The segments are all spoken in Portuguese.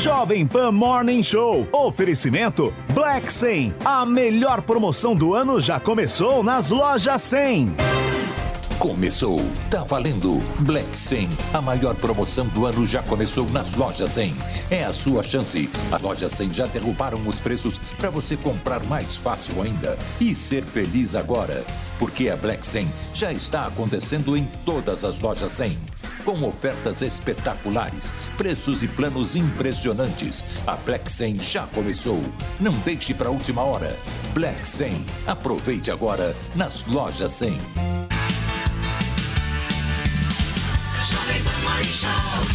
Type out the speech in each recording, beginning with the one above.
Jovem Pan Morning Show. Oferecimento Black 100. A melhor promoção do ano já começou nas lojas 100. Começou, tá valendo. Black 100, a maior promoção do ano já começou nas lojas 100. É a sua chance. As lojas 100 já derrubaram os preços para você comprar mais fácil ainda e ser feliz agora. Porque a Black 100 já está acontecendo em todas as lojas 100. Com ofertas espetaculares, preços e planos impressionantes. A Black 100 já começou. Não deixe para a última hora. Black 100. Aproveite agora nas lojas 100. Jovem Pan Morning Show.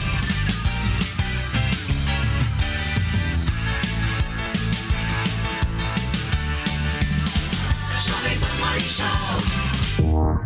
Jovem Pan Morning Show.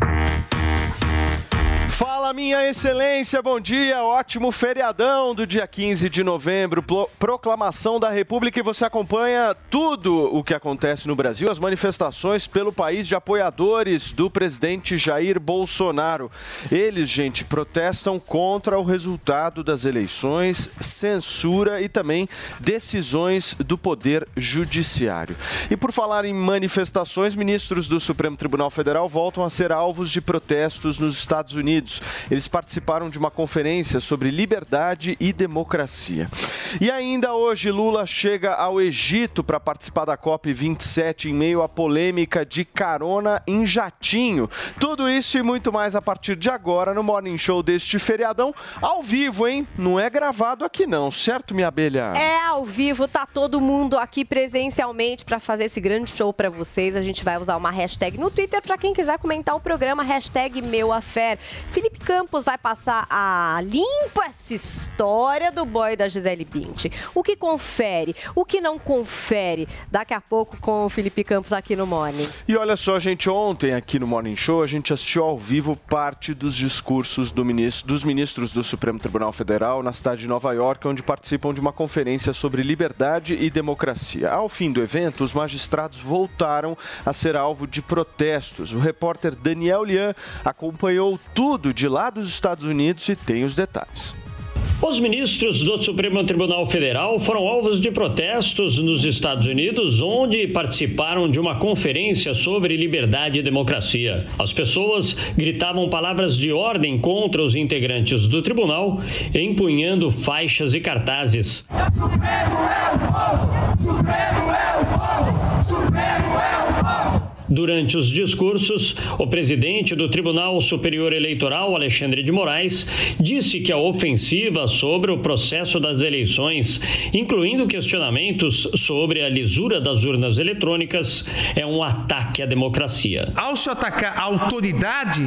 Fala, minha excelência, bom dia, ótimo feriadão do dia 15 de novembro, proclamação da República, e você acompanha tudo o que acontece no Brasil, as manifestações pelo país de apoiadores do presidente Jair Bolsonaro. Eles, gente, protestam contra o resultado das eleições, censura e também decisões do Poder Judiciário. E por falar em manifestações, ministros do Supremo Tribunal Federal voltam a ser alvos de protestos nos Estados Unidos. Eles participaram de uma conferência sobre liberdade e democracia. E ainda hoje, Lula chega ao Egito para participar da COP27 em meio à polêmica de carona em jatinho. Tudo isso e muito mais a partir de agora no Morning Show deste feriadão, ao vivo, hein? Não é gravado aqui não, certo, minha abelha? É ao vivo, tá todo mundo aqui presencialmente para fazer esse grande show para vocês. A gente vai usar uma hashtag no Twitter para quem quiser comentar o programa, hashtag #MeuAffair. Felipe Campos vai passar a limpo essa história do boy da Gisele Bündchen. O que confere, o que não confere. Daqui a pouco com o Felipe Campos aqui no Morning. E olha só, gente, ontem aqui no Morning Show a gente assistiu ao vivo parte dos discursos dos ministros do Supremo Tribunal Federal na cidade de Nova York, onde participam de uma conferência sobre liberdade e democracia. Ao fim do evento, os magistrados voltaram a ser alvo de protestos. O repórter Daniel Lian acompanhou tudo de lá dos Estados Unidos e tem os detalhes. Os ministros do Supremo Tribunal Federal foram alvos de protestos nos Estados Unidos, onde participaram de uma conferência sobre liberdade e democracia. As pessoas gritavam palavras de ordem contra os integrantes do tribunal, empunhando faixas e cartazes. O Supremo é o povo! Supremo é o povo! Supremo é o povo! Durante os discursos, o presidente do Tribunal Superior Eleitoral, Alexandre de Moraes, disse que a ofensiva sobre o processo das eleições, incluindo questionamentos sobre a lisura das urnas eletrônicas, é um ataque à democracia. Ao se atacar a autoridade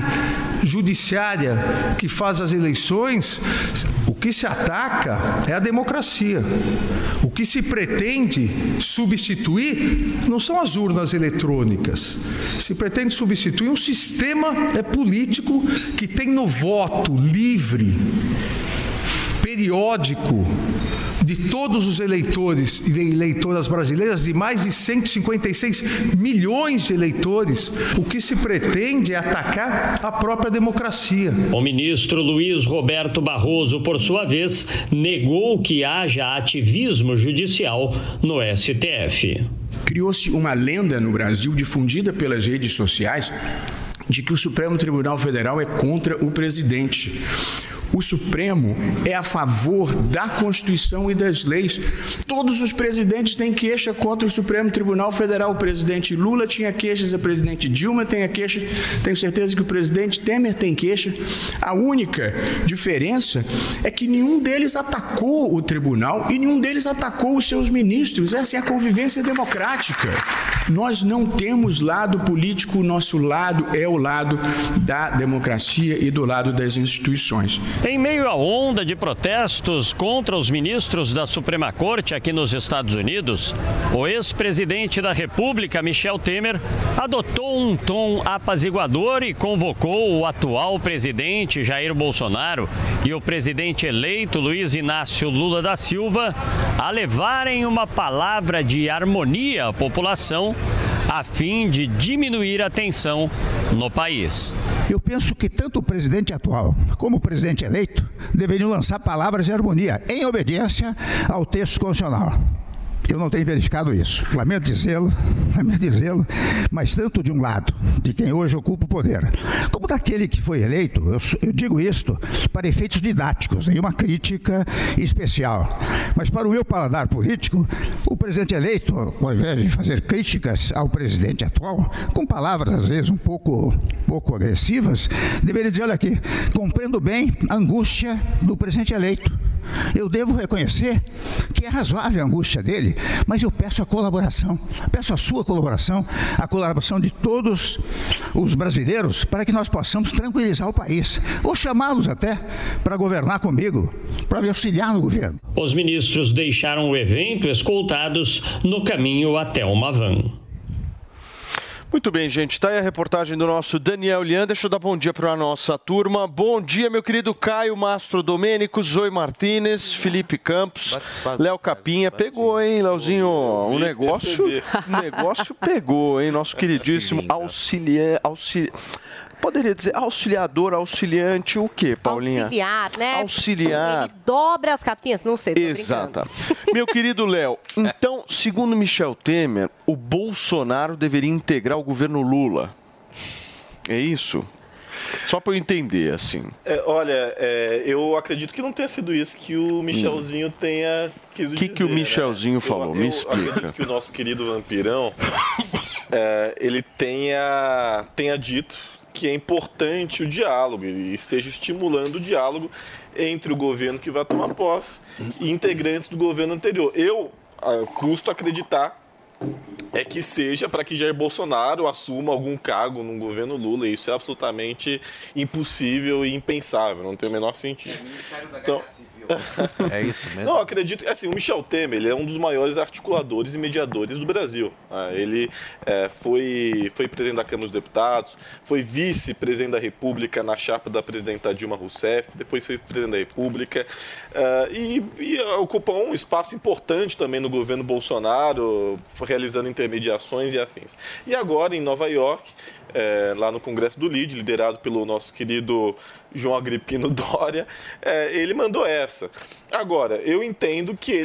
judiciária que faz as eleições, o que se ataca é a democracia. O que se pretende substituir não são as urnas eletrônicas. Se pretende substituir um sistema político que tem no voto livre, periódico, de todos os eleitores e eleitoras brasileiras, de mais de 156 milhões de eleitores, o que se pretende é atacar a própria democracia. O ministro Luiz Roberto Barroso, por sua vez, negou que haja ativismo judicial no STF. Criou-se uma lenda no Brasil, difundida pelas redes sociais, de que o Supremo Tribunal Federal é contra o presidente. O Supremo é a favor da Constituição e das leis. Todos os presidentes têm queixa contra o Supremo Tribunal Federal. O presidente Lula tinha queixas, a presidente Dilma tem a queixa, tenho certeza que o presidente Temer tem queixa. A única diferença é que nenhum deles atacou o tribunal e nenhum deles atacou os seus ministros. Essa é a convivência democrática. Nós não temos lado político, o nosso lado é o lado da democracia e do lado das instituições. Em meio à onda de protestos contra os ministros da Suprema Corte aqui nos Estados Unidos, o ex-presidente da República, Michel Temer, adotou um tom apaziguador e convocou o atual presidente Jair Bolsonaro e o presidente eleito Luiz Inácio Lula da Silva a levarem uma palavra de harmonia à população a fim de diminuir a tensão no país. Eu penso que tanto o presidente atual como o presidente eleito deveriam lançar palavras de harmonia, em obediência ao texto constitucional. Eu não tenho verificado isso. Lamento dizê-lo, mas tanto de um lado, de quem hoje ocupa o poder, como daquele que foi eleito, eu digo isto para efeitos didáticos, nenhuma crítica especial. Mas para o meu paladar político, o presidente eleito, ao invés de fazer críticas ao presidente atual, com palavras às vezes um pouco agressivas, deveria dizer, olha aqui, compreendo bem a angústia do presidente eleito. Eu devo reconhecer que é razoável a angústia dele, mas eu peço a colaboração, peço a sua colaboração, a colaboração de todos os brasileiros para que nós possamos tranquilizar o país, ou chamá-los até para governar comigo, para me auxiliar no governo. Os ministros deixaram o evento escoltados no caminho até uma van. Muito bem, gente. Está aí a reportagem do nosso Daniel Lian. Deixa eu dar bom dia para a nossa turma. Bom dia, meu querido Caio Mastro Domênico, Zoe Martínez, Felipe Campos, Léo Capinha. Pegou, hein, Léozinho? Um negócio pegou, hein? Nosso queridíssimo poderia dizer auxiliador, auxiliante, o quê, Paulinha? Auxiliar, né? Auxiliar. Ele dobra as capinhas, não sei. Exato. Meu querido Léo, então, segundo Michel Temer, o Bolsonaro deveria integrar o governo Lula. É isso? Só para eu entender, assim. Eu acredito que não tenha sido isso que o Michelzinho tenha querido dizer. O que o Michelzinho falou? Me explica. Eu acredito que o nosso querido vampirão, ele tenha dito que é importante o diálogo, ele esteja estimulando o diálogo entre o governo que vai tomar posse e integrantes do governo anterior. Eu custo acreditar que seja para que Jair Bolsonaro assuma algum cargo no governo Lula, e isso é absolutamente impossível e impensável, não tem o menor sentido. Então, é isso mesmo? Não, acredito. Assim, o Michel Temer, ele é um dos maiores articuladores e mediadores do Brasil. Ele foi presidente da Câmara dos Deputados, foi vice-presidente da República na chapa da presidenta Dilma Rousseff, depois foi presidente da República e ocupa um espaço importante também no governo Bolsonaro, realizando intermediações e afins. E agora, em Nova York, lá no Congresso do LIDE, liderado pelo nosso querido João Agripino Dória, ele mandou essa. Agora, eu entendo que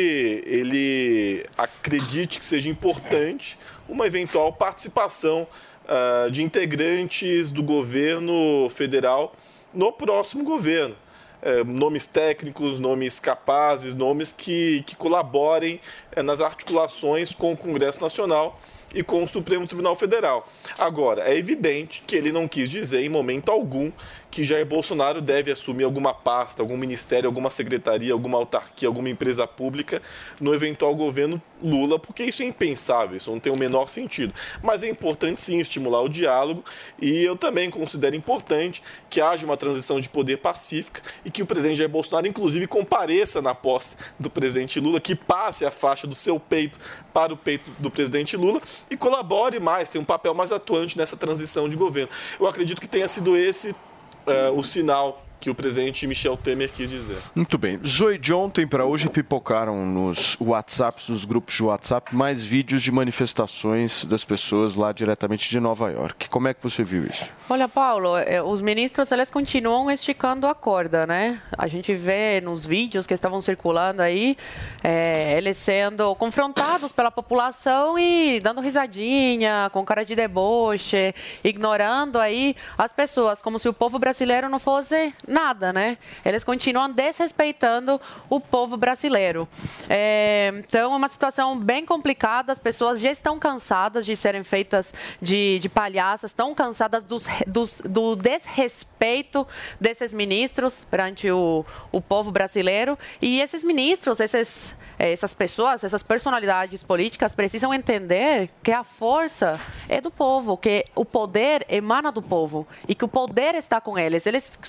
ele acredite que seja importante uma eventual participação de integrantes do governo federal no próximo governo. Nomes técnicos, nomes capazes, nomes que colaborem nas articulações com o Congresso Nacional e com o Supremo Tribunal Federal. Agora, é evidente que ele não quis dizer em momento algum que Jair Bolsonaro deve assumir alguma pasta, algum ministério, alguma secretaria, alguma autarquia, alguma empresa pública no eventual governo Lula, porque isso é impensável, isso não tem o menor sentido. Mas é importante, sim, estimular o diálogo, e eu também considero importante que haja uma transição de poder pacífica e que o presidente Jair Bolsonaro, inclusive, compareça na posse do presidente Lula, que passe a faixa do seu peito para o peito do presidente Lula e colabore mais, tenha um papel mais atuante nessa transição de governo. Eu acredito que tenha sido esse o sinal que o presidente Michel Temer quis dizer. Muito bem. Zoe, de ontem para hoje pipocaram nos WhatsApps, nos grupos de WhatsApp, mais vídeos de manifestações das pessoas lá diretamente de Nova York. Como é que você viu isso? Olha, Paulo, os ministros, eles continuam esticando a corda, né? A gente vê nos vídeos que estavam circulando aí, eles sendo confrontados pela população e dando risadinha, com cara de deboche, ignorando aí as pessoas, como se o povo brasileiro não fosse nada, né? Eles continuam desrespeitando o povo brasileiro. Então, é uma situação bem complicada. As pessoas já estão cansadas de serem feitas de palhaças, estão cansadas do desrespeito desses ministros perante o povo brasileiro. E esses ministros, essas pessoas, essas personalidades políticas precisam entender que a força é do povo, que o poder emana do povo e que o poder está com eles. Eles subestimam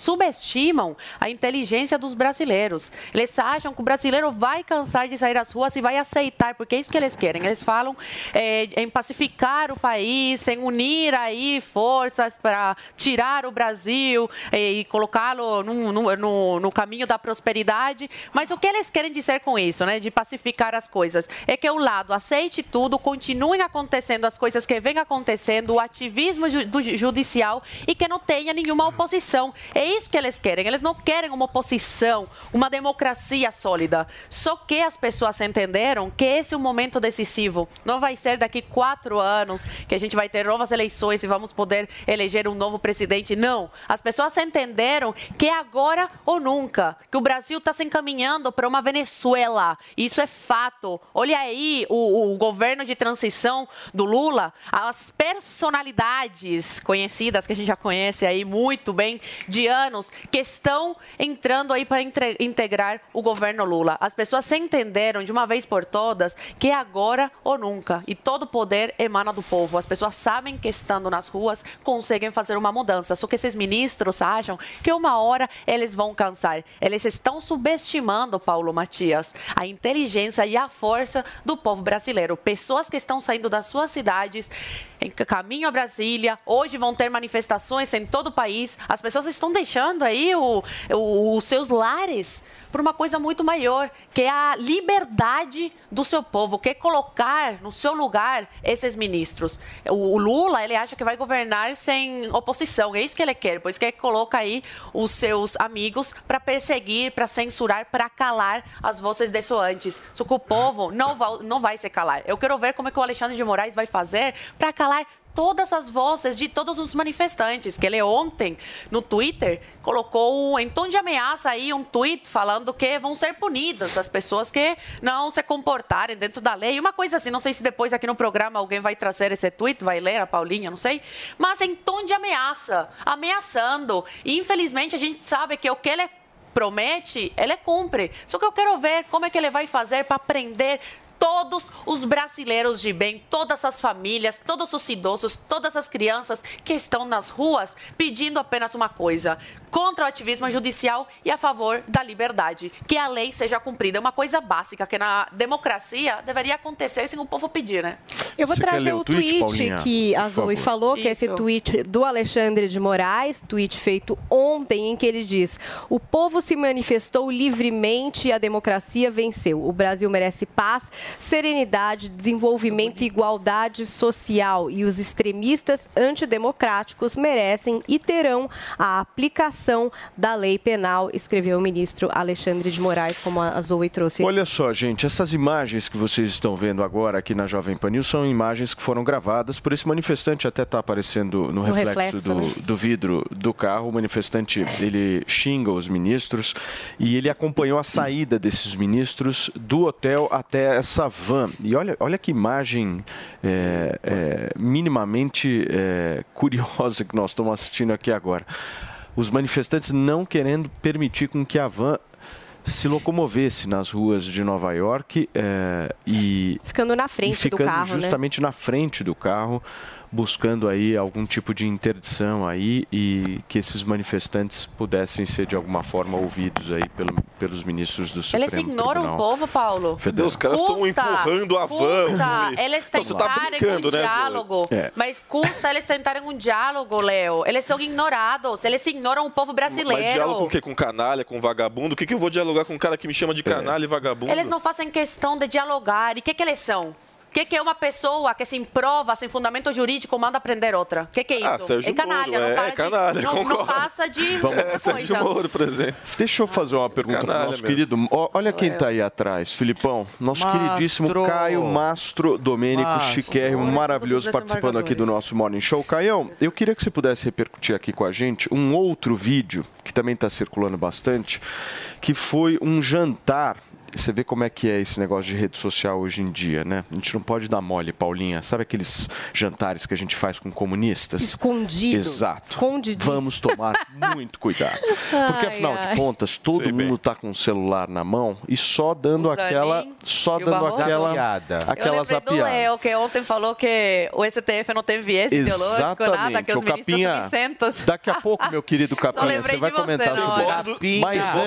subestimam a inteligência dos brasileiros. Eles acham que o brasileiro vai cansar de sair às ruas e vai aceitar, porque é isso que eles querem. Eles falam em pacificar o país, em unir aí forças para tirar o Brasil e colocá-lo no caminho da prosperidade. Mas o que eles querem dizer com isso, né, de pacificar as coisas? É que o lado aceite tudo, continuem acontecendo as coisas que vêm acontecendo, o ativismo do judicial e que não tenha nenhuma oposição. É isso que eles querem. Eles não querem uma oposição, uma democracia sólida. Só que as pessoas entenderam que esse é um momento decisivo. Não vai ser daqui 4 anos que a gente vai ter novas eleições e vamos poder eleger um novo presidente. Não. As pessoas entenderam que é agora ou nunca, que o Brasil está se encaminhando para uma Venezuela. Isso é fato. Olha aí o governo de transição do Lula, as personalidades conhecidas, que a gente já conhece aí muito bem, de anos, que estão entrando aí para integrar o governo Lula. As pessoas entenderam de uma vez por todas que é agora ou nunca. E todo o poder emana do povo. As pessoas sabem que estando nas ruas conseguem fazer uma mudança. Só que esses ministros acham que uma hora eles vão cansar. Eles estão subestimando, Paulo Matias, a inteligência e a força do povo brasileiro. Pessoas que estão saindo das suas cidades em caminho a Brasília, hoje vão ter manifestações em todo o país. As pessoas estão deixando aí os seus lares por uma coisa muito maior, que é a liberdade do seu povo, que é colocar no seu lugar esses ministros. O Lula, ele acha que vai governar sem oposição, é isso que ele quer, pois que coloca aí os seus amigos para perseguir, para censurar, para calar as vozes dessoantes. Só que o povo não vai se calar. Eu quero ver como é que o Alexandre de Moraes vai fazer para calar todas as vozes de todos os manifestantes, que ele ontem, no Twitter, colocou em tom de ameaça aí um tweet falando que vão ser punidas as pessoas que não se comportarem dentro da lei. Uma coisa assim, não sei se depois aqui no programa alguém vai trazer esse tweet, vai ler, a Paulinha, não sei, mas em tom de ameaça, ameaçando. E infelizmente a gente sabe que o que ele promete, ele cumpre. Só que eu quero ver como é que ele vai fazer para prender todos os brasileiros de bem, todas as famílias, todos os idosos, todas as crianças que estão nas ruas pedindo apenas uma coisa: contra o ativismo judicial e a favor da liberdade, que a lei seja cumprida. É uma coisa básica que na democracia deveria acontecer sem o povo pedir, né? Eu vou trazer o tweet que a Zoe falou, que é esse tweet do Alexandre de Moraes, tweet feito ontem, em que ele diz: o povo se manifestou livremente e a democracia venceu. O Brasil merece paz, serenidade, desenvolvimento e igualdade social, e os extremistas antidemocráticos merecem e terão a aplicação da lei penal, escreveu o ministro Alexandre de Moraes, como a Zoe trouxe aqui. Olha só, gente, essas imagens que vocês estão vendo agora aqui na Jovem Pan News são imagens que foram gravadas por esse manifestante, até está aparecendo no reflexo do vidro do carro. O manifestante, ele xinga os ministros e ele acompanhou a saída desses ministros do hotel até essa van. E olha que imagem minimamente curiosa que nós estamos assistindo aqui agora. Os manifestantes não querendo permitir com que a van se locomovesse nas ruas de Nova York e ficando na frente do carro, justamente na frente do carro, buscando aí algum tipo de interdição aí e que esses manifestantes pudessem ser de alguma forma ouvidos aí pelos ministros do Supremo Tribunal. Eles ignoram o povo, Paulo. Federal. Os caras estão empurrando a van. Eles tentarem um diálogo, mas custa eles tentarem um diálogo, Léo. Eles são ignorados, eles ignoram o povo brasileiro. Mas diálogo com o quê? Com canalha, com vagabundo? O que eu vou dialogar com um cara que me chama de canalha e vagabundo? Eles não fazem questão de dialogar. E o que eles são? O que é uma pessoa que sem prova, sem fundamento jurídico, manda prender outra? O que é isso? Sérgio é canalha, Moro, canalha, não passa de Sérgio Moro, por exemplo. Deixa eu fazer uma pergunta para o nosso querido. Olha quem está aí atrás, Filipão. Nosso queridíssimo Caio Mastro Domênico, chiquérrimo, maravilhoso, participando aqui do nosso Morning Show. Caião, eu queria que você pudesse repercutir aqui com a gente um outro vídeo que também está circulando bastante, que foi um jantar você vê como é que é esse negócio de rede social hoje em dia, né? A gente não pode dar mole, Paulinha. Sabe aqueles jantares que a gente faz com comunistas? Escondido. Exato. Escondidinho. Vamos tomar muito cuidado. Porque, afinal de contas, todo mundo está com o celular na mão e só dando aquela zapiada. Do Léo, que ontem falou que o STF não tem viés ideológico, nada, que os ministros são isentos. Daqui a pouco, meu querido Capinha, você vai comentar sobre...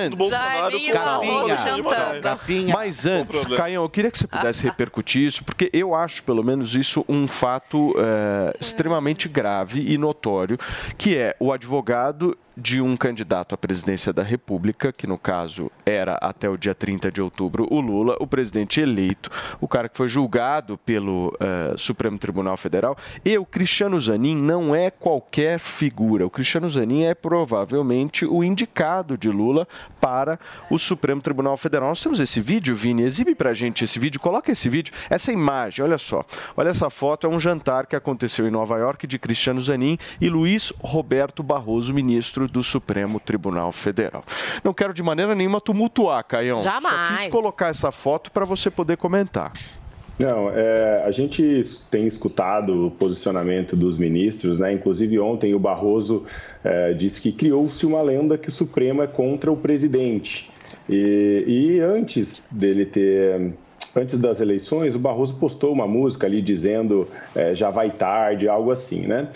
Mas antes, Caião, eu queria que você pudesse repercutir isso, porque eu acho, pelo menos, isso um fato extremamente grave e notório, que é o advogado de um candidato à presidência da República, que no caso era até o dia 30 de outubro o Lula, o presidente eleito, o cara que foi julgado pelo Supremo Tribunal Federal, e o Cristiano Zanin não é qualquer figura. O Cristiano Zanin é provavelmente o indicado de Lula para o Supremo Tribunal Federal. Nós temos esse vídeo, Vini, exibe pra gente esse vídeo, coloca esse vídeo, essa imagem, olha só, olha essa foto, é um jantar que aconteceu em Nova York de Cristiano Zanin e Luiz Roberto Barroso, ministro do Supremo Tribunal Federal. Não quero de maneira nenhuma tumultuar, Caião. Jamais. Só quis colocar essa foto para você poder comentar. Não, a gente tem escutado o posicionamento dos ministros, né? Inclusive ontem o Barroso disse que criou-se uma lenda que o Supremo é contra o presidente. E antes dele ter... Antes das eleições, o Barroso postou uma música ali dizendo já vai tarde, algo assim, né?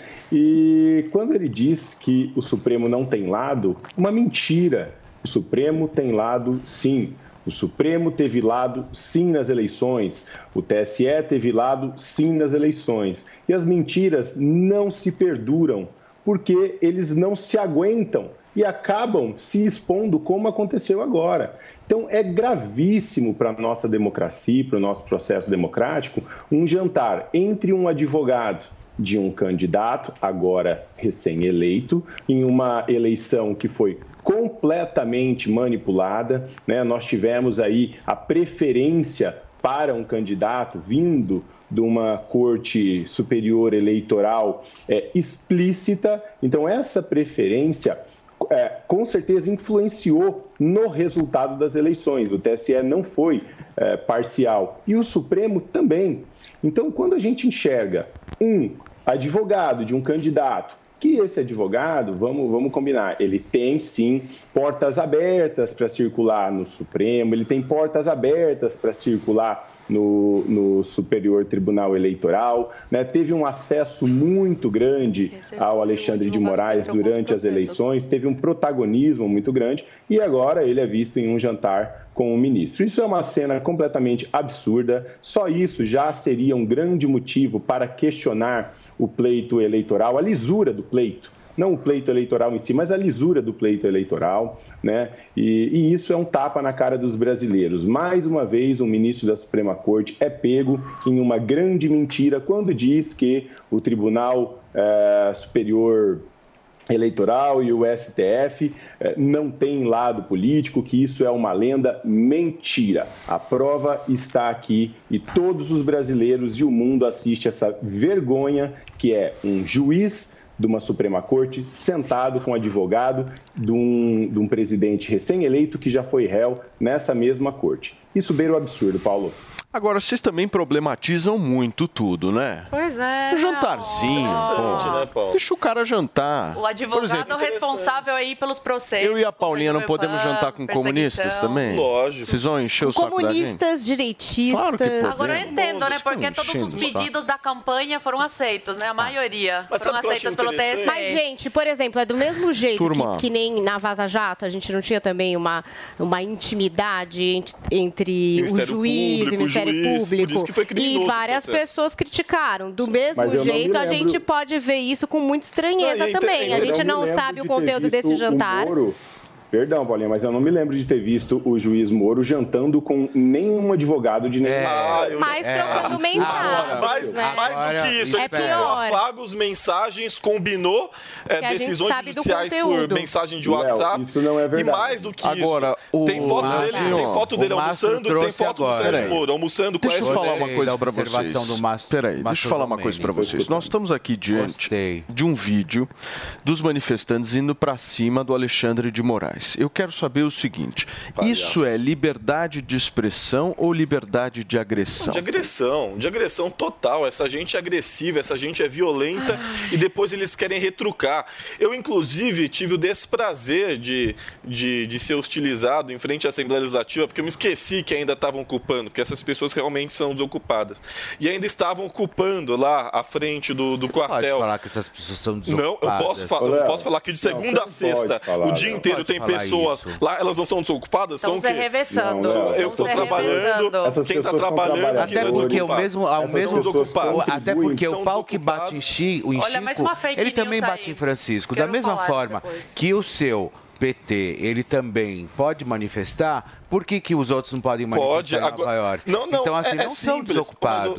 E quando ele diz que o Supremo não tem lado, uma mentira. O Supremo tem lado, sim. O Supremo teve lado, sim, nas eleições. O TSE teve lado, sim, nas eleições. E as mentiras não se perduram, porque eles não se aguentam e acabam se expondo como aconteceu agora. Então, é gravíssimo para a nossa democracia, para o nosso processo democrático, um jantar entre um advogado de um candidato, agora recém-eleito, em uma eleição que foi completamente manipulada, né? Nós tivemos aí a preferência para um candidato vindo de uma corte superior eleitoral explícita. Então, essa preferência... com certeza influenciou no resultado das eleições. O TSE não foi parcial e o Supremo também. Então, quando a gente enxerga um advogado de um candidato, que esse advogado, vamos combinar, ele tem sim portas abertas para circular no Supremo, ele tem portas abertas para circular no Superior Tribunal Eleitoral, né? Teve um acesso muito grande ao Alexandre de Moraes durante as eleições, teve um protagonismo muito grande e agora ele é visto em um jantar com o ministro. Isso é uma cena completamente absurda, só isso já seria um grande motivo para questionar o pleito eleitoral, a lisura do pleito. Não o pleito eleitoral em si, mas a lisura do pleito eleitoral, né? E isso é um tapa na cara dos brasileiros. Mais uma vez, um ministro da Suprema Corte é pego em uma grande mentira quando diz que o Tribunal Superior Eleitoral e o STF não tem lado político, que isso é uma lenda. Mentira. A prova está aqui e todos os brasileiros e o mundo assistem essa vergonha que é um juiz de uma Suprema Corte sentado com um advogado de um presidente recém-eleito que já foi réu nessa mesma corte. Isso beira o absurdo, Paulo. Agora, vocês também problematizam muito tudo, né? Pois é. Um jantarzinho, né, Paulo? Deixa o cara jantar. O advogado responsável aí pelos processos. Eu e a Paulinha não podemos jantar com comunistas também? Lógico. Vocês vão encher o saco da gente? Comunistas, direitistas. Claro que podemos. Agora eu entendo, né? Porque todos os pedidos da campanha foram aceitos, né? A maioria foram aceitos pelo TSE. Mas, gente, por exemplo, é do mesmo jeito que nem na Vaza Jato, a gente não tinha também uma intimidade entre o juiz e o Ministério Público. E várias pessoas criticaram. Do mesmo jeito, a gente pode ver isso com muita estranheza também. A gente não sabe o conteúdo desse jantar. Perdão, Paulinha, mas eu não me lembro de ter visto o juiz Moro jantando com nenhum advogado de nenhum... Mas trocando mensagens. Mais do que isso, é pior. Afagos, mensagens, combinou decisões judiciais por mensagem de WhatsApp. Isso não é verdade. E mais do que agora, isso, tem foto dele almoçando, tem foto do Sérgio Moro almoçando com Deixa eu falar uma coisa pra vocês. Peraí, deixa eu falar uma coisa pra vocês. Nós estamos aqui diante de um vídeo dos manifestantes indo pra cima do Alexandre de Moraes. Meirelles, eu quero saber o seguinte, isso é liberdade de expressão ou liberdade de agressão? De agressão total. Essa gente é agressiva, essa gente é violenta e depois eles querem retrucar. Eu, inclusive, tive o desprazer de ser hostilizado em frente à Assembleia Legislativa, porque eu me esqueci que ainda estavam ocupando, porque essas pessoas realmente são desocupadas. E ainda estavam ocupando lá à frente do quartel. Pode falar que essas pessoas são desocupadas. Não, eu posso falar que de segunda a sexta, o dia inteiro tem pessoas lá, elas não são desocupadas? Estão se revessando. Eu estou trabalhando, quem está trabalhando... Até porque até porque o pau que bate em Chico, ele também bate em Francisco. Da mesma forma que o seu PT, ele também pode manifestar, por que os outros não podem manifestar em Nova York? Não, então, assim, não são desocupados.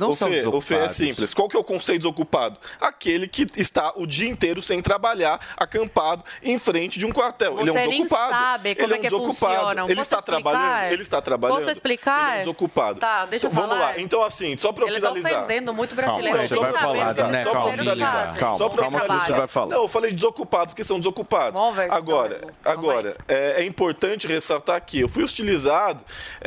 O Fê, é simples. Qual que é o conceito de desocupado? Aquele que está o dia inteiro sem trabalhar, acampado, em frente de um quartel. Ele é um desocupado. Você nem sabe como é que funciona. Ele está trabalhando? Ele está trabalhando? Posso explicar? Ele é um desocupado. Tá, deixa eu falar. Vamos lá. Então, assim, só para eu finalizar. Ele está ofendendo muito brasileiro. Você vai falar, né? Só para finalizar. Calma que você vai falar. Não, eu falei desocupado porque são desocupados. Agora, é importante ressaltar aqui, eu fui hostilizado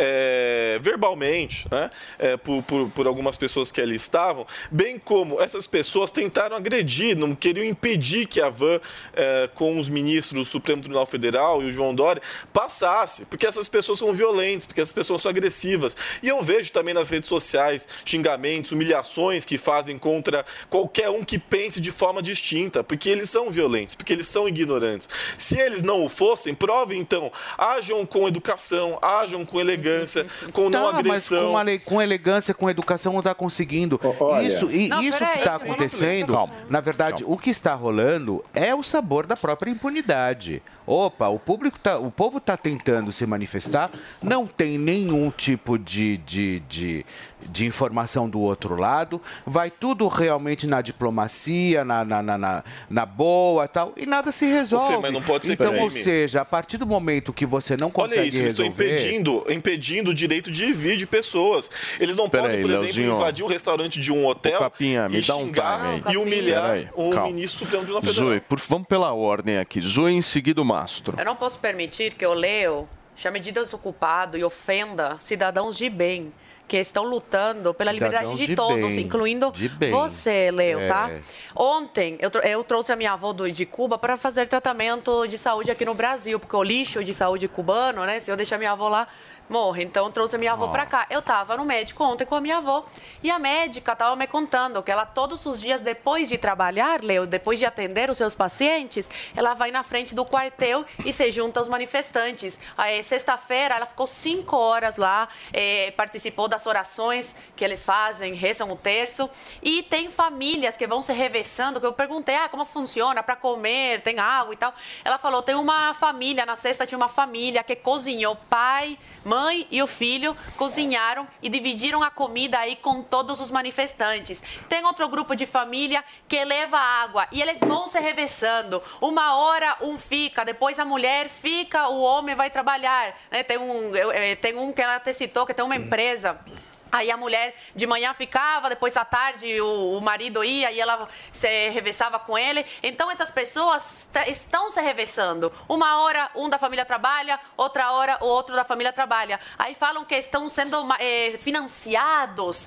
verbalmente, né, por algumas pessoas que ali estavam, bem como essas pessoas tentaram agredir, não queriam impedir que a van com os ministros do Supremo Tribunal Federal e o João Dória passasse, porque essas pessoas são violentas, porque essas pessoas são agressivas. E eu vejo também nas redes sociais xingamentos, humilhações que fazem contra qualquer um que pense de forma distinta, porque eles são violentos, porque eles são ignorantes. Se eles não o fossem, provem então, ajam com educação, ajam com elegância, com não agressão. Mas com elegância, com educação não está conseguindo. Isso que está acontecendo, na verdade, o que está rolando é o sabor da própria impunidade. Opa, o povo está tentando se manifestar, não tem nenhum tipo de informação do outro lado, vai tudo realmente na diplomacia, na boa e tal, e nada se resolve. Mas não pode ser então, ou seja, a partir do momento que você não consegue resolver... Estou impedindo o direito de vir de pessoas. Eles não podem, por exemplo, invadir o restaurante de um hotel e xingar e humilhar o ministro Supremo Tribunal Federal. Zoe, vamos pela ordem aqui. Zoe, em seguida o Mastro. Eu não posso permitir que o Leo chame de desocupado e ofenda cidadãos de bem que estão lutando pela liberdade de todos, incluindo você, Leo, tá? Ontem, eu trouxe a minha avó de Cuba para fazer tratamento de saúde aqui no Brasil, porque o lixo de saúde cubano, né, se eu deixar minha avó lá, morre. Então, eu trouxe a minha avó para cá. Eu estava no médico ontem com a minha avó e a médica estava me contando que ela, todos os dias, depois de trabalhar, Leo, depois de atender os seus pacientes, ela vai na frente do quartel e se junta aos manifestantes. Aí, sexta-feira, ela ficou 5 horas lá, participou das orações que eles fazem, rezam o terço. E tem famílias que vão se revessando, que eu perguntei, como funciona para comer, tem água e tal. Ela falou, tem uma família, na sexta tinha uma família que cozinhou, pai, mãe e o filho cozinharam e dividiram a comida aí com todos os manifestantes. Tem outro grupo de família que leva água e eles vão se revessando. Uma hora um fica, depois a mulher fica, o homem vai trabalhar. Né? Tem um que ela até citou, que tem uma empresa. Aí a mulher de manhã ficava, depois à tarde o marido ia e ela se revessava com ele. Então essas pessoas estão se revessando. Uma hora um da família trabalha, outra hora o outro da família trabalha. Aí falam que estão sendo financiados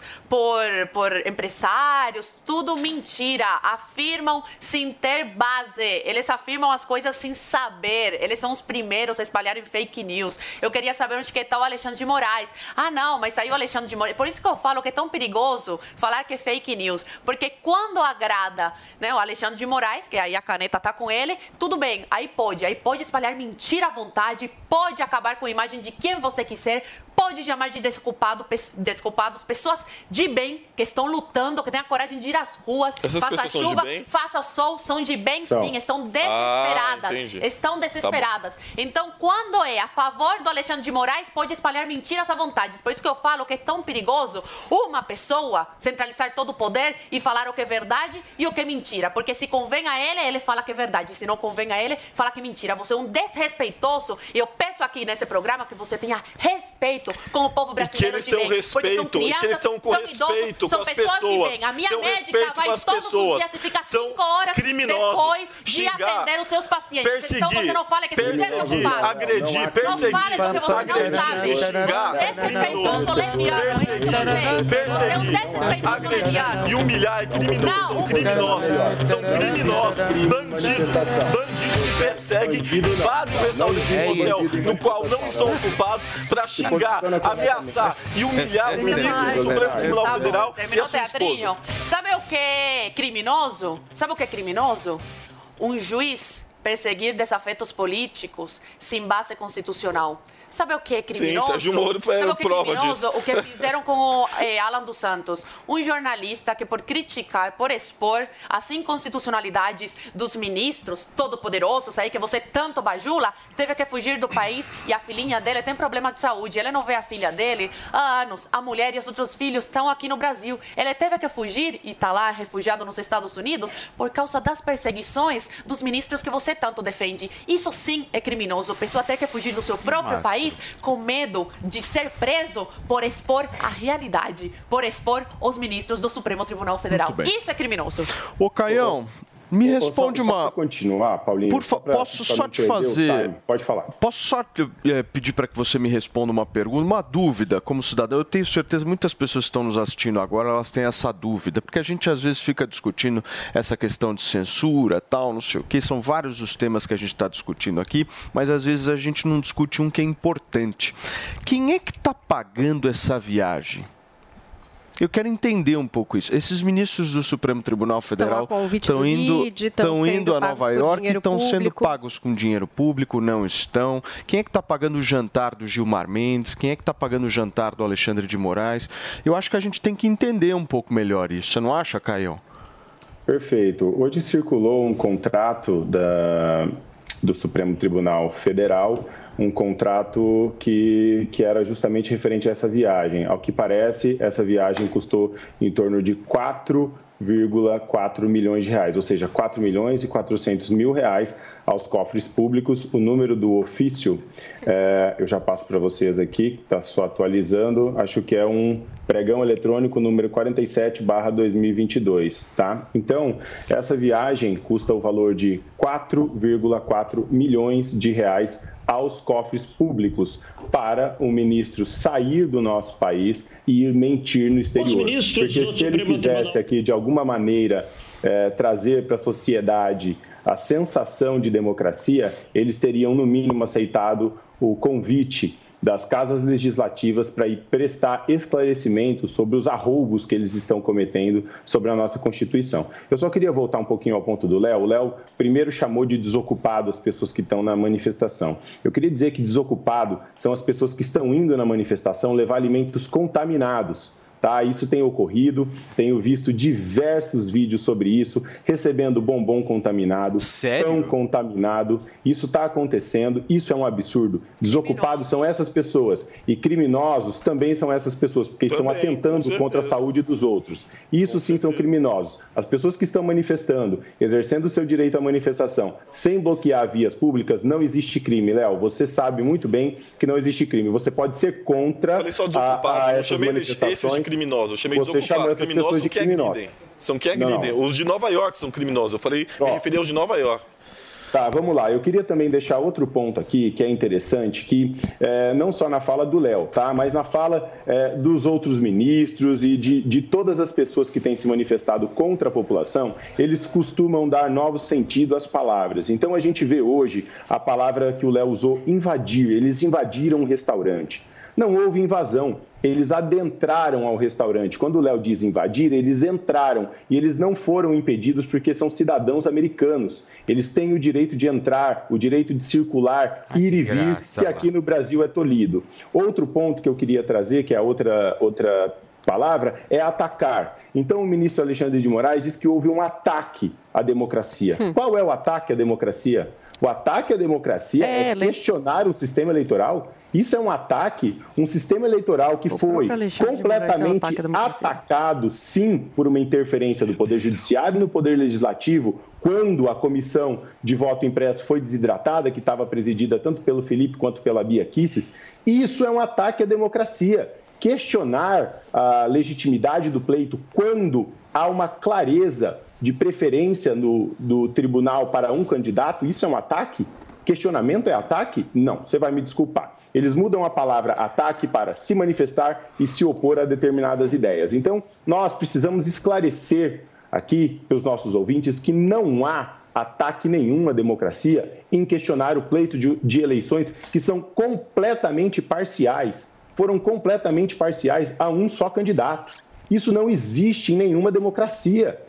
por empresários. Tudo mentira. Afirmam sem ter base. Eles afirmam as coisas sem saber. Eles são os primeiros a espalharem fake news. Eu queria saber onde que está o Alexandre de Moraes. Não, mas saiu o Alexandre de Moraes. Por isso que eu falo que é tão perigoso falar que é fake news. Porque quando agrada, né, o Alexandre de Moraes, que aí a caneta tá com ele, tudo bem, aí pode espalhar mentira à vontade, pode acabar com a imagem de quem você quiser, pode chamar de desculpados pessoas de bem, que estão lutando, que têm a coragem de ir às ruas, faça chuva, faça sol, são de bem sim, estão desesperadas. Estão desesperadas. Tá. Então, quando é a favor do Alexandre de Moraes, pode espalhar mentiras à vontade. Por isso que eu falo que é tão perigoso uma pessoa centralizar todo o poder e falar o que é verdade e o que é mentira. Porque se convém a ele fala que é verdade. Se não convém a ele, fala que é mentira. Você é um desrespeitoso e eu peço aqui nesse programa que você tenha respeito respeito com o povo brasileiro de bem. Porque são crianças, que eles estão com respeito com as pessoas. De bem. A minha médica vai todos os dias e fica 5 horas depois de atender os seus pacientes. Então você não fala que esse é ocupado. Agredir, perseguir. Não fale do que você não sabe. Desrespeitoso leviano. Perseguir, agredir e humilhar é criminoso. São criminosos. São criminosos. Bandidos que perseguem, invadem o restaurante e hotel no qual não estão ocupados para xingar, ameaçar e humilhar o ministro do Supremo Tribunal Federal e a sua esposa. Sabe o que é criminoso? Sabe o que é criminoso? Um juiz perseguir desafetos políticos sem base constitucional. Sabe o que é criminoso? Sim, Sérgio Moro foi a prova disso. O que fizeram com o Alan dos Santos. Um jornalista que, por criticar, por expor as inconstitucionalidades dos ministros todo-poderosos aí, que você tanto bajula, teve que fugir do país e a filhinha dele tem problema de saúde. Ele não vê a filha dele há anos. A mulher e os outros filhos estão aqui no Brasil. Ele teve que fugir e está lá refugiado nos Estados Unidos por causa das perseguições dos ministros que você tanto defende. Isso sim é criminoso. A pessoa tem que fugir do seu próprio país com medo de ser preso por expor a realidade, por expor os ministros do Supremo Tribunal Federal. Isso é criminoso. Ô, Caião, me responde só para continuar, Paulinho. Posso só te fazer... Pode falar. Posso só pedir para que você me responda uma pergunta, uma dúvida como cidadão? Eu tenho certeza que muitas pessoas que estão nos assistindo agora, elas têm essa dúvida, porque a gente às vezes fica discutindo essa questão de censura, tal, não sei o que, são vários os temas que a gente está discutindo aqui, mas às vezes a gente não discute um que é importante. Quem é que está pagando essa viagem? Eu quero entender um pouco isso. Esses ministros do Supremo Tribunal Federal estão indo a Nova York e estão sendo pagos com dinheiro público, não estão. Quem é que está pagando o jantar do Gilmar Mendes? Quem é que está pagando o jantar do Alexandre de Moraes? Eu acho que a gente tem que entender um pouco melhor isso. Você não acha, Caio? Perfeito. Hoje circulou um contrato do Supremo Tribunal Federal, um contrato que era justamente referente a essa viagem. Ao que parece, essa viagem custou em torno de 4,4 milhões de reais, ou seja, 4 milhões e 400 mil reais aos cofres públicos. O número do ofício, eu já passo para vocês aqui, está só atualizando, acho que é um pregão eletrônico número 47/2022, tá? Então, essa viagem custa o valor de 4,4 milhões de reais aos cofres públicos para o ministro sair do nosso país e ir mentir no exterior. Porque se ele quisesse aqui, de alguma maneira, trazer para a sociedade a sensação de democracia, eles teriam, no mínimo, aceitado o convite das casas legislativas para ir prestar esclarecimento sobre os arroubos que eles estão cometendo sobre a nossa Constituição. Eu só queria voltar um pouquinho ao ponto do Léo. O Léo primeiro chamou de desocupado as pessoas que estão na manifestação. Eu queria dizer que desocupado são as pessoas que estão indo na manifestação levar alimentos contaminados. Tá? Isso tem ocorrido, tenho visto diversos vídeos sobre isso, recebendo bombom contaminado, pão contaminado, isso está acontecendo, isso é um absurdo. Desocupados são essas pessoas e criminosos também são essas pessoas, porque estão atentando contra a saúde dos outros. Isso sim são criminosos. As pessoas que estão manifestando, exercendo o seu direito à manifestação, sem bloquear vias públicas, não existe crime, Léo. Você sabe muito bem que não existe crime. Você pode ser contra essas manifestações. Criminosos. Eu chamei de desocupados. Criminosos que agridem. São que agridem. Os de Nova York são criminosos. Eu falei, me referi aos de Nova York. Tá, vamos lá. Eu queria também deixar outro ponto aqui que é interessante, que não só na fala do Léo, tá, mas na fala dos outros ministros e de todas as pessoas que têm se manifestado contra a população, eles costumam dar novo sentido às palavras. Então a gente vê hoje a palavra que o Léo usou, invadir. Eles invadiram um restaurante. Não houve invasão, eles adentraram ao restaurante. Quando o Léo diz invadir, eles entraram e eles não foram impedidos porque são cidadãos americanos. Eles têm o direito de entrar, o direito de circular, ir e vir, que aqui no Brasil é tolhido. Outro ponto que eu queria trazer, que é a outra palavra, é atacar. Então, o ministro Alexandre de Moraes diz que houve um ataque à democracia. Qual é o ataque à democracia? O ataque à democracia é questionar o sistema eleitoral. Isso é um ataque, um sistema eleitoral que foi completamente atacado, sim, por uma interferência do Poder Judiciário no Poder Legislativo, quando a comissão de voto impresso foi desidratada, que estava presidida tanto pelo Felipe quanto pela Bia Kicis. Isso é um ataque à democracia. Questionar a legitimidade do pleito quando há uma clareza de preferência do tribunal para um candidato, isso é um ataque? Questionamento é ataque? Não, você vai me desculpar. Eles mudam a palavra ataque para se manifestar e se opor a determinadas ideias. Então, nós precisamos esclarecer aqui para os nossos ouvintes que não há ataque nenhum à democracia em questionar o pleito de eleições que são completamente parciais. Foram completamente parciais a um só candidato. Isso não existe em nenhuma democracia.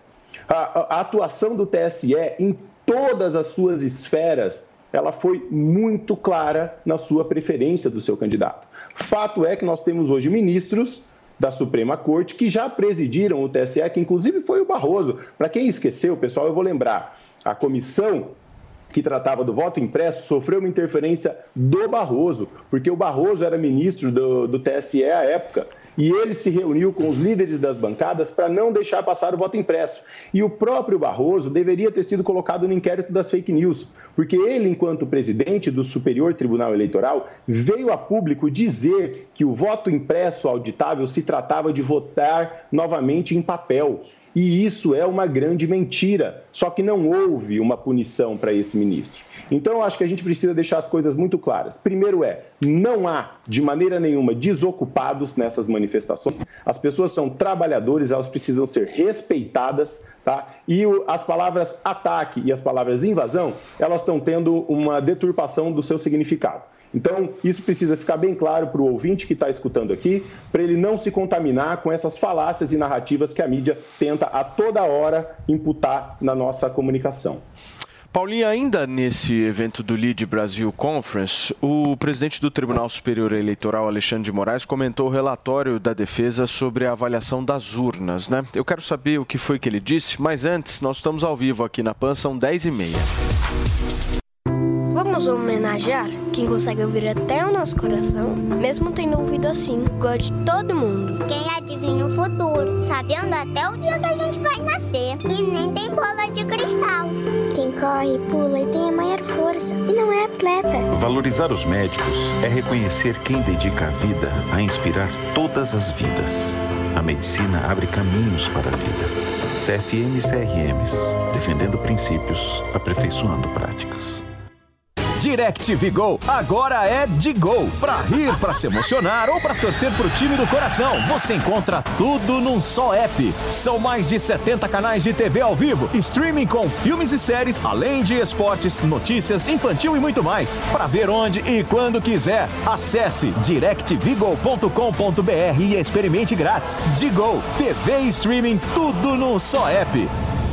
A atuação do TSE em todas as suas esferas, ela foi muito clara na sua preferência do seu candidato. Fato é que nós temos hoje ministros da Suprema Corte que já presidiram o TSE, que inclusive foi o Barroso. Para quem esqueceu, pessoal, eu vou lembrar, a comissão que tratava do voto impresso sofreu uma interferência do Barroso, porque o Barroso era ministro do TSE à época, e ele se reuniu com os líderes das bancadas para não deixar passar o voto impresso. E o próprio Barroso deveria ter sido colocado no inquérito das fake news, porque ele, enquanto presidente do Superior Tribunal Eleitoral, veio a público dizer que o voto impresso auditável se tratava de votar novamente em papel. E isso é uma grande mentira, só que não houve uma punição para esse ministro. Então, eu acho que a gente precisa deixar as coisas muito claras. Primeiro não há, de maneira nenhuma, desocupados nessas manifestações. As pessoas são trabalhadores, elas precisam ser respeitadas, tá? E as palavras ataque e as palavras invasão, elas estão tendo uma deturpação do seu significado. Então, isso precisa ficar bem claro para o ouvinte que está escutando aqui, para ele não se contaminar com essas falácias e narrativas que a mídia tenta a toda hora imputar na nossa comunicação. Paulinha, ainda nesse evento do Lead Brasil Conference, o presidente do Tribunal Superior Eleitoral, Alexandre de Moraes, comentou o relatório da defesa sobre a avaliação das urnas, né? Eu quero saber o que foi que ele disse, mas antes, nós estamos ao vivo aqui na PAN, são 10h30. Vamos homenagear quem consegue ouvir até o nosso coração, mesmo tendo ouvido assim, igual de todo mundo. Quem adivinha o futuro, sabendo até o dia que a gente vai nascer. E nem tem bola de cristal. Quem corre, pula e tem a maior força, e não é atleta. Valorizar os médicos é reconhecer quem dedica a vida a inspirar todas as vidas. A medicina abre caminhos para a vida. CFM e CRMs, defendendo princípios, aperfeiçoando práticas. DirecTV Go agora é de Gol. Pra rir, pra se emocionar ou pra torcer pro time do coração, você encontra tudo num só app. São mais de 70 canais de TV ao vivo, streaming com filmes e séries, além de esportes, notícias, infantil e muito mais. Pra ver onde e quando quiser, acesse directvgo.com.br e experimente grátis. De Gol, TV e streaming, tudo num só app.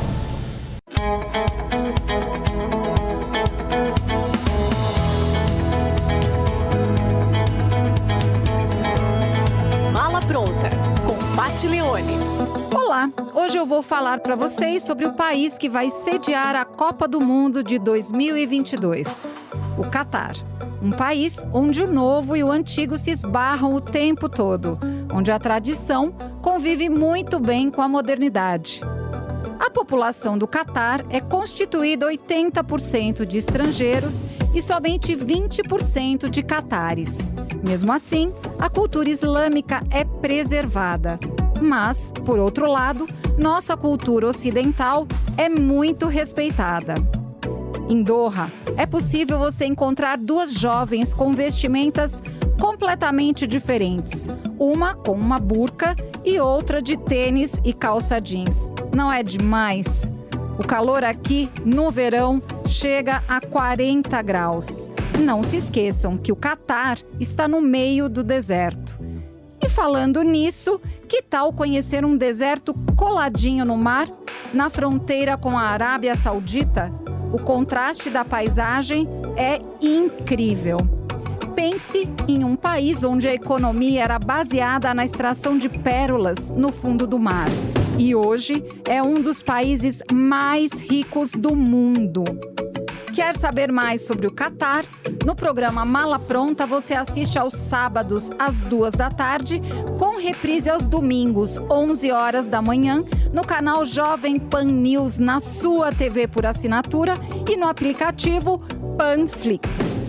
Pronta, com Paty Leone. Olá, hoje eu vou falar para vocês sobre o país que vai sediar a Copa do Mundo de 2022, o Catar. Um país onde o novo e o antigo se esbarram o tempo todo, onde a tradição convive muito bem com a modernidade. A população do Catar é constituída 80% de estrangeiros e somente 20% de catares. Mesmo assim, a cultura islâmica é preservada. Mas, por outro lado, nossa cultura ocidental é muito respeitada. Em Doha, é possível você encontrar duas jovens com vestimentas completamente diferentes. Uma com uma burca e outra de tênis e calça jeans. Não é demais? O calor aqui, no verão, chega a 40 graus. Não se esqueçam que o Catar está no meio do deserto. E falando nisso, que tal conhecer um deserto coladinho no mar, na fronteira com a Arábia Saudita? O contraste da paisagem é incrível. Pense em um país onde a economia era baseada na extração de pérolas no fundo do mar. E hoje é um dos países mais ricos do mundo. Quer saber mais sobre o Catar? No programa Mala Pronta, você assiste aos sábados, às 14h, com reprise aos domingos, 11h da manhã, no canal Jovem Pan News, na sua TV por assinatura e no aplicativo Panflix.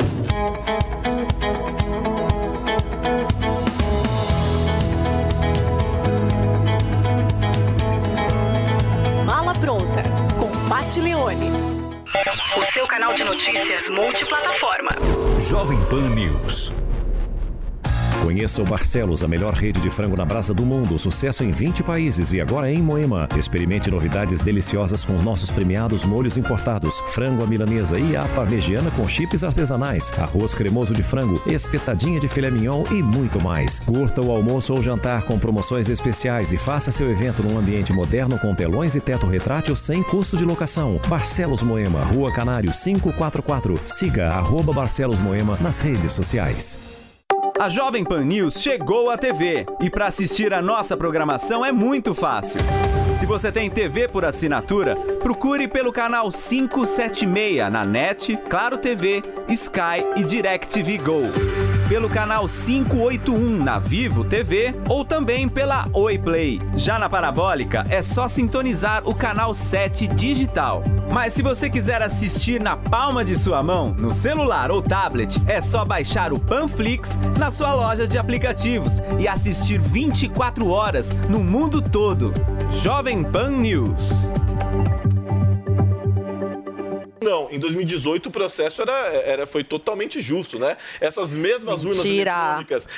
Mala Pronta, com Paty Leone. O seu canal de notícias multiplataforma. Jovem Pan News. Conheça o Barcelos, a melhor rede de frango na brasa do mundo. Sucesso em 20 países e agora em Moema. Experimente novidades deliciosas com os nossos premiados molhos importados. Frango à milanesa e a parmegiana com chips artesanais. Arroz cremoso de frango, espetadinha de filé mignon e muito mais. Curta o almoço ou jantar com promoções especiais e faça seu evento num ambiente moderno com telões e teto retrátil sem custo de locação. Barcelos Moema, Rua Canário 544. Siga @Barcelos Moema nas redes sociais. A Jovem Pan News chegou à TV e para assistir a nossa programação é muito fácil. Se você tem TV por assinatura, procure pelo canal 576 na NET, Claro TV, Sky e DirecTV Go. Pelo canal 581 na Vivo TV ou também pela Oi Play. Já na parabólica, é só sintonizar o canal 7 digital. Mas se você quiser assistir na palma de sua mão, no celular ou tablet, é só baixar o Panflix na sua loja de aplicativos e assistir 24 horas no mundo todo. Jovem Pan News. Não, em 2018 o processo foi totalmente justo, né? Essas mesmas urnas eletrônicas,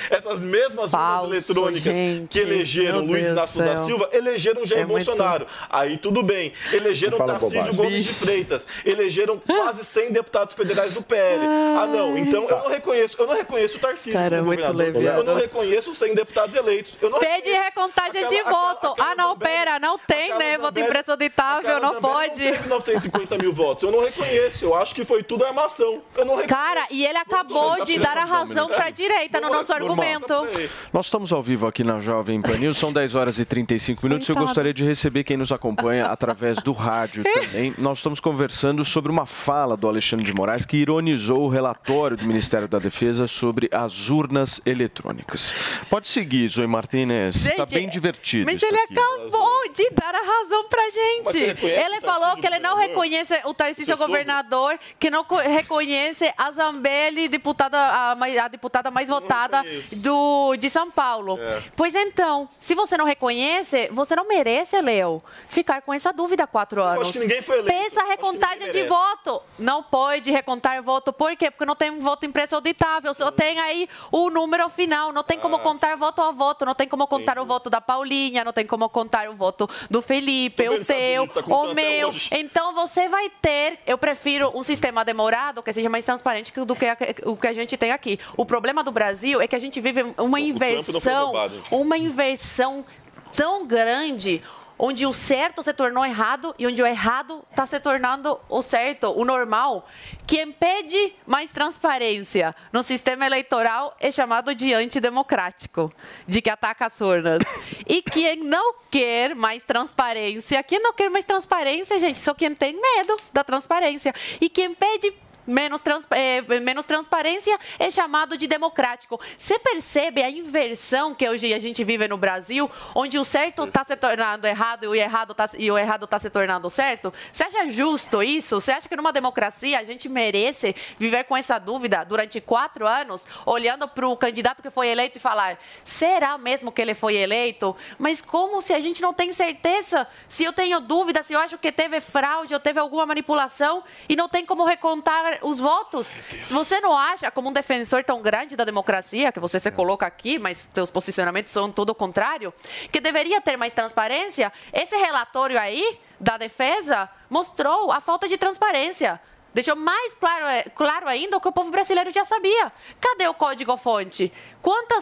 que elegeram Luiz Inácio da Silva, elegeram Jair Bolsonaro. Aí tudo bem. Elegeram Tarcísio Gomes de Freitas, elegeram quase 100 deputados federais do PL. Ah, não, então eu não reconheço o Tarcísio como governador. Eu não reconheço os 100 deputados eleitos. Pede recontagem de voto. Não tem, né? Voto impresso auditável, não pode. Não teve 950 mil votos. Eu não reconheço. Eu acho que foi tudo armação. Eu não reconheço. Cara, e ele acabou de dar a razão para a direita no nosso argumento. Nós estamos ao vivo aqui na Jovem Pan News, são 10h35. Eu gostaria de receber quem nos acompanha através do rádio também. Nós estamos conversando sobre uma fala do Alexandre de Moraes que ironizou o relatório do Ministério da Defesa sobre as urnas eletrônicas. Pode seguir, Zoe Martínez. Está bem divertido. Mas ele acabou de dar a razão pra gente. Ele falou que ele não reconhece o Tarcísio governador, que não reconhece a Zambelli, a deputada mais votada de São Paulo. Pois então, se você não reconhece, você não merece, Leo, ficar com essa dúvida há 4 anos. Eu acho que ninguém foi eleito. Pensa a recontagem de voto. Não pode recontar voto. Por quê? Porque não tem voto impresso auditável. Só tem aí o número final. Não tem como contar voto a voto. Não tem como contar o voto da Paulinha. Não tem como contar o voto do Felipe, o teu, o meu. Então você vai ter... Eu prefiro um sistema demorado que seja mais transparente do que o que a gente tem aqui. O problema do Brasil é que a gente vive uma inversão tão grande, onde o certo se tornou errado e onde o errado está se tornando o certo, o normal, que impede mais transparência no sistema eleitoral é chamado de antidemocrático, de que ataca as urnas. E quem não quer mais transparência, gente, só quem tem medo da transparência. E quem pede menos transparência é chamado de democrático. Você percebe a inversão que hoje a gente vive no Brasil, onde o certo está se tornando errado e o errado está se tornando certo? Você acha justo isso? Você acha que numa democracia a gente merece viver com essa dúvida durante 4 anos, olhando para o candidato que foi eleito e falar, será mesmo que ele foi eleito? Mas como se a gente não tem certeza? Se eu tenho dúvida, se eu acho que teve fraude ou teve alguma manipulação e não tem como recontar os votos. Se você não acha, como um defensor tão grande da democracia, que você se coloca aqui, mas seus posicionamentos são todo o contrário, que deveria ter mais transparência, esse relatório aí da defesa mostrou a falta de transparência. Deixou mais claro ainda o que o povo brasileiro já sabia. Cadê o código-fonte? Quantas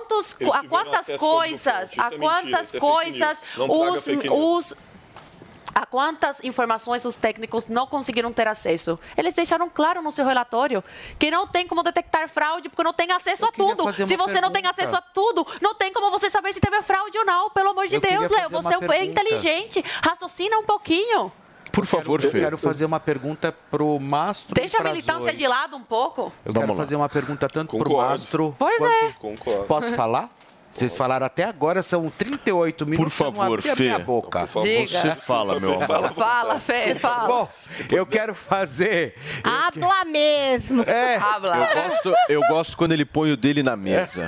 a quantas informações os técnicos não conseguiram ter acesso? Eles deixaram claro no seu relatório que não tem como detectar fraude porque não tem acesso a tudo. Se você não tem acesso a tudo, não tem como você saber se teve fraude ou não. Pelo amor de Deus, Leo, você é inteligente. Raciocina um pouquinho. Por favor, Eu Fê. quero fazer uma pergunta pro Mastro. Deixa a militância de lado um pouco. Eu quero fazer uma pergunta tanto pro Concordo. Mastro Pois é. Concordo. Posso falar? Vocês falaram até agora, são 38 minutos. Por favor, eu não abri a Fê. minha boca. Por favor. Diga. Você fala, meu amor. Fala, Fê, fala. Bom, eu quero fazer. Habla mesmo. Habla. Eu gosto quando ele põe o dele na mesa.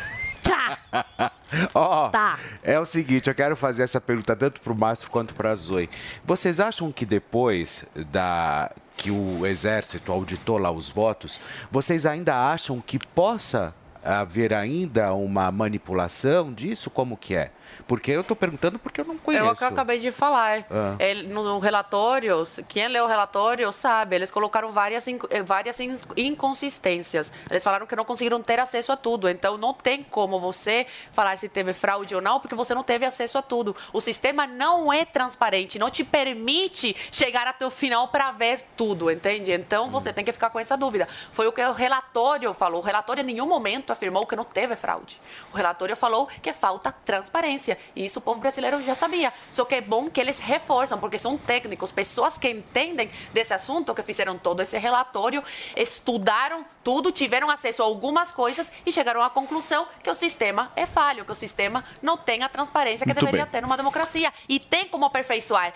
Ó, Tá. é o seguinte, eu quero fazer essa pergunta tanto pro Mastro quanto pra Zoe. Vocês acham que depois que o Exército auditou lá os votos, vocês ainda acham que possa haver ainda uma manipulação disso? Como que é? Porque eu estou perguntando porque eu não conheço. É o que eu acabei de falar. Ah. No relatório, quem leu o relatório sabe, eles colocaram várias inconsistências. Eles falaram que não conseguiram ter acesso a tudo. Então, não tem como você falar se teve fraude ou não, porque você não teve acesso a tudo. O sistema não é transparente, não te permite chegar até o final para ver tudo, entende? Então, você tem que ficar com essa dúvida. Foi o que o relatório falou. O relatório em nenhum momento afirmou que não teve fraude. O relatório falou que falta transparência. E isso o povo brasileiro já sabia. Só que é bom que eles reforçam, porque são técnicos, pessoas que entendem desse assunto, que fizeram todo esse relatório, estudaram tudo, tiveram acesso a algumas coisas e chegaram à conclusão que o sistema é falho, que o sistema não tem a transparência que deveria ter numa democracia. E tem como aperfeiçoar.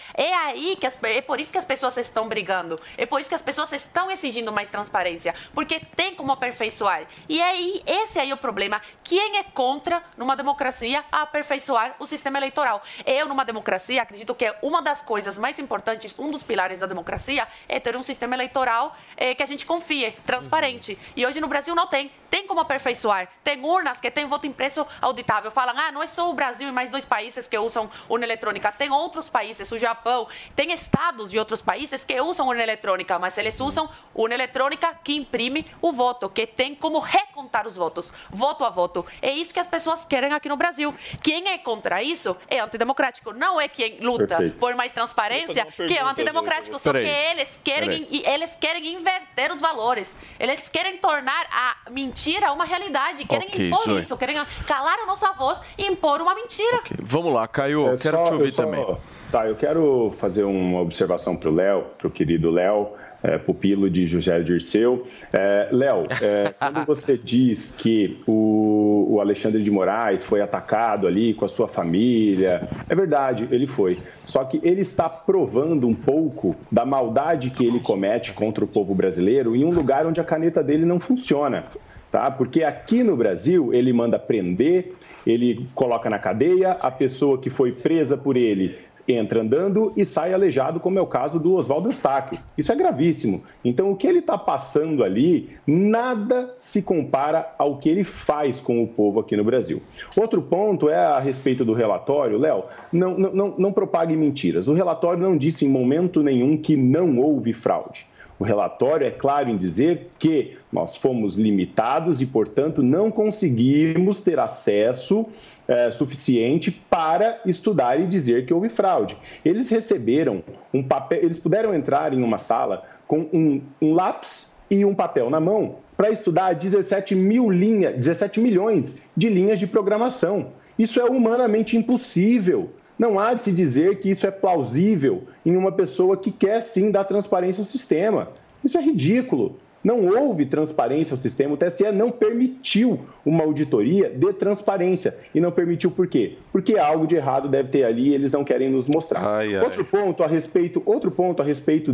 É por isso que as pessoas estão brigando. É por isso que as pessoas estão exigindo mais transparência. Porque tem como aperfeiçoar. E aí, esse aí é o problema. Quem é contra, numa democracia, a aperfeiçoar o sistema eleitoral? Eu, numa democracia, acredito que uma das coisas mais importantes, um dos pilares da democracia, é ter um sistema eleitoral que a gente confie, transparente. E hoje no Brasil não tem. Tem como aperfeiçoar. Tem urnas que tem voto impresso auditável. Falam, não é só o Brasil e mais 2 países que usam urna eletrônica. Tem outros países, o Japão, tem estados de outros países que usam urna eletrônica, mas eles usam urna eletrônica que imprime o voto, que tem como recontar os votos, voto a voto. É isso que as pessoas querem aqui no Brasil. Quem é contra isso é antidemocrático. Não é quem luta por mais transparência que é antidemocrático. Só que eles querem inverter os valores. Eles querem tornar a mentira uma realidade. Querem impor isso. Querem calar a nossa voz e impor uma mentira. Vamos lá, Caio. Quero te ouvir também. Tá, eu quero fazer uma observação para o Léo, para o querido Léo, pupilo de José Dirceu. Léo, quando você diz que o Alexandre de Moraes foi atacado ali com a sua família, é verdade, ele foi. Só que ele está provando um pouco da maldade que ele comete contra o povo brasileiro em um lugar onde a caneta dele não funciona. Tá? Porque aqui no Brasil ele manda prender, ele coloca na cadeia, a pessoa que foi presa por ele entra andando e sai aleijado, como é o caso do Oswaldo Eustáquio. Isso é gravíssimo. Então, o que ele está passando ali, nada se compara ao que ele faz com o povo aqui no Brasil. Outro ponto é a respeito do relatório. Léo, não propague mentiras. O relatório não disse em momento nenhum que não houve fraude. O relatório é claro em dizer que nós fomos limitados e, portanto, não conseguimos ter acesso suficiente para estudar e dizer que houve fraude. Eles receberam um papel, eles puderam entrar em uma sala com um lápis e um papel na mão para estudar 17 milhões de linhas de programação. Isso é humanamente impossível. Não há de se dizer que isso é plausível em uma pessoa que quer sim dar transparência ao sistema. Isso é ridículo. Não houve transparência ao sistema, o TSE não permitiu uma auditoria de transparência. E não permitiu por quê? Porque algo de errado deve ter ali e eles não querem nos mostrar. Outro ponto a respeito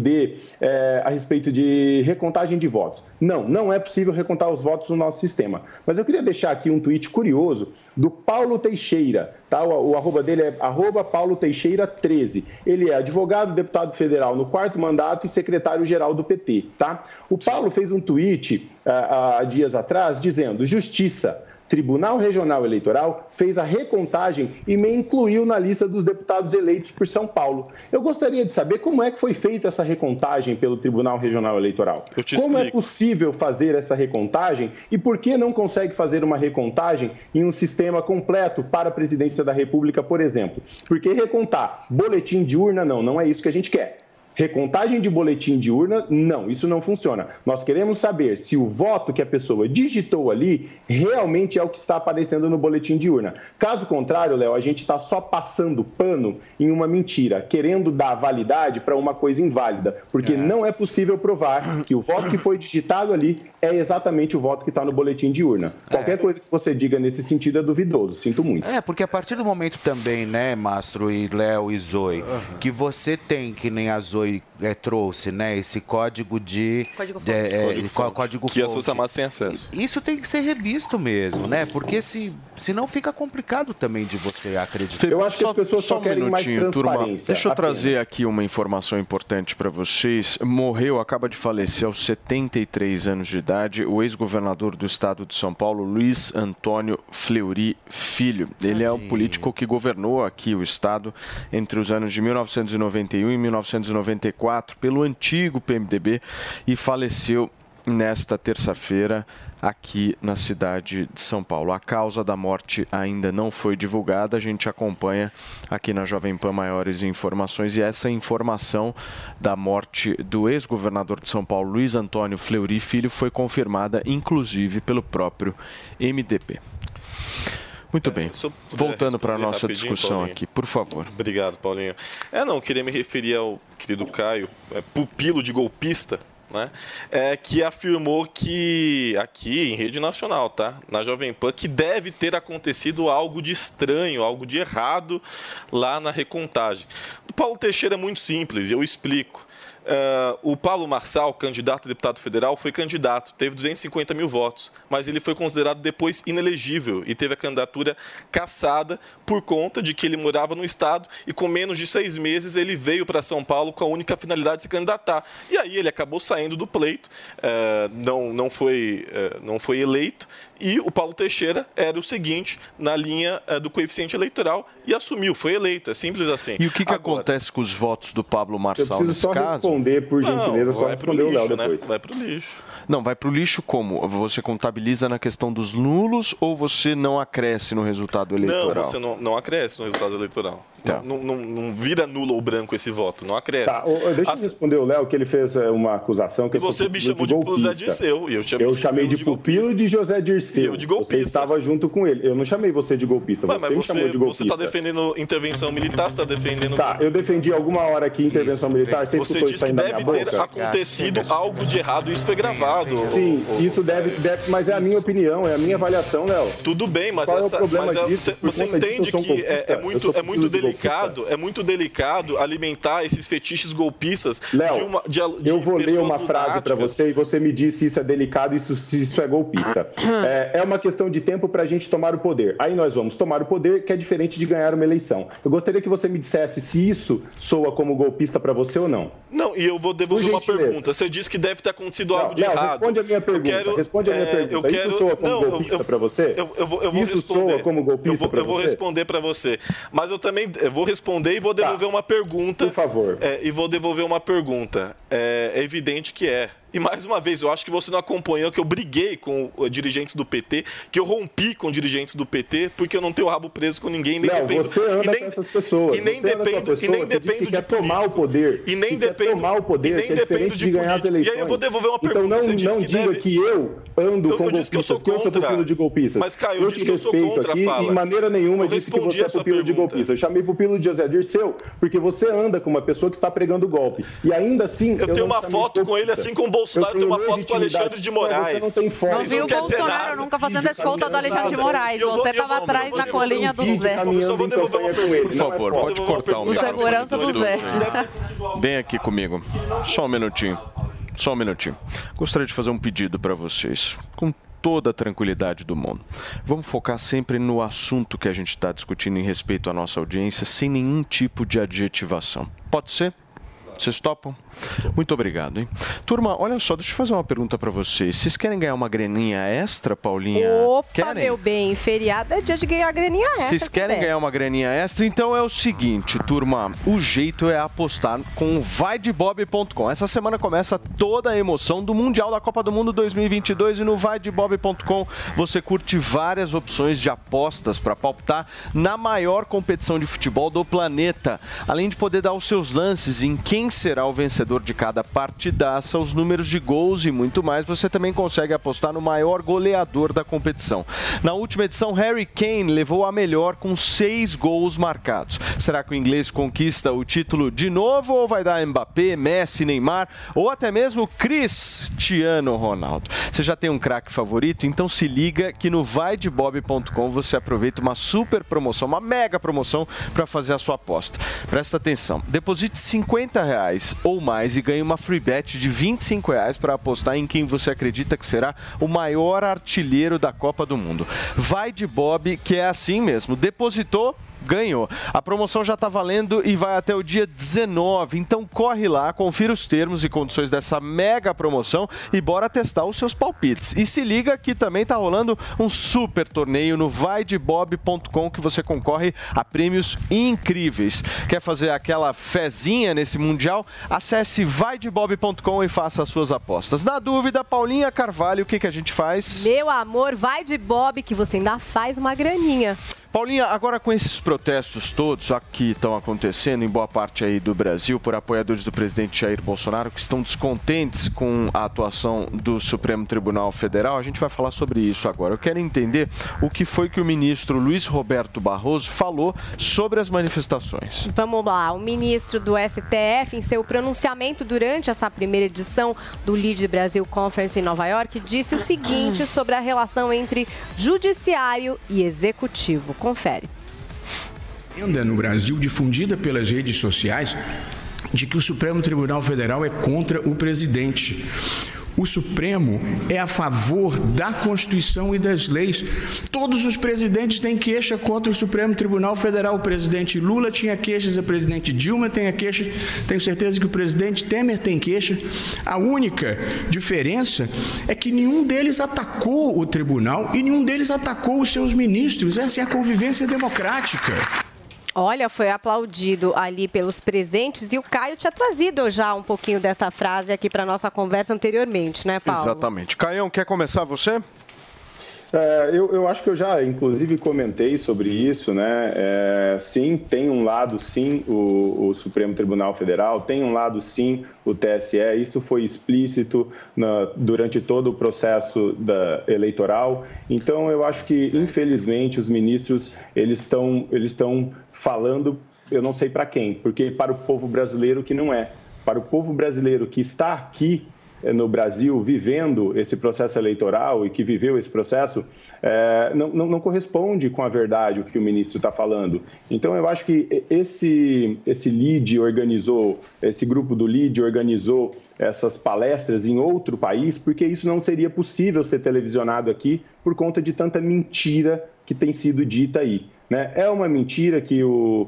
de recontagem de votos. Não é possível recontar os votos no nosso sistema. Mas eu queria deixar aqui um tweet curioso do Paulo Teixeira. Tá? O arroba dele é @PauloTeixeira13. Ele é advogado, deputado federal no 4º mandato e secretário-geral do PT. Tá? O Paulo fez um tweet há dias atrás dizendo: Justiça, Tribunal Regional Eleitoral fez a recontagem e me incluiu na lista dos deputados eleitos por São Paulo. Eu gostaria de saber como é que foi feita essa recontagem pelo Tribunal Regional Eleitoral. Como é possível fazer essa recontagem e por que não consegue fazer uma recontagem em um sistema completo para a presidência da República, por exemplo? Porque recontar boletim de urna, não é isso que a gente quer. Recontagem de boletim de urna, não, isso não funciona. Nós queremos saber se o voto que a pessoa digitou ali realmente é o que está aparecendo no boletim de urna. Caso contrário, Léo, a gente está só passando pano em uma mentira, querendo dar validade para uma coisa inválida, porque não é possível provar que o voto que foi digitado ali é exatamente o voto que está no boletim de urna. Qualquer coisa que você diga nesse sentido é duvidoso, sinto muito. Porque a partir do momento também, né, Mastro e Léo e Zoe, que você tem, que nem a Zoe trouxe, né, esse código de... Código que as Forças Armadas têm acesso. Isso tem que ser revisto mesmo, né? Porque senão fica complicado também de você acreditar. Eu acho que as pessoas só querem mais transparência. Deixa eu trazer aqui uma informação importante para vocês. Morreu, acaba de falecer aos 73 anos de idade, o ex-governador do estado de São Paulo, Luiz Antônio Fleury Filho. Ele é o político que governou aqui o estado entre os anos de 1991 e 1994 pelo antigo PMDB e faleceu nesta terça-feira aqui na cidade de São Paulo. A causa da morte ainda não foi divulgada, a gente acompanha aqui na Jovem Pan maiores informações e essa informação da morte do ex-governador de São Paulo, Luiz Antônio Fleury Filho, foi confirmada inclusive pelo próprio MDB. Muito bem. Voltando para a nossa discussão Paulinho. aqui, por favor. Obrigado, Paulinho. Não, queria me referir ao querido Caio, pupilo de golpista, né? Que afirmou que, aqui em rede nacional, tá? Na Jovem Pan, que deve ter acontecido algo de estranho, algo de errado lá na recontagem. Do Paulo Teixeira é muito simples, eu explico. O Paulo Marçal, candidato a deputado federal, foi candidato, teve 250 mil votos, mas ele foi considerado depois inelegível e teve a candidatura cassada por conta de que ele morava no estado e com menos de 6 meses ele veio para São Paulo com a única finalidade de se candidatar. E aí ele acabou saindo do pleito, não foi eleito. E o Paulo Teixeira era o seguinte, na linha do coeficiente eleitoral, e assumiu, foi eleito, é simples assim. E o que acontece com os votos do Pablo Marçal nesse caso? Responder, por gentileza, só responder o Léo depois. Vai para o lixo. Não, vai para o lixo como? Você contabiliza na questão dos nulos ou você não acresce no resultado eleitoral? Não, você não acresce no resultado eleitoral. Tá. Não vira nulo ou branco esse voto, não acresce. Tá, deixa eu responder o Léo, que ele fez uma acusação que você me chamou de José Dirceu. Eu chamei de pupilo de José Dirceu. Eu de golpista. Você estava junto com ele. Eu não chamei você de golpista, mas me chamou de golpista. Você está defendendo intervenção militar, você está defendendo... Tá, eu defendi alguma hora aqui intervenção militar. Você disse que deve ter acontecido algo de errado, isso foi gravado. Sim, isso deve, mas é a minha opinião, é a minha avaliação, Léo. Tudo bem, mas você entende que é muito delicado, alimentar esses fetiches golpistas. Léo, eu vou ler uma frase para você e você me diz se isso é delicado e se isso é golpista. É uma questão de tempo para a gente tomar o poder. Aí nós vamos tomar o poder, que é diferente de ganhar uma eleição. Eu gostaria que você me dissesse se isso soa como golpista para você ou não. Não, e eu vou devolver uma pergunta. Você disse que deve ter acontecido algo de errado. Responde a minha pergunta. Responde a minha pergunta. Isso soa como golpista para você? Eu vou isso responder. Soa como golpista para você? Eu vou responder para você. Mas eu também vou responder e vou devolver uma pergunta. Por favor. E vou devolver uma pergunta. É evidente que é. E mais uma vez, eu acho que você não acompanhou que eu briguei com dirigentes do PT, que eu rompi com dirigentes do PT, porque eu não tenho rabo preso com ninguém, nem dependo. Você anda com essas pessoas. E nem dependo de tomar o poder. E nem dependo tomar o poder, que é diferente de ganhar as eleições. E aí eu vou devolver uma pergunta. Então não diga que eu ando com golpistas, que eu sou pupilo de golpistas. Mas, Caio, eu disse que eu sou contra a fala. De maneira nenhuma disse que você é pupilo de golpista. Eu chamei pupilo de José Dirceu, porque você anda com uma pessoa que está pregando golpe. E ainda assim... Eu tenho uma foto com ele, assim como o Bolsonaro tem uma foto com o Alexandre de Moraes. Não viu o Bolsonaro nunca fazendo escolta do Alexandre de Moraes. Você estava atrás na colinha do Zé. Eu vou devolver uma pergunta. Por favor, pode cortar o microfone. O segurança do Zé. Vem aqui comigo. Só um minutinho. Gostaria de fazer um pedido para vocês. Com toda a tranquilidade do mundo. Vamos focar sempre no assunto que a gente está discutindo em respeito à nossa audiência, sem nenhum tipo de adjetivação. Pode ser? Vocês topam? Muito obrigado, hein? Turma, olha só, deixa eu fazer uma pergunta para vocês. Vocês querem ganhar uma graninha extra, Paulinha? Opa, querem? Meu bem, feriado é dia de ganhar graninha extra. Vocês querem ganhar uma graninha extra? Então é o seguinte, turma, o jeito é apostar com o vaidebob.com. Essa semana começa toda a emoção do Mundial da Copa do Mundo 2022 e no vaidebob.com você curte várias opções de apostas para palpitar na maior competição de futebol do planeta. Além de poder dar os seus lances em quem será o vencedor de cada partidaça, os números de gols e muito mais, você também consegue apostar no maior goleador da competição. Na última edição, Harry Kane levou a melhor com 6 gols marcados. Será que o inglês conquista o título de novo ou vai dar Mbappé, Messi, Neymar ou até mesmo Cristiano Ronaldo? Você já tem um craque favorito? Então se liga que no vaidebob.com você aproveita uma super promoção, uma mega promoção para fazer a sua aposta. Presta atenção, deposite R$50 ou mais e ganhe uma free bet de R$25 para apostar em quem você acredita que será o maior artilheiro da Copa do Mundo. Vai de Bob, que é assim mesmo, depositou, ganhou. A promoção já está valendo e vai até o dia 19, então corre lá, confira os termos e condições dessa mega promoção e bora testar os seus palpites. E se liga que também está rolando um super torneio no vaidebob.com que você concorre a prêmios incríveis. Quer fazer aquela fezinha nesse Mundial? Acesse vaidebob.com e faça as suas apostas. Na dúvida, Paulinha Carvalho, o que a gente faz? Meu amor, vai de Bob que você ainda faz uma graninha. Paulinha, agora com esses protestos todos que estão acontecendo em boa parte aí do Brasil por apoiadores do presidente Jair Bolsonaro que estão descontentes com a atuação do Supremo Tribunal Federal, a gente vai falar sobre isso agora. Eu quero entender o que foi que o ministro Luiz Roberto Barroso falou sobre as manifestações. Vamos lá, o ministro do STF, em seu pronunciamento durante essa primeira edição do Lead Brasil Conference em Nova York, disse o seguinte sobre a relação entre judiciário e executivo. Confere. Ainda no Brasil, difundida pelas redes sociais, de que o Supremo Tribunal Federal é contra o presidente. O Supremo é a favor da Constituição e das leis. Todos os presidentes têm queixa contra o Supremo Tribunal Federal. O presidente Lula tinha queixas, a presidente Dilma tem a queixa, tenho certeza que o presidente Temer tem queixa. A única diferença é que nenhum deles atacou o tribunal e nenhum deles atacou os seus ministros. Essa é a convivência democrática. Olha, foi aplaudido ali pelos presentes e o Caio tinha trazido já um pouquinho dessa frase aqui para nossa conversa anteriormente, né, Paulo? Exatamente. Caião, quer começar você? Eu acho que eu já, inclusive, comentei sobre isso, né? Sim, tem um lado, sim, o Supremo Tribunal Federal, tem um lado, sim, o TSE. Isso foi explícito durante todo o processo eleitoral. Então, eu acho que, infelizmente, os ministros, eles estão falando, eu não sei para quem, porque para o povo brasileiro que não é. Para o povo brasileiro que está aqui no Brasil, vivendo esse processo eleitoral e que viveu esse processo, não corresponde com a verdade o que o ministro está falando. Então, eu acho que esse LEAD organizou, esse grupo do LEAD organizou essas palestras em outro país, porque isso não seria possível ser televisionado aqui por conta de tanta mentira que tem sido dita aí, né? É uma mentira que o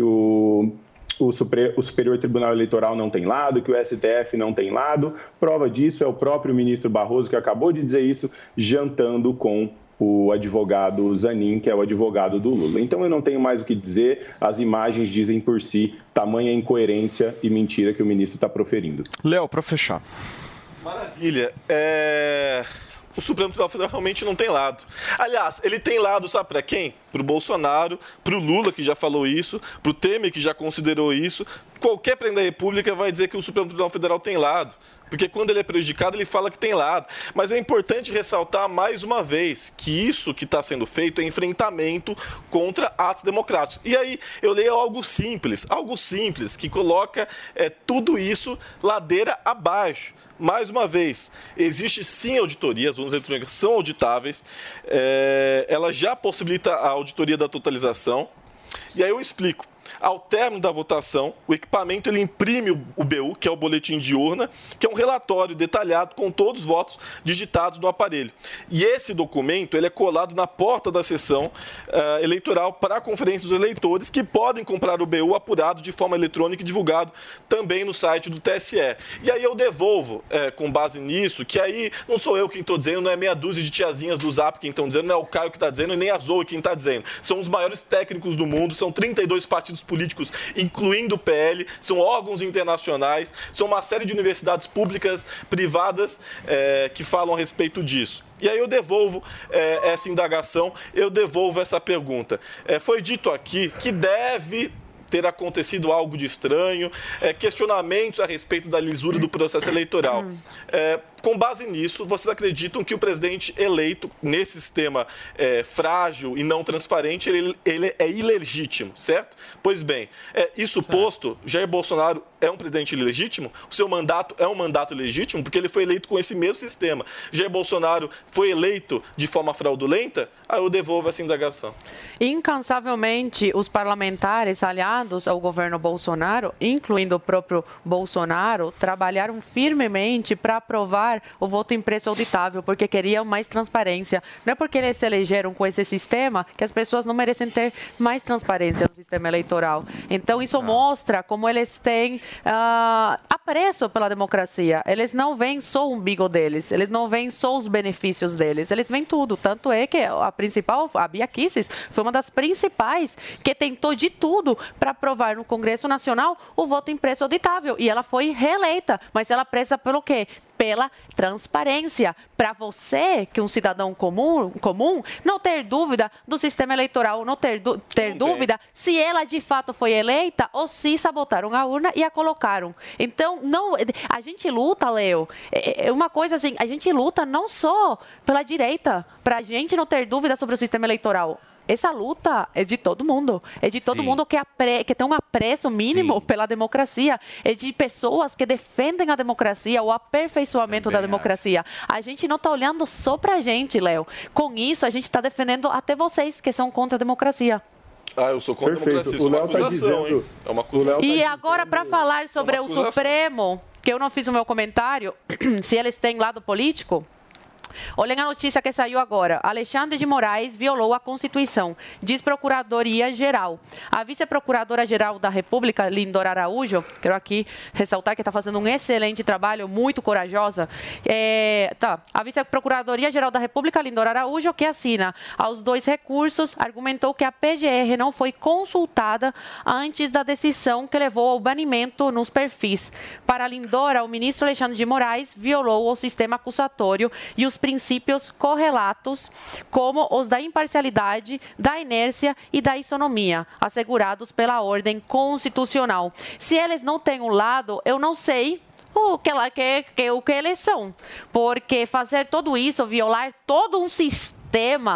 Superior Tribunal Eleitoral não tem lado, que o STF não tem lado. Prova disso é o próprio ministro Barroso, que acabou de dizer isso, jantando com o advogado Zanin, que é o advogado do Lula. Então, eu não tenho mais o que dizer, as imagens dizem por si tamanha incoerência e mentira que o ministro está proferindo. Léo, para fechar. Maravilha. O Supremo Tribunal Federal realmente não tem lado. Aliás, ele tem lado, sabe para quem? Para o Bolsonaro, para o Lula, que já falou isso, para o Temer, que já considerou isso. Qualquer presidente da República vai dizer que o Supremo Tribunal Federal tem lado. Porque quando ele é prejudicado, ele fala que tem lado. Mas é importante ressaltar mais uma vez que isso que está sendo feito é enfrentamento contra atos democráticos. E aí eu leio algo simples que coloca tudo isso ladeira abaixo. Mais uma vez, existe sim auditoria, as urnas eletrônicas são auditáveis, ela já possibilita a auditoria da totalização. E aí eu explico. Ao término da votação, o equipamento ele imprime o BU, que é o boletim de urna, que é um relatório detalhado com todos os votos digitados no aparelho. E esse documento ele é colado na porta da sessão eleitoral para a Conferência dos Eleitores, que podem comprar o BU apurado de forma eletrônica e divulgado também no site do TSE. E aí eu devolvo, com base nisso, que aí não sou eu quem estou dizendo, não é meia dúzia de tiazinhas do Zap quem estão dizendo, não é o Caio que está dizendo e nem a Zoe quem está dizendo. São os maiores técnicos do mundo, são 32 partidos políticos, incluindo o PL, são órgãos internacionais, são uma série de universidades públicas, privadas, que falam a respeito disso. E aí eu devolvo essa indagação, eu devolvo essa pergunta. Foi dito aqui que deve ter acontecido algo de estranho, questionamentos a respeito da lisura do processo eleitoral. Com base nisso, vocês acreditam que o presidente eleito, nesse sistema frágil e não transparente, ele é ilegítimo, certo? Pois bem, isso posto, Jair Bolsonaro é um presidente ilegítimo? O seu mandato é um mandato legítimo? Porque ele foi eleito com esse mesmo sistema. Jair Bolsonaro foi eleito de forma fraudulenta? Aí eu devolvo essa indagação. Incansavelmente, os parlamentares aliados ao governo Bolsonaro, incluindo o próprio Bolsonaro, trabalharam firmemente para aprovar o voto impresso auditável, porque queriam mais transparência. Não é porque eles se elegeram com esse sistema que as pessoas não merecem ter mais transparência no sistema eleitoral. Então, isso mostra como eles têm apreço pela democracia. Eles não veem só o umbigo deles, eles não veem só os benefícios deles, eles veem tudo. Tanto é que a Bia Kicis, foi uma das principais que tentou de tudo para aprovar no Congresso Nacional o voto impresso auditável. E ela foi reeleita, mas ela preza pelo quê? Pela transparência, para você, que é um cidadão comum, não ter dúvida do sistema eleitoral, não ter dúvida se ela de fato foi eleita ou se sabotaram a urna e a colocaram. Então, a gente luta, Leo, é uma coisa assim, a gente luta não só pela direita, para a gente não ter dúvida sobre o sistema eleitoral. Essa luta é de todo mundo. É de todo mundo que tem um apreço mínimo pela democracia. É de pessoas que defendem a democracia, o aperfeiçoamento da democracia. A gente não está olhando só para a gente, Léo. Com isso, a gente está defendendo até vocês que são contra a democracia. Eu sou contra a democracia. Isso é uma acusação, hein? É uma acusação. E agora, para falar sobre o Supremo, que eu não fiz o meu comentário, se eles têm lado político... Olhem a notícia que saiu agora. Alexandre de Moraes violou a Constituição, diz Procuradoria-Geral. A vice-procuradora-geral da República, Lindora Araújo, quero aqui ressaltar que está fazendo um excelente trabalho, muito corajosa. A vice-procuradoria-geral da República, Lindora Araújo, que assina aos 2 recursos, argumentou que a PGR não foi consultada antes da decisão que levou ao banimento nos perfis. Para Lindora, o ministro Alexandre de Moraes violou o sistema acusatório e os princípios correlatos, como os da imparcialidade, da inércia e da isonomia, assegurados pela ordem constitucional. Se eles não têm um lado, eu não sei o que eles são, porque fazer tudo isso, violar todo um sistema,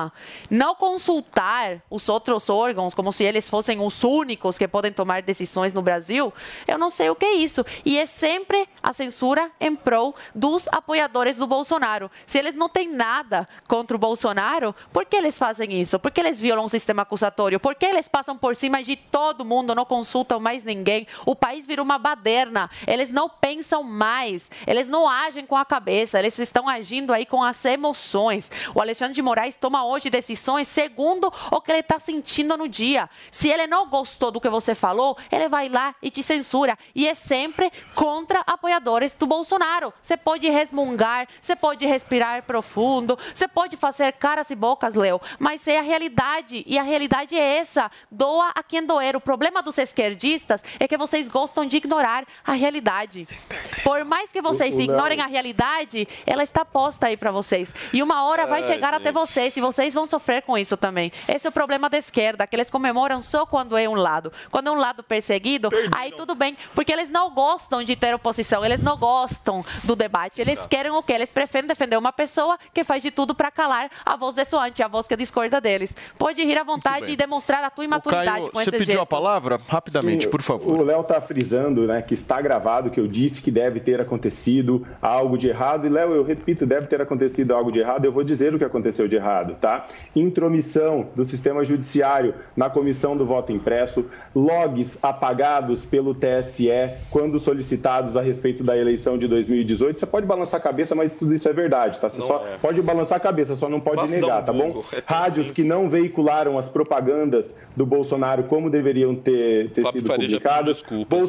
não consultar os outros órgãos como se eles fossem os únicos que podem tomar decisões no Brasil, eu não sei o que é isso. E é sempre a censura em prol dos apoiadores do Bolsonaro. Se eles não têm nada contra o Bolsonaro, por que eles fazem isso? Por que eles violam o sistema acusatório? Por que eles passam por cima de todo mundo, não consultam mais ninguém? O país virou uma baderna. Eles não pensam mais. Eles não agem com a cabeça. Eles estão agindo aí com as emoções. O Alexandre de Moraes toma hoje decisões segundo o que ele está sentindo no dia. Se ele não gostou do que você falou, ele vai lá e te censura. E é sempre contra apoiadores do Bolsonaro. Você pode resmungar, você pode respirar profundo, você pode fazer caras e bocas, Léo, mas é a realidade. E a realidade é essa. Doa a quem doer. O problema dos esquerdistas é que vocês gostam de ignorar a realidade. Por mais que vocês ignorem a realidade, ela está posta aí para vocês. E uma hora vai chegar até vocês. E vocês vão sofrer com isso também. Esse é o problema da esquerda, que eles comemoram só quando é um lado. Quando é um lado perseguido, aí tudo bem, porque eles não gostam de ter oposição, eles não gostam do debate. Eles querem o quê? Eles preferem defender uma pessoa que faz de tudo para calar a voz dessoante, a voz que discorda deles. Pode rir à vontade e demonstrar a tua imaturidade com esses gestos. Você pediu a palavra? Rapidamente, por favor. O Léo está frisando, né, que está gravado, que eu disse que deve ter acontecido algo de errado. E, Léo, eu repito, deve ter acontecido algo de errado. Eu vou dizer o que aconteceu de errado. errado, tá? Intromissão do sistema judiciário na comissão do voto impresso, logs apagados pelo TSE quando solicitados a respeito da eleição de 2018. Você pode balançar a cabeça, mas tudo isso é verdade, tá? Você pode balançar a cabeça, só não pode negar, tá bom? Rádios que não veicularam as propagandas do Bolsonaro como deveriam ter sido publicadas.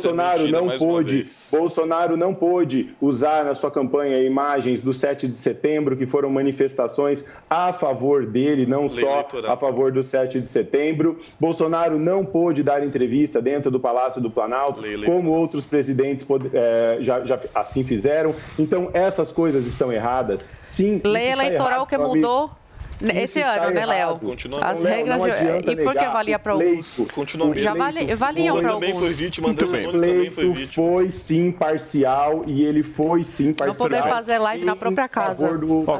Bolsonaro não pôde usar na sua campanha imagens do 7 de setembro, que foram manifestações a favor dele, não só a favor do 7 de setembro. Bolsonaro não pôde dar entrevista dentro do Palácio do Planalto, como outros presidentes já assim fizeram. Então, essas coisas estão erradas. Sim. Lei eleitoral que mudou esse ano, né, Léo? As regras. E por que valia para alguns? Continua já valiam para alguns. Também foi vítima, André Janones também foi vítima. Foi sim parcial e ele foi sim parcial. Não poder fazer live na própria casa.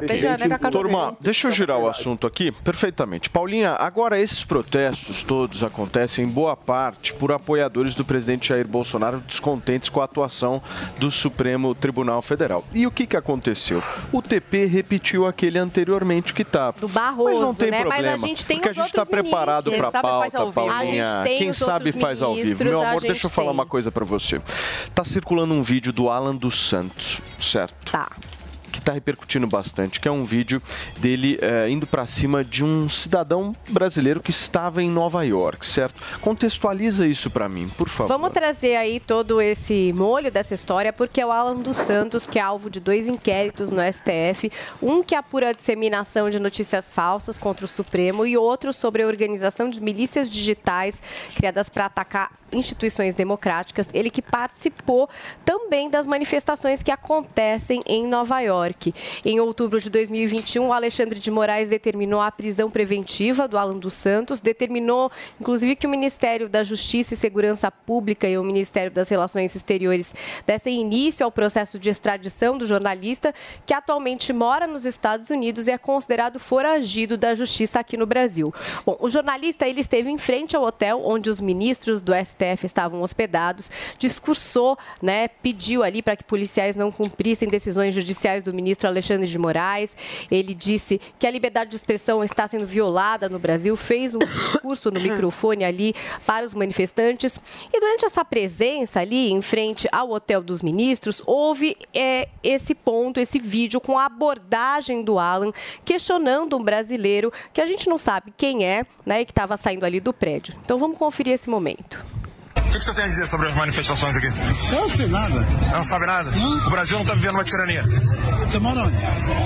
Turma, deixa eu girar o assunto aqui. Perfeitamente. Paulinha, agora esses protestos todos acontecem em boa parte por apoiadores do presidente Jair Bolsonaro descontentes com a atuação do Supremo Tribunal Federal. E o que aconteceu? O TP repetiu aquele anteriormente que estava. Barroso, mas não tem né? problema, Mas a gente tem porque a gente está preparado para a pauta, Paulinha. Quem sabe faz ao vivo. Meu amor, deixa eu falar uma coisa para você. Tá circulando um vídeo do Alan dos Santos, certo? Tá. Que está repercutindo bastante, que é um vídeo dele indo para cima de um cidadão brasileiro que estava em Nova York, certo? Contextualiza isso para mim, por favor. Vamos trazer aí todo esse molho dessa história, porque é o Alan dos Santos, que é alvo de 2 inquéritos no STF, um que apura a disseminação de notícias falsas contra o Supremo e outro sobre a organização de milícias digitais criadas para atacar instituições democráticas. Ele que participou também das manifestações que acontecem em Nova York. Em outubro de 2021, o Alexandre de Moraes determinou a prisão preventiva do Alan dos Santos, determinou, inclusive, que o Ministério da Justiça e Segurança Pública e o Ministério das Relações Exteriores dessem início ao processo de extradição do jornalista, que atualmente mora nos Estados Unidos e é considerado foragido da Justiça aqui no Brasil. Bom, o jornalista ele esteve em frente ao hotel onde os ministros do STF estavam hospedados, discursou, né, pediu ali para que policiais não cumprissem decisões judiciais do ministro Alexandre de Moraes. Ele disse que a liberdade de expressão está sendo violada no Brasil, fez um discurso no microfone ali para os manifestantes. E durante essa presença ali, em frente ao hotel dos ministros, houve esse ponto, esse vídeo com a abordagem do Alan, questionando um brasileiro que a gente não sabe quem é, né, e que estava saindo ali do prédio. Então vamos conferir esse momento. O que você tem a dizer sobre as manifestações aqui? Eu não sei nada. Não sabe nada? Não. O Brasil não está vivendo uma tirania. Você mora onde?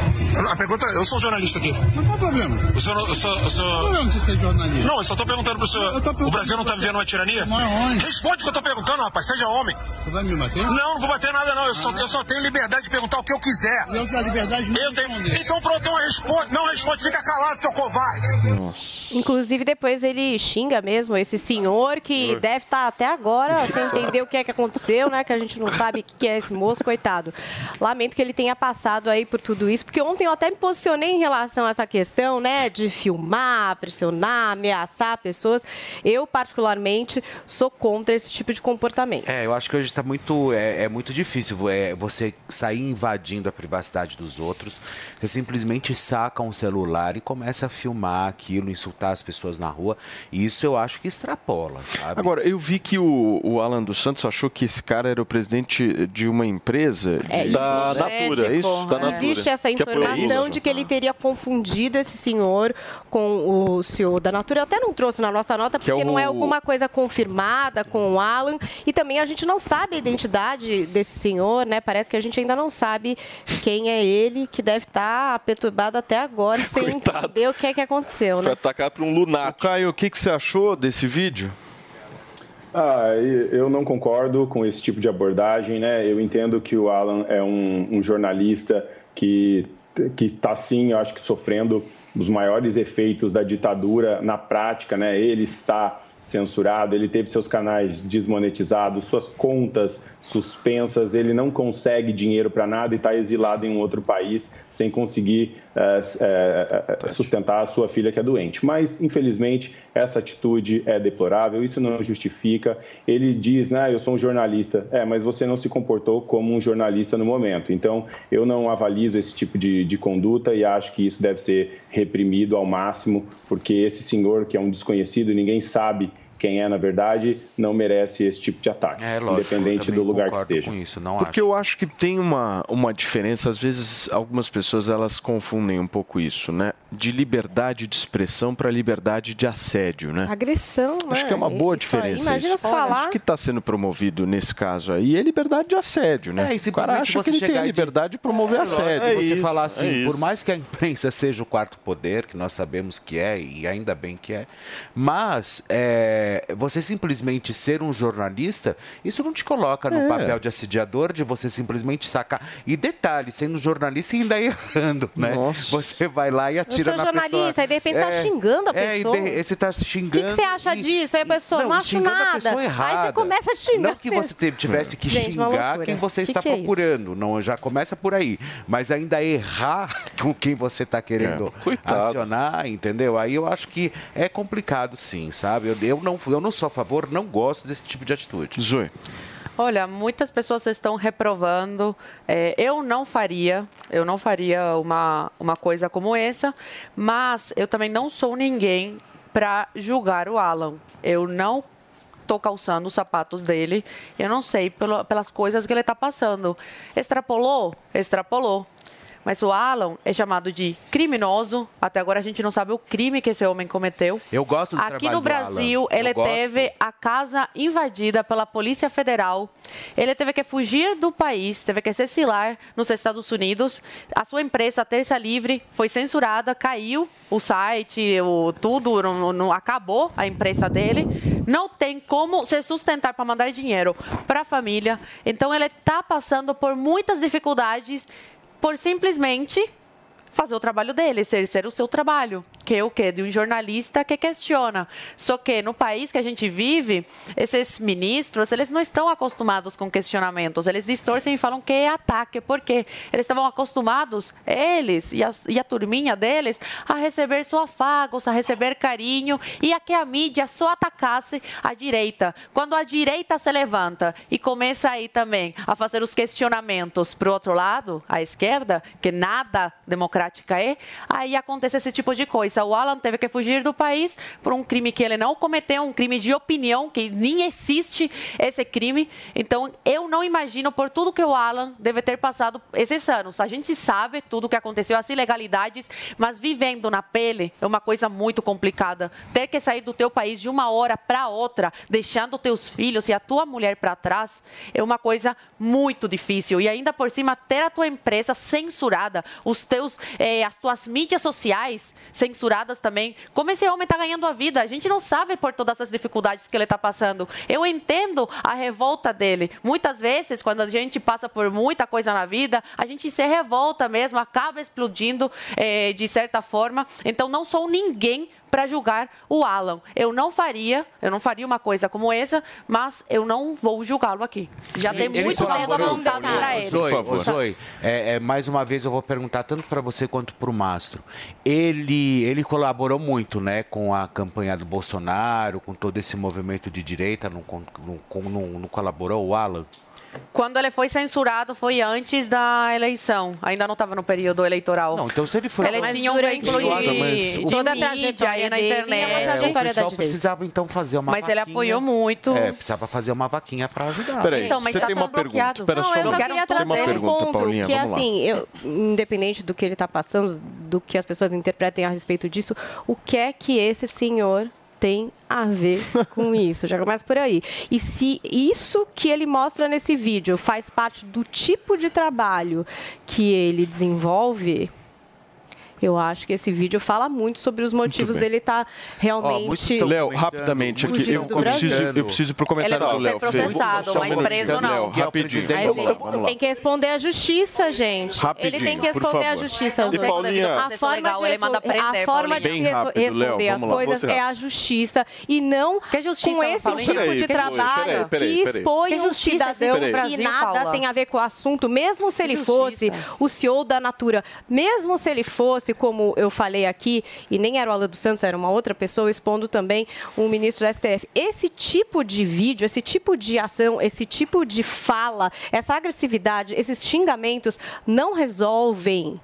A pergunta, eu sou jornalista aqui. Mas qual o problema? O senhor... Qual é o problema de ser jornalista? Não, eu só estou perguntando para o senhor. O Brasil não está vivendo uma tirania? Não é onde? Responde o que eu estou perguntando, rapaz. Seja homem. Você vai me bater? Não vou bater nada, não. Eu só tenho liberdade de perguntar o que eu quiser. Eu tenho a liberdade de responder. Então pronto, não responde. Fica calado, seu covarde. Nossa. Inclusive, depois ele xinga mesmo esse senhor que deve estar até agora sem entender o que é que aconteceu, né? Que a gente não sabe o que é esse moço, coitado. Lamento que ele tenha passado aí por tudo isso, porque ontem eu até me posicionei em relação a essa questão, né? De filmar, pressionar, ameaçar pessoas. Eu, particularmente, sou contra esse tipo de comportamento. Eu acho que hoje está muito... É muito difícil você sair invadindo a privacidade dos outros. Você simplesmente saca um celular e começa a filmar aquilo, insultar as pessoas na rua. E isso eu acho que extrapola, sabe? Agora, eu vi que o Alan dos Santos achou que esse cara era o presidente de uma empresa da Natura, é isso? Da Natura. Existe essa informação de que ele teria confundido esse senhor com o CEO da Natura. Eu até não trouxe na nossa nota, porque não é alguma coisa confirmada com o Alan. E também a gente não sabe a identidade desse senhor, né? Parece que a gente ainda não sabe quem é ele, que deve estar perturbado até agora, sem entender o que é que aconteceu, né? Foi atacar para um lunático. Caio, o que você achou desse vídeo? Eu não concordo com esse tipo de abordagem, né? Eu entendo que o Alan é um jornalista que está, sim, eu acho que sofrendo os maiores efeitos da ditadura na prática, né? Ele está censurado, ele teve seus canais desmonetizados, suas contas suspensas, ele não consegue dinheiro para nada e está exilado em um outro país sem conseguir sustentar a sua filha que é doente. Mas, infelizmente, essa atitude é deplorável, isso não justifica. Ele diz, eu sou um jornalista. Mas você não se comportou como um jornalista no momento. Então, eu não avalizo esse tipo de conduta e acho que isso deve ser reprimido ao máximo, porque esse senhor, que é um desconhecido, ninguém sabe quem é, na verdade, não merece esse tipo de ataque, independente do lugar que esteja. Porque eu acho que tem uma diferença, às vezes algumas pessoas elas confundem um pouco isso, né? De liberdade de expressão para liberdade de assédio, né? Agressão, né? Acho que é uma boa diferença. Imagina isso. falar. Acho que está sendo promovido nesse caso aí é liberdade de assédio, né? E o cara acha que ele tem a liberdade de promover assédio. Você falar assim, por mais que a imprensa seja o quarto poder, que nós sabemos que é, e ainda bem que é, mas você simplesmente ser um jornalista, isso não te coloca no papel de assediador, de você simplesmente sacar. E detalhe, sendo jornalista e ainda errando, né? Nossa. Você vai lá e atira na pessoa. Eu sou jornalista, aí de repente você tá xingando a pessoa. Você tá xingando. O que você acha disso? Aí a pessoa, não acho nada. A pessoa errada. Aí você começa a xingar. Não que você tivesse que xingar quem você está procurando. Não, já começa por aí. Mas ainda errar com quem você está querendo acionar, entendeu? Aí eu acho que é complicado sim, sabe? Eu não sou a favor, não gosto desse tipo de atitude. Zoe. Olha, muitas pessoas estão reprovando. Eu não faria uma coisa como essa, mas eu também não sou ninguém para julgar o Alan. Eu não estou calçando os sapatos dele. Eu não sei pelas coisas que ele está passando. Extrapolou? Extrapolou. Mas o Alan é chamado de criminoso. Até agora a gente não sabe o crime que esse homem cometeu. Eu gosto do trabalho Aqui no Brasil, ele teve a casa invadida pela Polícia Federal. Ele teve que fugir do país, teve que se exilar nos Estados Unidos. A sua empresa, a Terça Livre, foi censurada, caiu o site, tudo, acabou a empresa dele. Não tem como se sustentar para mandar dinheiro para a família. Então, ele está passando por muitas dificuldades por simplesmente fazer o trabalho dele, ser o seu trabalho, que é o quê? De um jornalista que questiona. Só que no país que a gente vive, esses ministros, eles não estão acostumados com questionamentos, eles distorcem e falam que é ataque, porque eles estavam acostumados, eles e a turminha deles, a receber só afagos, a receber carinho, e a que a mídia só atacasse a direita. Quando a direita se levanta e começa aí também a fazer os questionamentos para o outro lado, a esquerda, que nada democrática aí acontece esse tipo de coisa. O Alan teve que fugir do país por um crime que ele não cometeu, um crime de opinião, que nem existe esse crime. Então, eu não imagino por tudo que o Alan deve ter passado esses anos. A gente sabe tudo o que aconteceu, as ilegalidades, mas vivendo na pele é uma coisa muito complicada. Ter que sair do teu país de uma hora para outra, deixando teus filhos e a tua mulher para trás, é uma coisa muito difícil. E ainda por cima, ter a tua empresa censurada, as tuas mídias sociais censuradas também. Como esse homem está ganhando a vida? A gente não sabe por todas as dificuldades que ele está passando. Eu entendo a revolta dele. Muitas vezes, quando a gente passa por muita coisa na vida, a gente se revolta mesmo, acaba explodindo de certa forma. Então, não sou ninguém para julgar o Alan. Eu não faria uma coisa como essa, mas eu não vou julgá-lo aqui. Já tem muito tempo apontado para ele. Zoe, mais uma vez eu vou perguntar tanto para você quanto para o Mastro. Ele colaborou muito, né, com a campanha do Bolsonaro, com todo esse movimento de direita, não colaborou o Alan? Quando ele foi censurado foi antes da eleição. Ainda não estava no período eleitoral. Não, então se ele foi... Ele tinha um veículo de toda a mídia trajetória aí na internet. O pessoal precisava então fazer uma vaquinha. Mas ele apoiou muito. Precisava fazer uma vaquinha para ajudar. Peraí, então, mas você tá tem uma pergunta. Eu só queria trazer um ponto Paulinha, que, assim, independente do que ele está passando, do que as pessoas interpretem a respeito disso, o que é que esse senhor tem a ver com isso? Já começa por aí. E se isso que ele mostra nesse vídeo faz parte do tipo de trabalho que ele desenvolve, Eu acho que esse vídeo fala muito sobre os motivos dele estar realmente... Léo, rapidamente, aqui, eu preciso ir pro comentário do Léo. Ele pode ser processado, mas preso não. Rapidinho. Tem que responder à justiça, gente. Ele tem que responder à justiça. E Paulinha, a forma de responder as coisas é a justiça e não com esse tipo de trabalho que expõe um cidadão que nada tem a ver com o assunto, mesmo se ele fosse o CEO da Natura, mesmo se ele fosse, como eu falei aqui, e nem era o Alan dos Santos, era uma outra pessoa expondo também um ministro do STF. Esse tipo de vídeo, esse tipo de ação, esse tipo de fala, essa agressividade, esses xingamentos não resolvem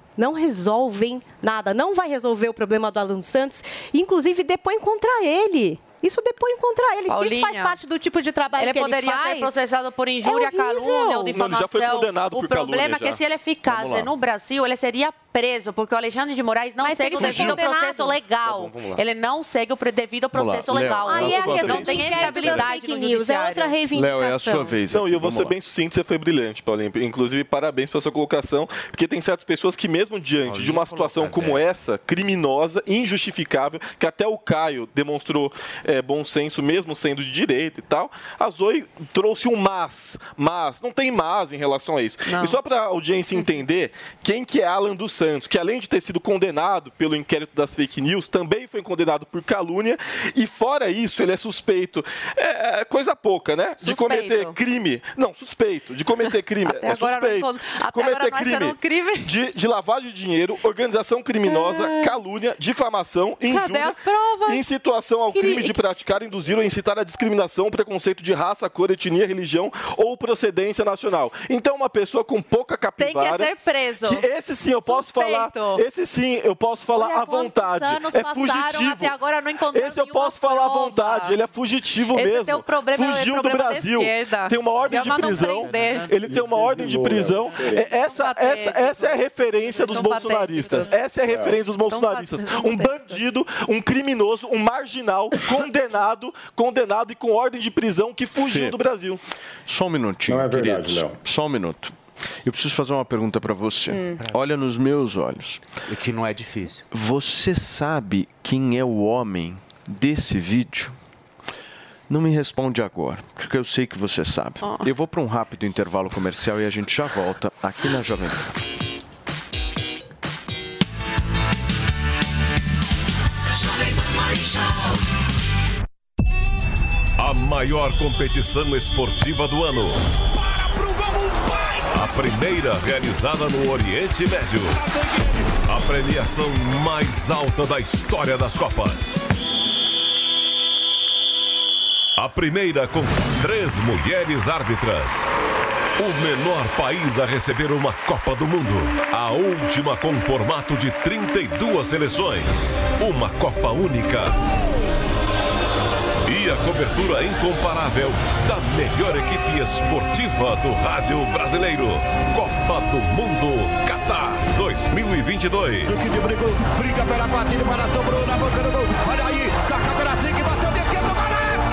nada. Não vai resolver o problema do Alan dos Santos, inclusive depõe contra ele. Isso depõe contra ele. Paulinha, se isso faz parte do tipo de trabalho que ele faz... Ele poderia ser processado por injúria, calúnia ou difamação. Ele já foi condenado por calúnia. O problema é que se ele ficasse no Brasil, ele seria preso, porque o Alexandre de Moraes não segue o devido processo legal. Ele não segue o devido processo legal. Aí é a questão não tem estabilidade no judiciário. É outra reivindicação. Léo, é a sua vez. Não, e eu vou ser bem sucinto, você foi brilhante, Paulinho. Inclusive, parabéns pela sua colocação, porque tem certas pessoas que mesmo diante de uma situação como essa, criminosa, injustificável, que até o Caio demonstrou bom senso, mesmo sendo de direita e tal, a Zoe trouxe um mas, não tem mas em relação a isso. Não. E só para a audiência entender, quem que é Alan dos Santos, que além de ter sido condenado pelo inquérito das fake news, também foi condenado por calúnia e fora isso, ele é suspeito, coisa pouca, né? De cometer crime. Não, suspeito. De cometer crime. É suspeito. Cometer crime de lavagem de dinheiro, organização criminosa, calúnia, difamação, injúria, incitação ao crime de praticar, induzir ou incitar a discriminação, preconceito de raça, cor, etnia, religião ou procedência nacional. Então, uma pessoa com pouca capivara... Tem que ser preso. Que esse sim eu posso falar... Esse sim eu posso falar à vontade. É fugitivo. Até agora não esse eu posso falar à vontade. Ele é fugitivo mesmo. É o problema, fugiu do Brasil. Tem uma ordem de prisão. Ele tem uma ordem de prisão. Essa é a referência dos bolsonaristas. Essa é a referência dos bolsonaristas. Um bandido, um criminoso, um marginal, condenado e com ordem de prisão que fugiu do Brasil. Só um minutinho, não é verdade, queridos. Léo. Só um minuto. Eu preciso fazer uma pergunta para você. Olha nos meus olhos. E que não é difícil. Você sabe quem é o homem desse vídeo? Não me responde agora, porque eu sei que você sabe. Eu vou para um rápido intervalo comercial e a gente já volta aqui na Jovem Pan. A maior competição esportiva do ano. A primeira realizada no Oriente Médio. A premiação mais alta da história das Copas. A primeira com 3 mulheres árbitras. O menor país a receber uma Copa do Mundo. A última com formato de 32 seleções. Uma Copa única. E a cobertura incomparável da melhor equipe esportiva do rádio brasileiro. Copa do Mundo Qatar 2022. Briga pela batida, para sobrou na boca do gol. Olha aí, toca pela zica, bateu de esquerda, golaço!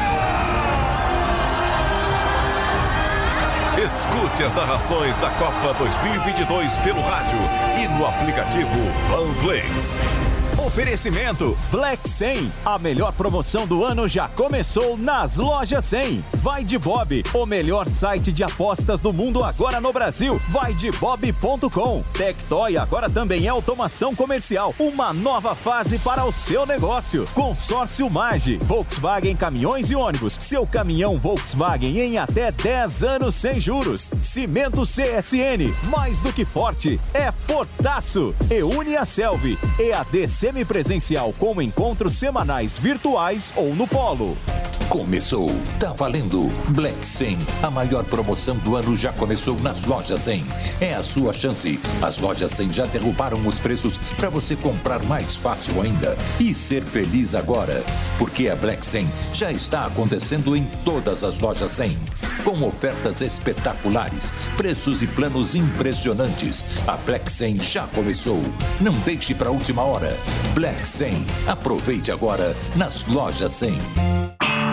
Escute as narrações da Copa 2022 pelo rádio e no aplicativo Panflix. Oferecimento Black 100. A melhor promoção do ano já começou nas lojas 100. Vai de Bob, o melhor site de apostas do mundo agora no Brasil. Vai de bob.com. Tectoy agora também é automação comercial. Uma nova fase para o seu negócio. Consórcio Mage. Volkswagen Caminhões e Ônibus. Seu caminhão Volkswagen em até 10 anos sem juros. Cimento CSN. Mais do que forte. É fortaço. E Uniaselv. EAD semipresencial com encontros semanais virtuais ou no Polo. Começou, tá valendo. Black 100, a maior promoção do ano já começou nas lojas 100. É a sua chance. As lojas 100 já derrubaram os preços para você comprar mais fácil ainda e ser feliz agora, porque a Black 100 já está acontecendo em todas as lojas 100, com ofertas espetaculares, preços e planos impressionantes. A Black 100 já começou. Não deixe para a última hora. Black 100. Aproveite agora nas lojas 100.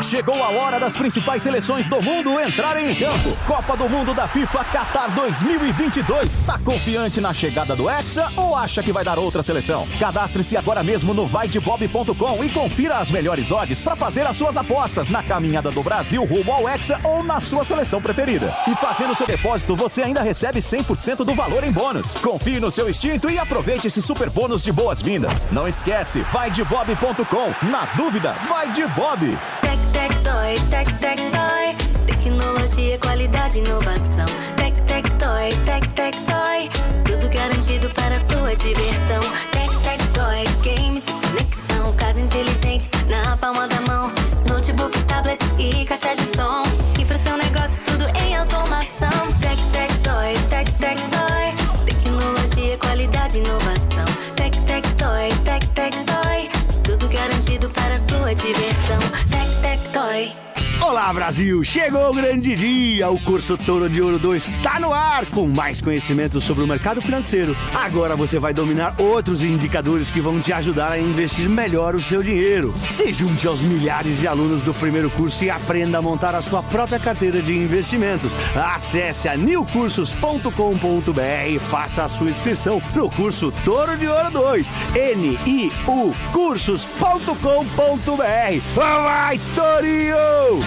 Chegou a hora das principais seleções do mundo entrarem em campo. Copa do Mundo da FIFA Qatar 2022. Tá confiante na chegada do Hexa ou acha que vai dar outra seleção? Cadastre-se agora mesmo no vaidebob.com e confira as melhores odds para fazer as suas apostas na caminhada do Brasil rumo ao Hexa ou na sua seleção preferida. E fazendo seu depósito, você ainda recebe 100% do valor em bônus. Confie no seu instinto e aproveite esse super bônus de boas-vindas. Não esquece, vaidebob.com. Na dúvida, vai de Bob. Tectoy, Tectoy, tecnologia, qualidade, inovação. Tectoy, Tectoy, tudo garantido para a sua diversão. Tectoy, games e conexão, casa inteligente na palma da mão, notebook, tablet e caixa de som. E para seu negócio tudo em automação. Tectoy, tecnologia, qualidade, inovação. Tectoy, tudo garantido para a sua diversão. Tectoy. Olá, Brasil! Chegou o grande dia! O curso Toro de Ouro 2 está no ar, com mais conhecimento sobre o mercado financeiro. Agora você vai dominar outros indicadores que vão te ajudar a investir melhor o seu dinheiro. Se junte aos milhares de alunos do primeiro curso e aprenda a montar a sua própria carteira de investimentos. Acesse a newcursos.com.br e faça a sua inscrição no curso Toro de Ouro 2. NIU cursos.com.br. Vai, Torinho!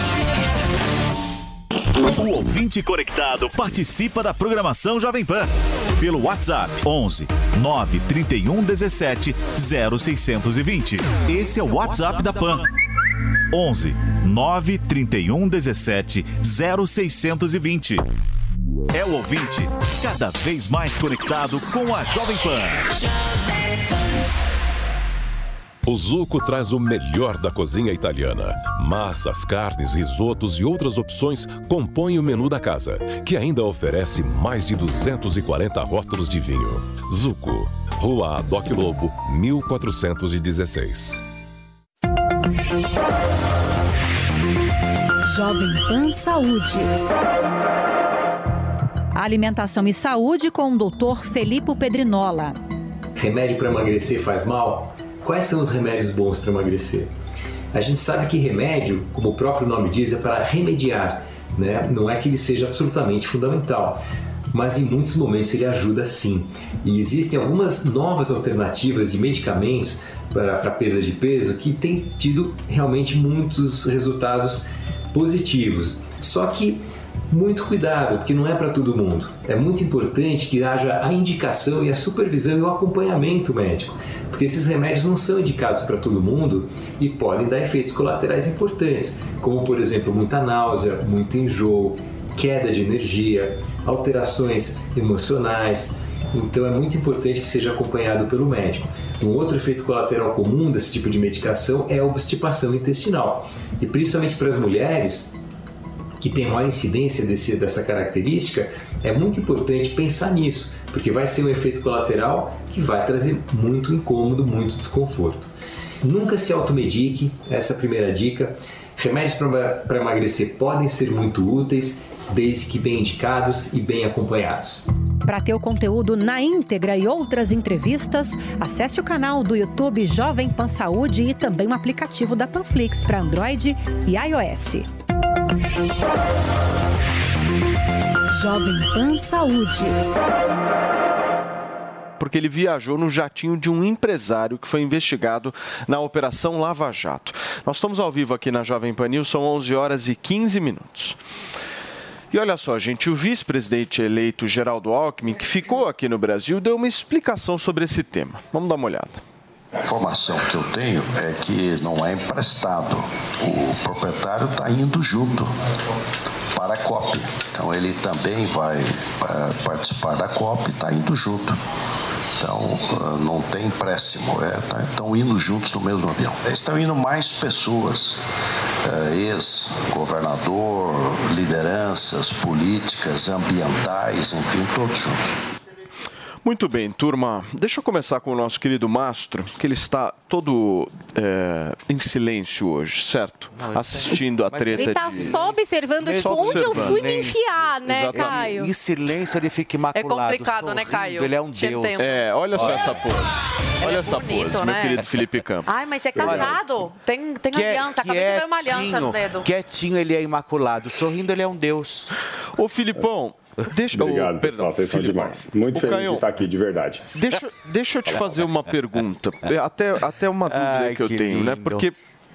O ouvinte conectado participa da programação Jovem Pan pelo WhatsApp 11 931 17 0620. Esse é o WhatsApp da Pan. 11 931 17 0620. É o ouvinte cada vez mais conectado com a Jovem Pan. O Zucco traz o melhor da cozinha italiana. Massas, carnes, risotos e outras opções compõem o menu da casa, que ainda oferece mais de 240 rótulos de vinho. Zucco, Rua Adoc Lobo, 1416. Jovem Pan Saúde. Alimentação e saúde com o Dr. Felipe Pedrinola. Remédio para emagrecer faz mal? Quais são os remédios bons para emagrecer? A gente sabe que remédio, como o próprio nome diz, é para remediar, né? Não é que ele seja absolutamente fundamental, mas em muitos momentos ele ajuda sim. E existem algumas novas alternativas de medicamentos para perda de peso que têm tido realmente muitos resultados positivos. Só que muito cuidado, porque não é para todo mundo. É muito importante que haja a indicação e a supervisão e o acompanhamento médico, porque esses remédios não são indicados para todo mundo e podem dar efeitos colaterais importantes, como por exemplo muita náusea, muito enjoo, queda de energia, alterações emocionais. Então é muito importante que seja acompanhado pelo médico. Um outro efeito colateral comum desse tipo de medicação é a obstipação intestinal, e principalmente para as mulheres que tem maior incidência dessa característica, é muito importante pensar nisso, porque vai ser um efeito colateral que vai trazer muito incômodo, muito desconforto. Nunca se automedique, essa é a primeira dica. Remédios para emagrecer podem ser muito úteis, desde que bem indicados e bem acompanhados. Para ter o conteúdo na íntegra e outras entrevistas, acesse o canal do YouTube Jovem Pan Saúde e também o aplicativo da Panflix para Android e iOS. Jovem Pan Saúde. Porque ele viajou no jatinho de um empresário que foi investigado na Operação Lava Jato. Nós estamos ao vivo aqui na Jovem Pan News, são 11 horas e 15 minutos. E olha só, gente, o vice-presidente eleito Geraldo Alckmin, que ficou aqui no Brasil, deu uma explicação sobre esse tema. Vamos dar uma olhada. A informação que eu tenho é que não é emprestado. O proprietário está indo junto para a COP. Então ele também vai participar da COP, está indo junto. Então não tem empréstimo, estão indo juntos no mesmo avião. Estão indo mais pessoas, ex-governador, lideranças políticas, ambientais, enfim, todos juntos. Muito bem, turma. Deixa eu começar com o nosso querido Mastro, que ele está todo em silêncio hoje, certo? Assistindo a treta ele está só observando, tipo, onde eu fui me enfiar, né, Exatamente. Caio? Em silêncio ele fica imaculado. É complicado, sorrindo, né, Caio? Ele é um deus. Olha só essa pose. Olha essa bonito, pose, né? meu querido Felipe Campos. Ai, mas você é casado. Tem aliança. Acabei de ver uma aliança no dedo. Quietinho ele é imaculado. Sorrindo ele é um deus. Ô, Filipão, deixa... Obrigado, pessoal, vocês são demais. Muito feliz de estar aqui, de verdade. Deixa eu te fazer uma pergunta, até uma dúvida que eu tenho, né? Porque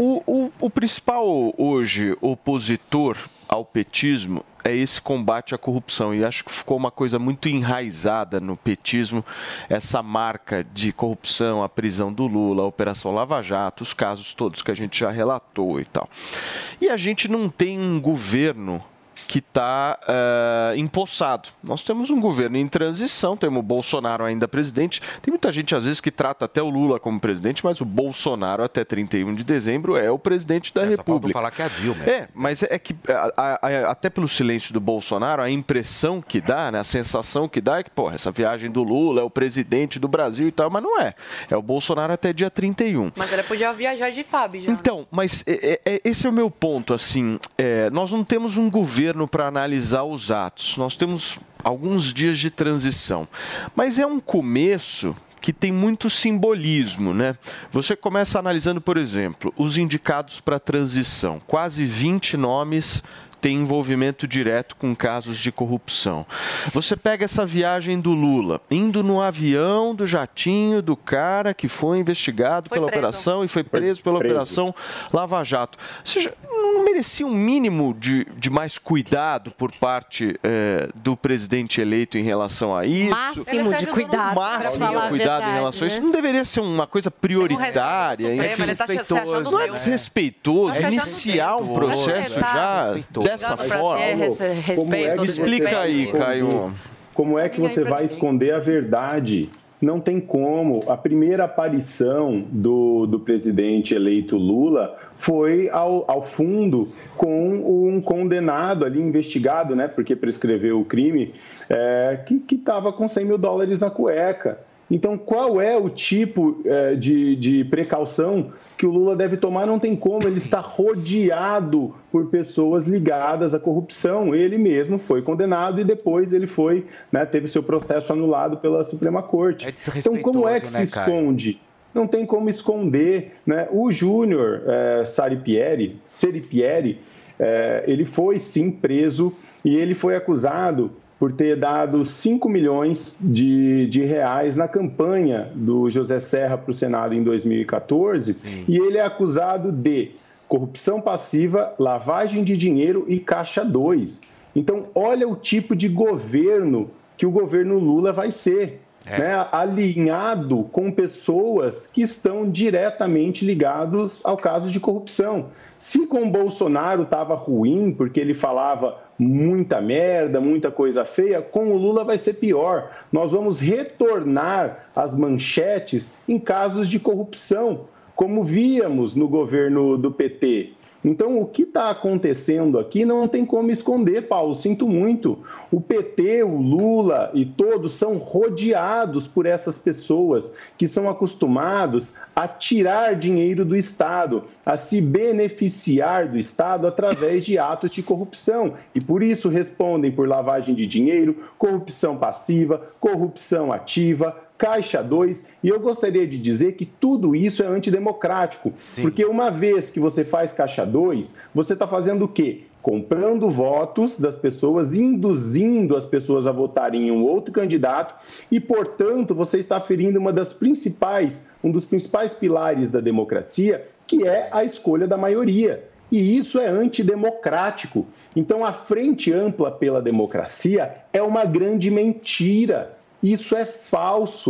o principal hoje opositor ao petismo é esse combate à corrupção. E acho que ficou uma coisa muito enraizada no petismo, essa marca de corrupção, a prisão do Lula, a Operação Lava Jato, os casos todos que a gente já relatou e tal. E a gente não tem um governo que está empossado. Nós temos um governo em transição, temos o Bolsonaro ainda presidente. Tem muita gente, às vezes, que trata até o Lula como presidente, mas o Bolsonaro, até 31 de dezembro, é o presidente da República. Só falar que é a Dilma. Mas é que, até pelo silêncio do Bolsonaro, a impressão que dá, né, a sensação que dá é que, essa viagem do Lula é o presidente do Brasil e tal, mas não é. É o Bolsonaro até dia 31. Mas ele podia viajar de FAB já. Então, mas esse é o meu ponto, assim, nós não temos um governo para analisar os atos. Nós temos alguns dias de transição. Mas é um começo que tem muito simbolismo, né? Você começa analisando, por exemplo, os indicados para transição. Quase 20 nomes têm envolvimento direto com casos de corrupção. Você pega essa viagem do Lula, indo no avião do jatinho do cara que foi investigado pela operação e foi preso pela Operação Lava Jato. Ou seja, não merecia um mínimo de mais cuidado por parte do presidente eleito em relação a isso? Máximo de cuidado. Máximo de cuidado em relação a isso. Não deveria ser uma coisa prioritária. Não é desrespeitoso iniciar um processo já dessa forma. Explica aí, Caio. Como é que você vai esconder a verdade? Não tem como. A primeira aparição do presidente eleito Lula foi ao fundo com um condenado ali, investigado, né, porque prescreveu o crime, que estava com $100 mil na cueca. Então, qual é o tipo de precaução que o Lula deve tomar? Não tem como, ele está rodeado por pessoas ligadas à corrupção. Ele mesmo foi condenado e depois ele foi, né, teve seu processo anulado pela Suprema Corte. Então, como é que se esconde? Não tem como esconder, né? O Júnior Seripieri, ele foi sim preso e ele foi acusado por ter dado 5 milhões de reais na campanha do José Serra para o Senado em 2014. Sim. E ele é acusado de corrupção passiva, lavagem de dinheiro e Caixa 2. Então, olha o tipo de governo que o governo Lula vai ser. Né, alinhado com pessoas que estão diretamente ligados ao caso de corrupção. Se com o Bolsonaro estava ruim, porque ele falava muita merda, muita coisa feia, com o Lula vai ser pior. Nós vamos retornar às manchetes em casos de corrupção, como víamos no governo do PT. Então, o que está acontecendo aqui não tem como esconder, Paulo, sinto muito. O PT, o Lula e todos são rodeados por essas pessoas que são acostumados a tirar dinheiro do Estado, a se beneficiar do Estado através de atos de corrupção. E por isso respondem por lavagem de dinheiro, corrupção passiva, corrupção ativa, Caixa 2, e eu gostaria de dizer que tudo isso é antidemocrático. Sim. Porque uma vez que você faz Caixa 2, você está fazendo o quê? Comprando votos das pessoas, induzindo as pessoas a votarem em um outro candidato e, portanto, você está ferindo um dos principais pilares da democracia, que é a escolha da maioria. E isso é antidemocrático. Então, a Frente Ampla pela Democracia é uma grande mentira. Isso é falso.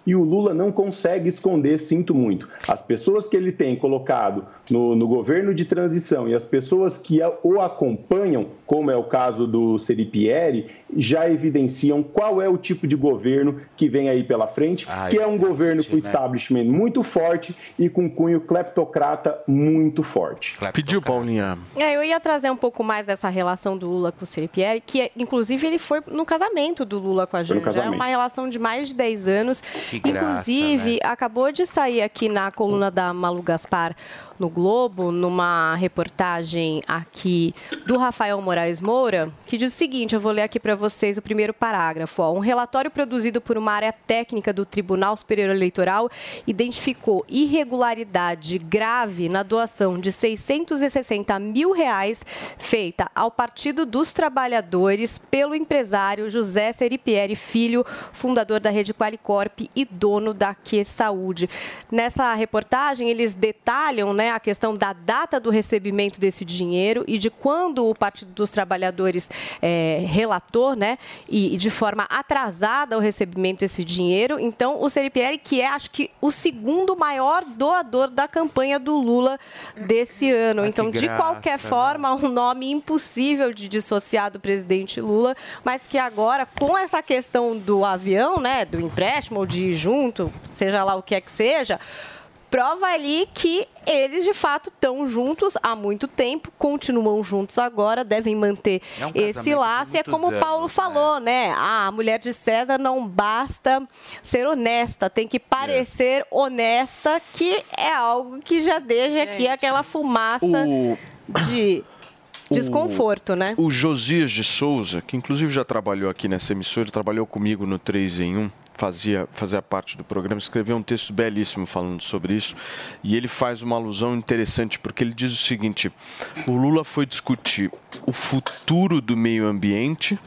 e o Lula não consegue esconder, sinto muito. As pessoas que ele tem colocado no governo de transição e as pessoas que o acompanham, como é o caso do Seripieri, já evidenciam qual é o tipo de governo que vem aí pela frente, que é um governo com establishment muito forte e com cunho cleptocrata muito forte. Pediu, Paulinha. Eu ia trazer um pouco mais dessa relação do Lula com o Seripieri, que inclusive ele foi no casamento do Lula com a Janja. É uma relação de mais de 10 anos. Que graça, inclusive, né? acabou de sair aqui na coluna da Malu Gaspar no Globo, numa reportagem aqui do Rafael Moraes Moura, que diz o seguinte, eu vou ler aqui para vocês o primeiro parágrafo. Um relatório produzido por uma área técnica do Tribunal Superior Eleitoral identificou irregularidade grave na doação de R$660 mil feita ao Partido dos Trabalhadores pelo empresário José Seripieri Filho, fundador da Rede Qualicorp e dono da Que Saúde. Nessa reportagem, eles detalham, a questão da data do recebimento desse dinheiro e de quando o Partido dos Trabalhadores relatou, e de forma atrasada o recebimento desse dinheiro. Então, o Seripieri, que é, acho que, o segundo maior doador da campanha do Lula desse ano. Então, de qualquer forma, um nome impossível de dissociar do presidente Lula, mas que agora, com essa questão do avião, do empréstimo ou de ir junto, seja lá o que é que seja, prova ali que eles, de fato, estão juntos há muito tempo, continuam juntos agora, devem manter esse laço. E é como o Paulo falou, a mulher de César não basta ser honesta, tem que parecer honesta, que é algo que já deixa aqui aquela fumaça de desconforto, O Josias de Souza, que inclusive já trabalhou aqui nessa emissora, trabalhou comigo no 3 em 1, fazia parte do programa, escreveu um texto belíssimo falando sobre isso, e ele faz uma alusão interessante, porque ele diz o seguinte: o Lula foi discutir o futuro do meio ambiente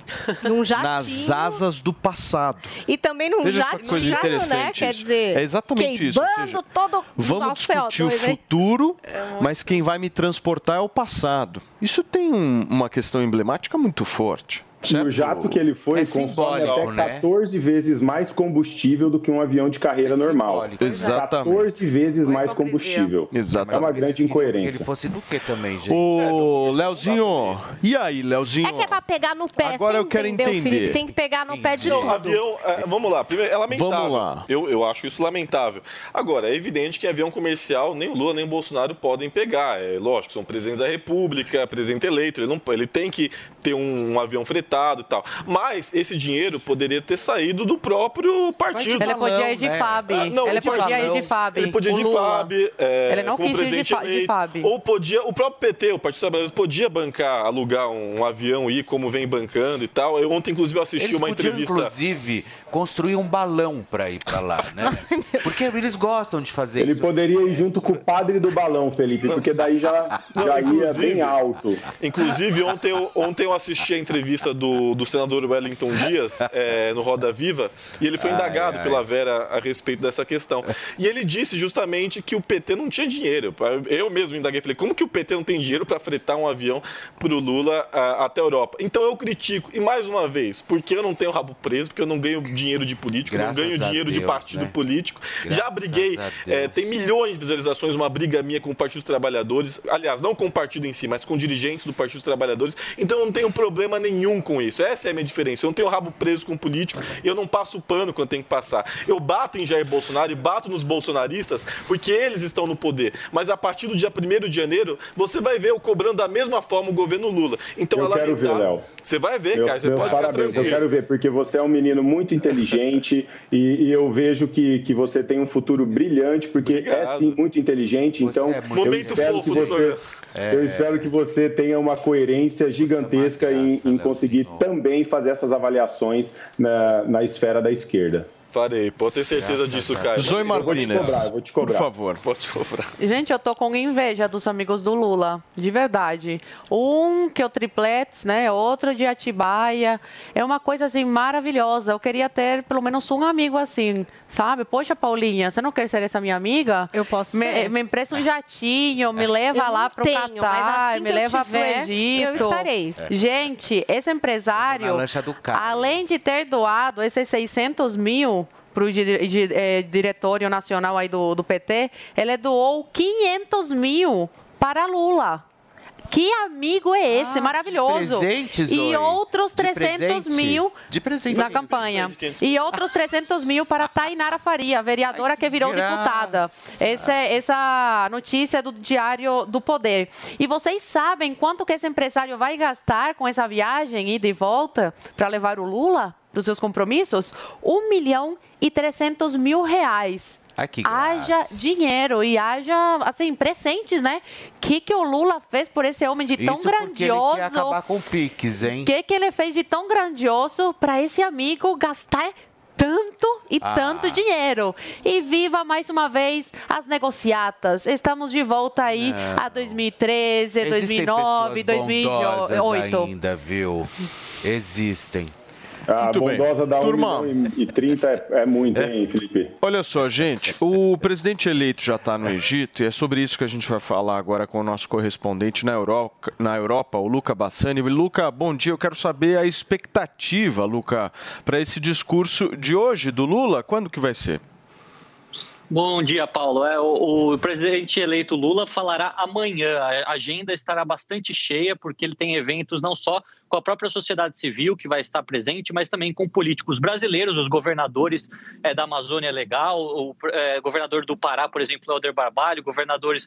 nas asas do passado. E também num jatinho, Quer dizer, é exatamente isso. Seja, todo vamos discutir o futuro, mas quem vai me transportar é o passado. Isso tem uma questão emblemática muito forte. Certo. O jato que ele foi consome até 14 vezes mais combustível do que um avião de carreira normal. Exatamente. 14 vezes mais combustível. Exatamente. É uma grande incoerência. Ele fosse do que também, gente? Ô, Leozinho, e aí, Leozinho? É que é pra pegar no pé. Agora eu quero entender. Felipe, tem que pegar no pé de novo. Avião, vamos lá, primeiro, é lamentável. Vamos lá. Eu acho isso lamentável. Agora, é evidente que avião comercial nem o Lula nem o Bolsonaro podem pegar. É lógico, são presidentes da República, presidente eleito, ele tem que ter um avião fretado e tal. Mas esse dinheiro poderia ter saído do próprio partido. Ele podia ir de FAB. Ele podia ir de FAB. Ele podia ir de FAB. Ele não quis ir de FAB. Ou podia, o próprio PT, o Partido dos Trabalhadores, podia bancar, alugar um avião e ir como vem bancando e tal. Eu ontem, inclusive, assisti uma entrevista. Inclusive, construir um balão para ir para lá, né? Porque eles gostam de fazer isso. Ele poderia ir junto com o padre do balão, Felipe, porque daí já ia bem alto. Inclusive, ontem eu assisti a entrevista do senador Wellington Dias no Roda Viva, e ele foi indagado pela Vera a respeito dessa questão. E ele disse justamente que o PT não tinha dinheiro. Eu mesmo indaguei, falei, como que o PT não tem dinheiro para fretar um avião para o Lula até a Europa? Então eu critico, e mais uma vez, porque eu não tenho rabo preso, porque eu não ganho dinheiro de político, não ganho dinheiro de partido político. Já briguei, tem milhões de visualizações, uma briga minha com o Partido dos Trabalhadores, aliás, não com o partido em si, mas com dirigentes do Partido dos Trabalhadores, então eu não tenho problema nenhum com isso. Essa é a minha diferença. Eu não tenho rabo preso com político e eu não passo pano quando tem que passar. Eu bato em Jair Bolsonaro e bato nos bolsonaristas porque eles estão no poder. Mas a partir do dia 1º de janeiro, você vai ver eu cobrando da mesma forma o governo Lula. Então, eu quero ver, Léo. Você vai ver, cara. Você pode parabéns. Ficar tranquilo. Eu quero ver, porque você é um menino muito inteligente e eu vejo que você tem um futuro brilhante, porque é sim muito inteligente. Então, eu espero que você tenha uma coerência gigantesca em conseguir também fazer essas avaliações na esfera da esquerda. Farei, pode ter certeza disso, Caio. Zoe Martínez, eu vou te cobrar. Por favor. Pode cobrar. Gente, eu tô com inveja dos amigos do Lula, de verdade. Um que é o Triplex, né? Outro de Atibaia. É uma coisa, assim, maravilhosa. Eu queria ter pelo menos um amigo assim, sabe? Poxa, Paulinha, você não quer ser essa minha amiga? Eu posso ser. Me empresta um jatinho, me leva lá pro Catar, assim me leva pro Egito. Eu estarei. Gente, esse empresário, além de ter doado esses 600 mil, para o diretório nacional aí do PT, ele doou 500 mil para Lula. Que amigo é esse? Maravilhoso. De presente, Zoe. E outros 300 mil na campanha. E outros 300 mil para Tainara Faria, vereadora que virou deputada. Essa notícia é do Diário do Poder. E vocês sabem quanto que esse empresário vai gastar com essa viagem, ida e volta, para levar o Lula para os seus compromissos? 1.300.000 reais. Haja dinheiro e haja, assim, presentes, né? O que o Lula fez por esse homem de tão grandioso? Ele quer acabar com o Pix, hein? O que ele fez de tão grandioso para esse amigo gastar tanto e tanto dinheiro? E viva mais uma vez as negociatas. Estamos de volta aí a 2013, 2009, 2008. Ainda, viu? Existem. A bondosa dá 1,30 é muito, hein, Felipe? Olha só, gente, o presidente eleito já está no Egito e é sobre isso que a gente vai falar agora com o nosso correspondente na Europa, o Luca Bassani. Luca, bom dia. Eu quero saber a expectativa, Luca, para esse discurso de hoje do Lula. Quando que vai ser? Bom dia, Paulo. O presidente eleito Lula falará amanhã. A agenda estará bastante cheia, porque ele tem eventos não só com a própria sociedade civil, que vai estar presente, mas também com políticos brasileiros, os governadores da Amazônia Legal, o governador do Pará, por exemplo, Helder Barbalho, governadores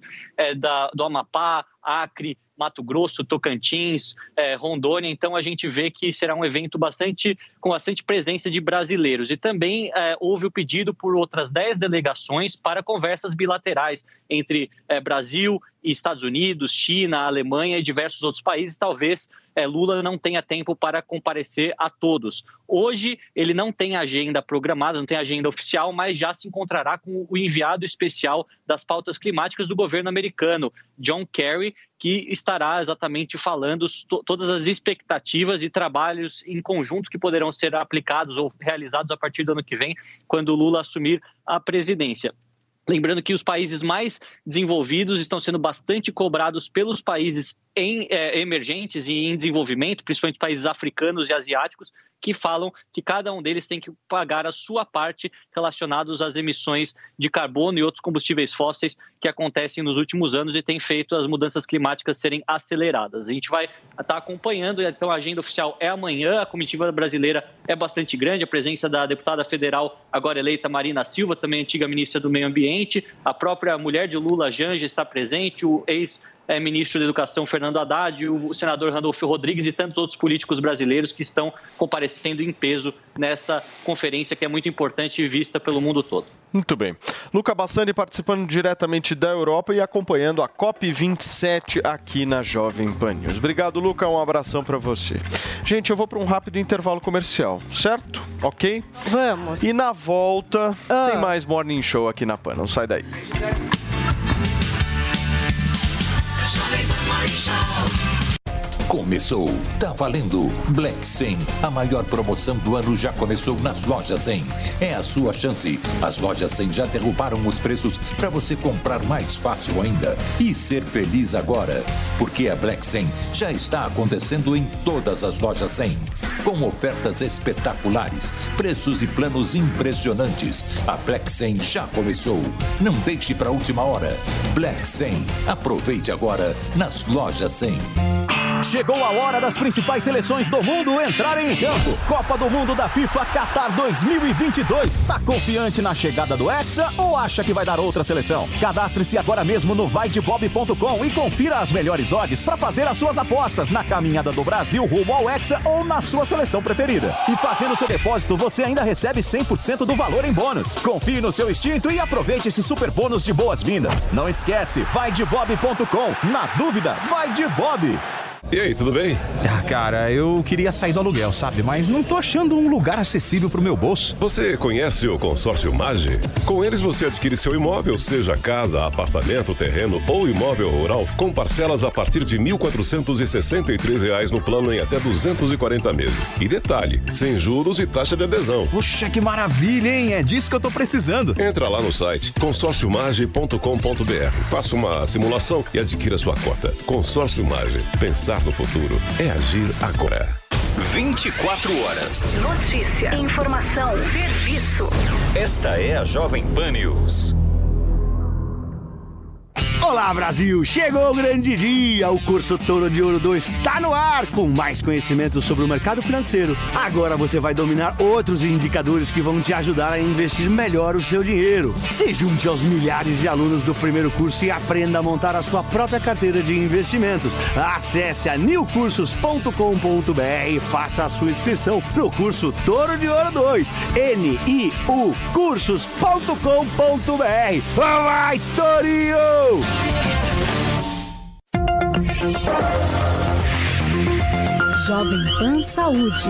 do Amapá, Acre, Mato Grosso, Tocantins, Rondônia. Então, a gente vê que será um evento com bastante presença de brasileiros. E também houve o pedido por outras 10 delegações para conversas bilaterais entre Brasil e Estados Unidos, China, Alemanha e diversos outros países. Talvez Lula não tenha tempo para comparecer a todos. Hoje, ele não tem agenda programada, não tem agenda oficial, mas já se encontrará com o enviado especial das pautas climáticas do governo americano, John Kerry, que estará exatamente falando todas as expectativas e trabalhos em conjunto que poderão ser aplicados ou realizados a partir do ano que vem, quando o Lula assumir a presidência. Lembrando que os países mais desenvolvidos estão sendo bastante cobrados pelos países emergentes e em desenvolvimento, principalmente países africanos e asiáticos, que falam que cada um deles tem que pagar a sua parte relacionados às emissões de carbono e outros combustíveis fósseis que acontecem nos últimos anos e tem feito as mudanças climáticas serem aceleradas. A gente vai estar acompanhando, então a agenda oficial é amanhã, a comitiva brasileira é bastante grande, a presença da deputada federal agora eleita Marina Silva, também antiga ministra do Meio Ambiente, a própria mulher de Lula, Janja, está presente, o ex-ministro da Educação, Fernando Haddad, o senador Randolfo Rodrigues e tantos outros políticos brasileiros que estão comparecendo em peso nessa conferência que é muito importante e vista pelo mundo todo. Muito bem. Luca Bassani participando diretamente da Europa e acompanhando a COP27 aqui na Jovem Pan News. Obrigado, Luca. Um abração para você. Gente, eu vou para um rápido intervalo comercial, certo? Ok? Vamos. E na volta tem mais Morning Show aqui na Pan. Não sai daí. Começou, tá valendo. Black 100, a maior promoção do ano já começou nas lojas 100. É a sua chance. As lojas 100 já derrubaram os preços para você comprar mais fácil ainda e ser feliz agora, porque a Black 100 já está acontecendo em todas as lojas 100, com ofertas espetaculares, preços e planos impressionantes. A Black 100 já começou. Não deixe para a última hora. Black 100. Aproveite agora nas lojas 100. Chegou a hora das principais seleções do mundo entrarem em campo. Copa do Mundo da FIFA Qatar 2022. Tá confiante na chegada do Hexa ou acha que vai dar outra seleção? Cadastre-se agora mesmo no vaidebob.com e confira as melhores odds para fazer as suas apostas na caminhada do Brasil rumo ao Hexa ou na sua seleção preferida. E fazendo seu depósito, você ainda recebe 100% do valor em bônus. Confie no seu instinto e aproveite esse super bônus de boas-vindas. Não esquece, vaidebob.com. Na dúvida, vai de Bob. E aí, tudo bem? Cara, eu queria sair do aluguel, sabe? Mas não tô achando um lugar acessível pro meu bolso. Você conhece o Consórcio Mage? Com eles você adquire seu imóvel, seja casa, apartamento, terreno ou imóvel rural, com parcelas a partir de R$ 1.463 no plano em até 240 meses. E detalhe, sem juros e taxa de adesão. Poxa, que maravilha, hein? É disso que eu tô precisando. Entra lá no site consórciomage.com.br, faça uma simulação e adquira sua cota. Consórcio Mage. Pensar no futuro é agir agora. 24 horas. Notícia, informação, serviço. Esta é a Jovem Pan News. Olá, Brasil! Chegou o grande dia! O curso Toro de Ouro 2 está no ar com mais conhecimento sobre o mercado financeiro. Agora você vai dominar outros indicadores que vão te ajudar a investir melhor o seu dinheiro. Se junte aos milhares de alunos do primeiro curso e aprenda a montar a sua própria carteira de investimentos. Acesse a newcursos.com.br e faça a sua inscrição no curso Toro de Ouro 2. NIU cursos.com.br. Vai, Torinho! Jovem Pan Saúde.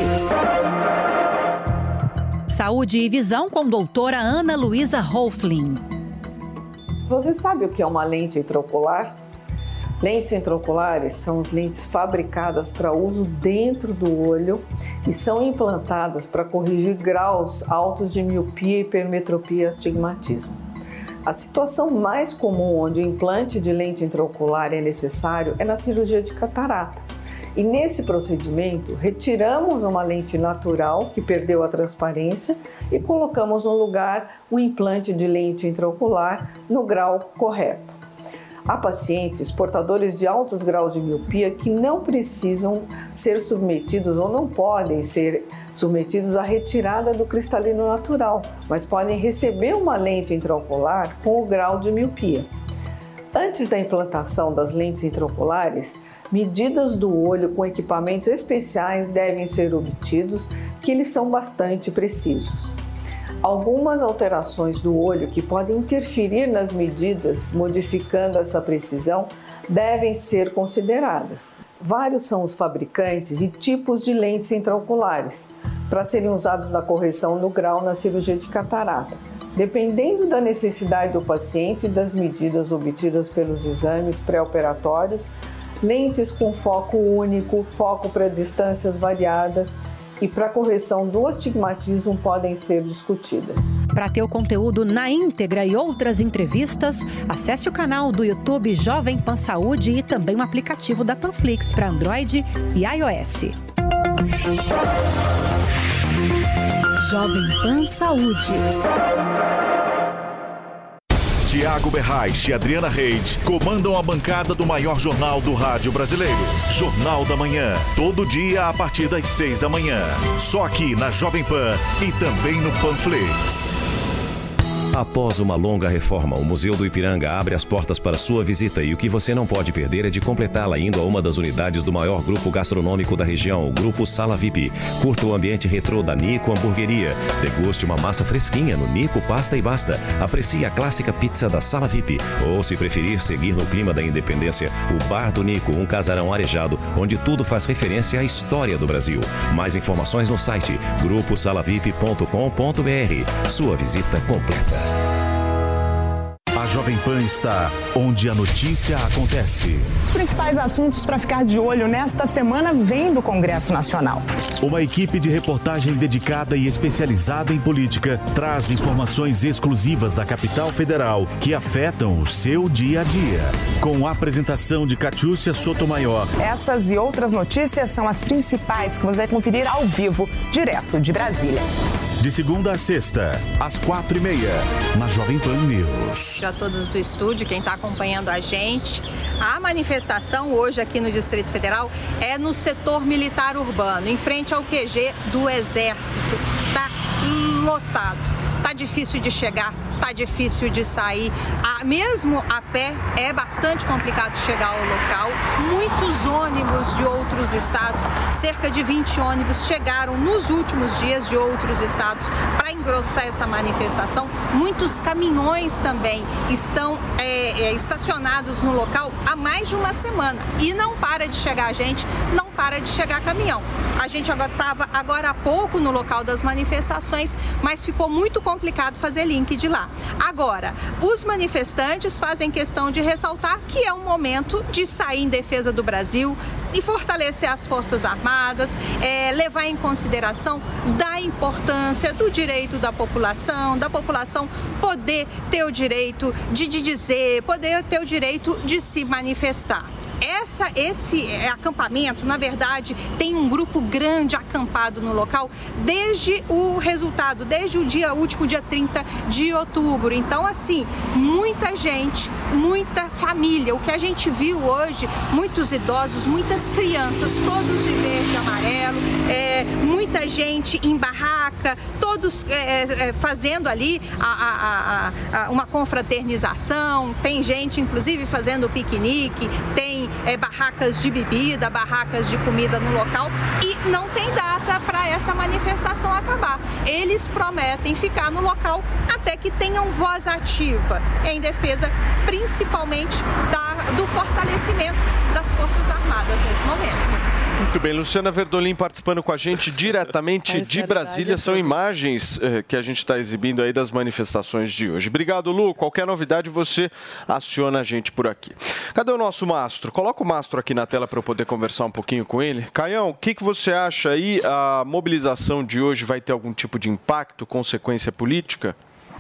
Saúde e visão com doutora Ana Luísa Hoffling. Você sabe o que é uma lente intraocular? Lentes intraoculares são as lentes fabricadas para uso dentro do olho e são implantadas para corrigir graus altos de miopia, hipermetropia e astigmatismo. A situação mais comum onde o implante de lente intraocular é necessário é na cirurgia de catarata. E nesse procedimento, retiramos uma lente natural que perdeu a transparência e colocamos no lugar o implante de lente intraocular no grau correto. Há pacientes portadores de altos graus de miopia que não precisam ser submetidos ou não podem ser submetidos à retirada do cristalino natural, mas podem receber uma lente intraocular com o grau de miopia. Antes da implantação das lentes intraoculares, medidas do olho com equipamentos especiais devem ser obtidos, que eles são bastante precisos. Algumas alterações do olho que podem interferir nas medidas, modificando essa precisão, devem ser consideradas. Vários são os fabricantes e tipos de lentes intraoculares para serem usados na correção do grau na cirurgia de catarata. Dependendo da necessidade do paciente e das medidas obtidas pelos exames pré-operatórios, lentes com foco único, foco para distâncias variadas, e para correção do astigmatismo podem ser discutidas. Para ter o conteúdo na íntegra e outras entrevistas, acesse o canal do YouTube Jovem Pan Saúde e também o aplicativo da Panflix para Android e iOS. Jovem Pan Saúde. Tiago Berrais e Adriana Reid comandam a bancada do maior jornal do rádio brasileiro. Jornal da Manhã. Todo dia a partir das 6 da manhã. Só aqui na Jovem Pan e também no Panflix. Após uma longa reforma, o Museu do Ipiranga abre as portas para sua visita e o que você não pode perder é de completá-la indo a uma das unidades do maior grupo gastronômico da região, o Grupo Sala VIP. Curta o ambiente retrô da Nico Hamburgueria. Deguste uma massa fresquinha no Nico Pasta e Basta. Aprecie a clássica pizza da Sala VIP. Ou, se preferir seguir no clima da independência, o Bar do Nico, um casarão arejado, onde tudo faz referência à história do Brasil. Mais informações no site gruposalavip.com.br. Sua visita completa. A Jovem Pan está onde a notícia acontece. Os principais assuntos para ficar de olho nesta semana vêm do Congresso Nacional. Uma equipe de reportagem dedicada e especializada em política traz informações exclusivas da capital federal que afetam o seu dia a dia. Com a apresentação de Catiúcia Sotomayor. Essas e outras notícias são as principais que você vai conferir ao vivo, direto de Brasília. De segunda a sexta, às 4h30, na Jovem Pan News. A todos do estúdio, quem está acompanhando a gente, a manifestação hoje aqui no Distrito Federal é no setor militar urbano, em frente ao QG do Exército. Está lotado. Tá difícil de chegar, tá difícil de sair. Mesmo a pé é bastante complicado chegar ao local. Muitos ônibus de outros estados, cerca de 20 ônibus, chegaram nos últimos dias de outros estados para engrossar essa manifestação. Muitos caminhões também estão estacionados no local há mais de uma semana e não para de chegar gente, não para de chegar caminhão. A gente estava agora há pouco no local das manifestações, mas ficou muito complicado fazer link de lá. Agora, os manifestantes fazem questão de ressaltar que é um momento de sair em defesa do Brasil e fortalecer as Forças Armadas, levar em consideração da importância do direito da população poder ter o direito de dizer, poder ter o direito de se manifestar. Esse acampamento, na verdade, tem um grupo grande acampado no local desde o último dia 30 de outubro. Então, assim, muita gente, muita família. O que a gente viu hoje, muitos idosos, muitas crianças, todos de verde e amarelo, muita gente em barraca, todos fazendo ali uma confraternização. Tem gente, inclusive, fazendo piquenique, tem barracas de bebida, barracas de comida no local e não tem data para essa manifestação acabar. Eles prometem ficar no local até que tenham voz ativa em defesa, principalmente do fortalecimento das Forças Armadas nesse momento. Muito bem, Luciana Verdolim participando com a gente diretamente de Brasília. São imagens que a gente está exibindo aí das manifestações de hoje. Obrigado, Lu. Qualquer novidade você aciona a gente por aqui. Cadê o nosso Mastro? Coloca o Mastro aqui na tela para eu poder conversar um pouquinho com ele. Caião, o que você acha aí? A mobilização de hoje vai ter algum tipo de impacto, consequência política?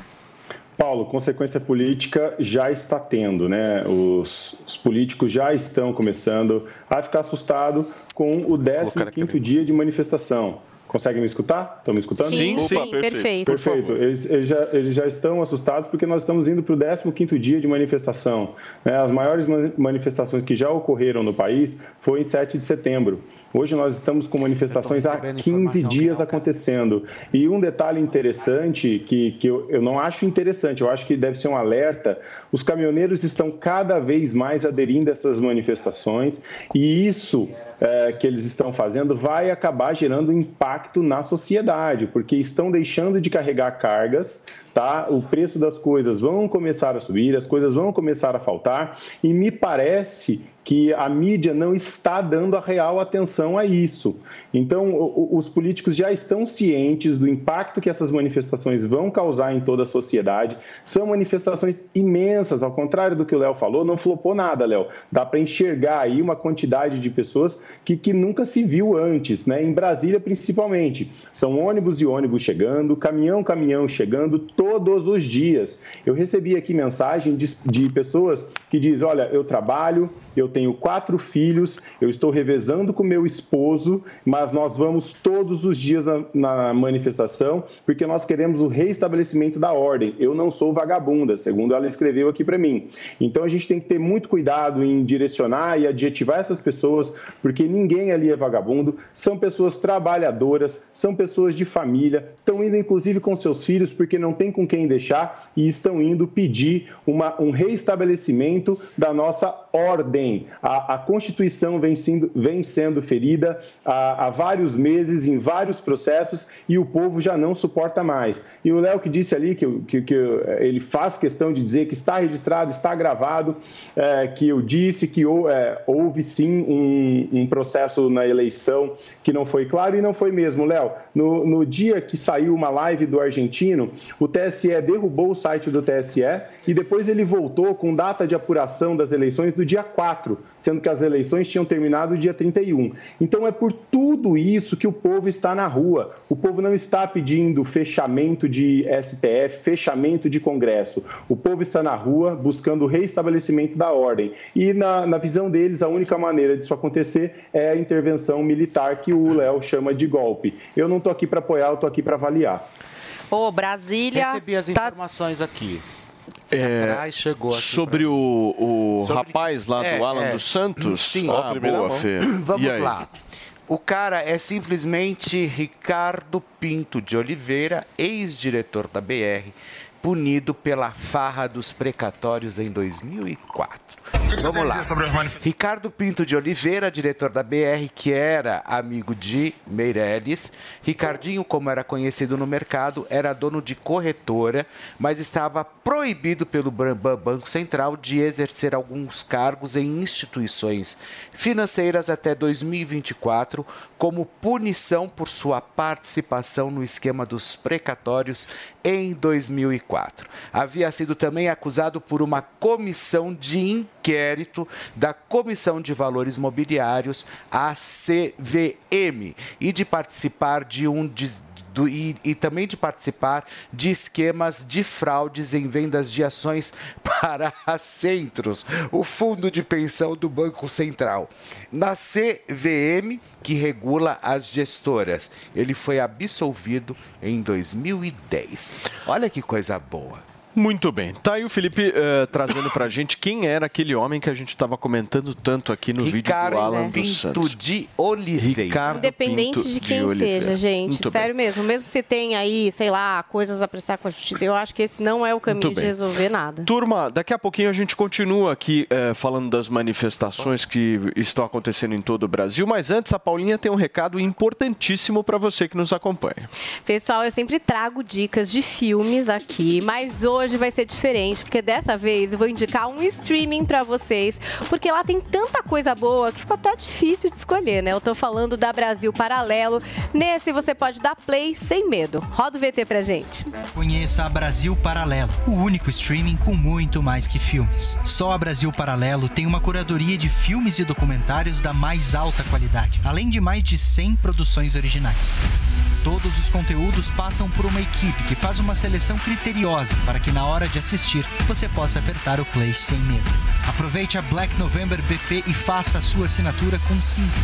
Paulo, consequência política já está tendo, né? Os políticos já estão começando a ficar assustados com o 15º dia de manifestação. Conseguem me escutar? Estão me escutando? Sim, sim, perfeito. Perfeito. Eles já estão assustados porque nós estamos indo para o 15º dia de manifestação. As maiores manifestações que já ocorreram no país foi em 7 de setembro. Hoje nós estamos com manifestações há 15 dias acontecendo. E um detalhe interessante, que eu não acho interessante, eu acho que deve ser um alerta, os caminhoneiros estão cada vez mais aderindo a essas manifestações e isso que eles estão fazendo vai acabar gerando impacto na sociedade, porque estão deixando de carregar cargas, tá? O preço das coisas vão começar a subir, as coisas vão começar a faltar e me parece que a mídia não está dando a real atenção a isso. Então, os políticos já estão cientes do impacto que essas manifestações vão causar em toda a sociedade. São manifestações imensas, ao contrário do que o Léo falou, não flopou nada, Léo. Dá para enxergar aí uma quantidade de pessoas que nunca se viu antes, né? Em Brasília, principalmente. São ônibus e ônibus chegando, caminhão chegando todos os dias. Eu recebi aqui mensagem de pessoas que dizem, olha, eu trabalho, eu tenho 4 filhos, eu estou revezando com meu esposo, mas nós vamos todos os dias na manifestação porque nós queremos o reestabelecimento da ordem. Eu não sou vagabunda, segundo ela escreveu aqui para mim. Então a gente tem que ter muito cuidado em direcionar e adjetivar essas pessoas, porque ninguém ali é vagabundo, são pessoas trabalhadoras, são pessoas de família, estão indo inclusive com seus filhos porque não tem com quem deixar e estão indo pedir um reestabelecimento da nossa ordem. A Constituição vem sendo ferida há vários meses, em vários processos, e o povo já não suporta mais. E o Léo que disse ali, que ele faz questão de dizer que está registrado, está gravado, que eu disse que houve sim um processo na eleição que não foi claro, e não foi mesmo, Léo. No dia que saiu uma live do argentino, o TSE derrubou o site do TSE e depois ele voltou com data de apuração das eleições do dia 4, sendo que as eleições tinham terminado dia 31. Então é por tudo isso que o povo está na rua. O povo não está pedindo fechamento de STF, fechamento de Congresso. O povo está na rua buscando o reestabelecimento da ordem. E na visão deles, a única maneira disso acontecer é a intervenção militar que o Léo chama de golpe. Eu não estou aqui para apoiar, eu estou aqui para avaliar. Brasília... Recebi as informações aqui. Chegou aqui sobre o rapaz lá do Alan dos Santos? Sim. Boa, Fê. Vamos lá. O cara é simplesmente Ricardo Pinto de Oliveira, ex-diretor da BR, punido pela farra dos precatórios em 2004. Vamos lá. Ricardo Pinto de Oliveira, diretor da BR, que era amigo de Meirelles. Ricardinho, como era conhecido no mercado, era dono de corretora, mas estava proibido pelo Banco Central de exercer alguns cargos em instituições financeiras até 2024, como punição por sua participação no esquema dos precatórios em 2004. Havia sido também acusado por uma comissão de inquérito da Comissão de Valores Mobiliários, a CVM, e de participar e também de participar de esquemas de fraudes em vendas de ações para a Centros, o fundo de pensão do Banco Central. Na CVM, que regula as gestoras, ele foi absolvido em 2010. Olha que coisa boa. Muito bem. Tá aí o Felipe trazendo pra gente quem era aquele homem que a gente estava comentando tanto aqui no vídeo do Alan dos Santos. De Oliveira. Ricardo Independente Pinto de quem seja, gente. Muito Sério bem. mesmo. Mesmo se tem aí, sei lá, coisas a prestar com a justiça, eu acho que esse não é o caminho de resolver nada. Turma, daqui a pouquinho a gente continua aqui falando das manifestações que estão acontecendo em todo o Brasil, mas antes a Paulinha tem um recado importantíssimo para você que nos acompanha. Pessoal, eu sempre trago dicas de filmes aqui, mas hoje vai ser diferente, porque dessa vez eu vou indicar um streaming para vocês, porque lá tem tanta coisa boa que ficou até difícil de escolher, né? Eu tô falando da Brasil Paralelo. Nesse você pode dar play sem medo. Roda o VT pra gente. Conheça a Brasil Paralelo, o único streaming com muito mais que filmes. Só a Brasil Paralelo tem uma curadoria de filmes e documentários da mais alta qualidade, além de mais de 100 produções originais. Todos os conteúdos passam por uma equipe que faz uma seleção criteriosa para que na hora de assistir você possa apertar o play sem medo. Aproveite a Black November BP e faça a sua assinatura com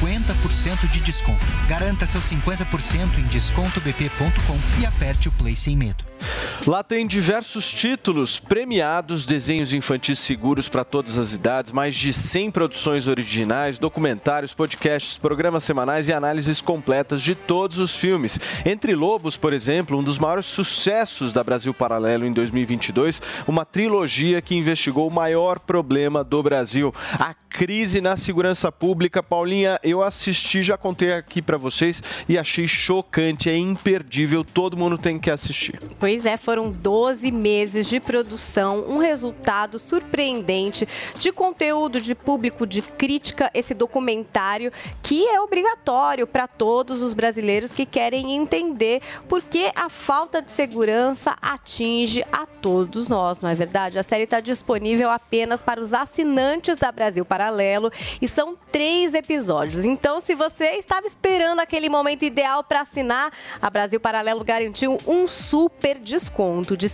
50% de desconto. Garanta seu 50% em descontobp.com e aperte o play sem medo. Lá tem diversos títulos premiados, desenhos infantis seguros para todas as idades, mais de 100 produções originais, documentários, podcasts, programas semanais e análises completas de todos os filmes. Entre Lobos, por exemplo, um dos maiores sucessos da Brasil Paralelo em 2022, uma trilogia que investigou o maior problema do Brasil, a crise na segurança pública. Paulinha, eu assisti, já contei aqui para vocês e achei chocante, é imperdível, todo mundo tem que assistir. Pois é, foram 12 meses de produção, um resultado surpreendente de conteúdo, de público, de crítica, esse documentário que é obrigatório para todos os brasileiros que querem entender por que a falta de segurança atinge a todos nós, não é verdade? A série está disponível apenas para os assinantes da Brasil Paralelo e são 3 episódios. Então, se você estava esperando aquele momento ideal para assinar, a Brasil Paralelo garantiu um super desconto de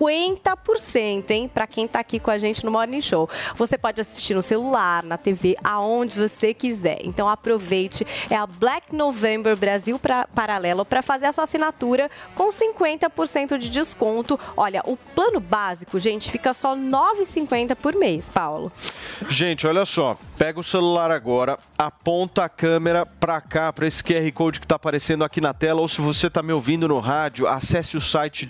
50%, hein? Para quem está aqui com a gente no Morning Show. Você pode assistir no celular, na TV, aonde você quiser. Então aproveite, é a Black November Brasil Paralelo para fazer a sua assinatura com 50% de desconto. Olha, o plano básico, gente, fica só R$ 9,50 por mês, Paulo. Gente, olha só, pega o celular agora, aponta a câmera para cá, para esse QR Code que está aparecendo aqui na tela, ou se você está me ouvindo no rádio, acesse o site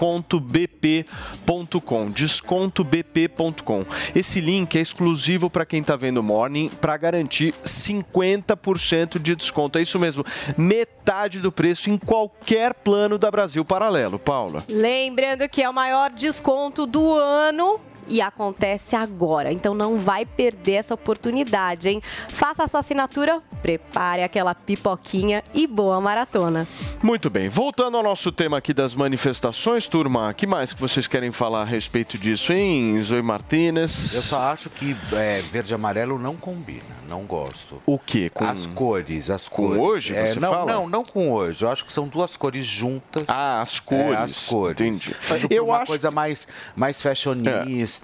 descontobp.com, descontobp.com. Esse link é exclusivo para quem está vendo o Morning, para garantir 50% de desconto. É isso mesmo, metade do preço em qualquer plano da Brasil Paralelo. Paula. Lembrando que é o maior desconto do ano. E acontece agora, então não vai perder essa oportunidade, hein? Faça a sua assinatura, prepare aquela pipoquinha e boa maratona. Muito bem, voltando ao nosso tema aqui das manifestações, turma, o que mais que vocês querem falar a respeito disso, hein, Zoe Martínez? Eu só acho que verde e amarelo não combina, não gosto. O quê? Com... As cores. Com hoje, você fala? Não com hoje, eu acho que são 2 cores juntas. Ah, as cores. As cores. Entendi. Eu acho coisa mais fashionista.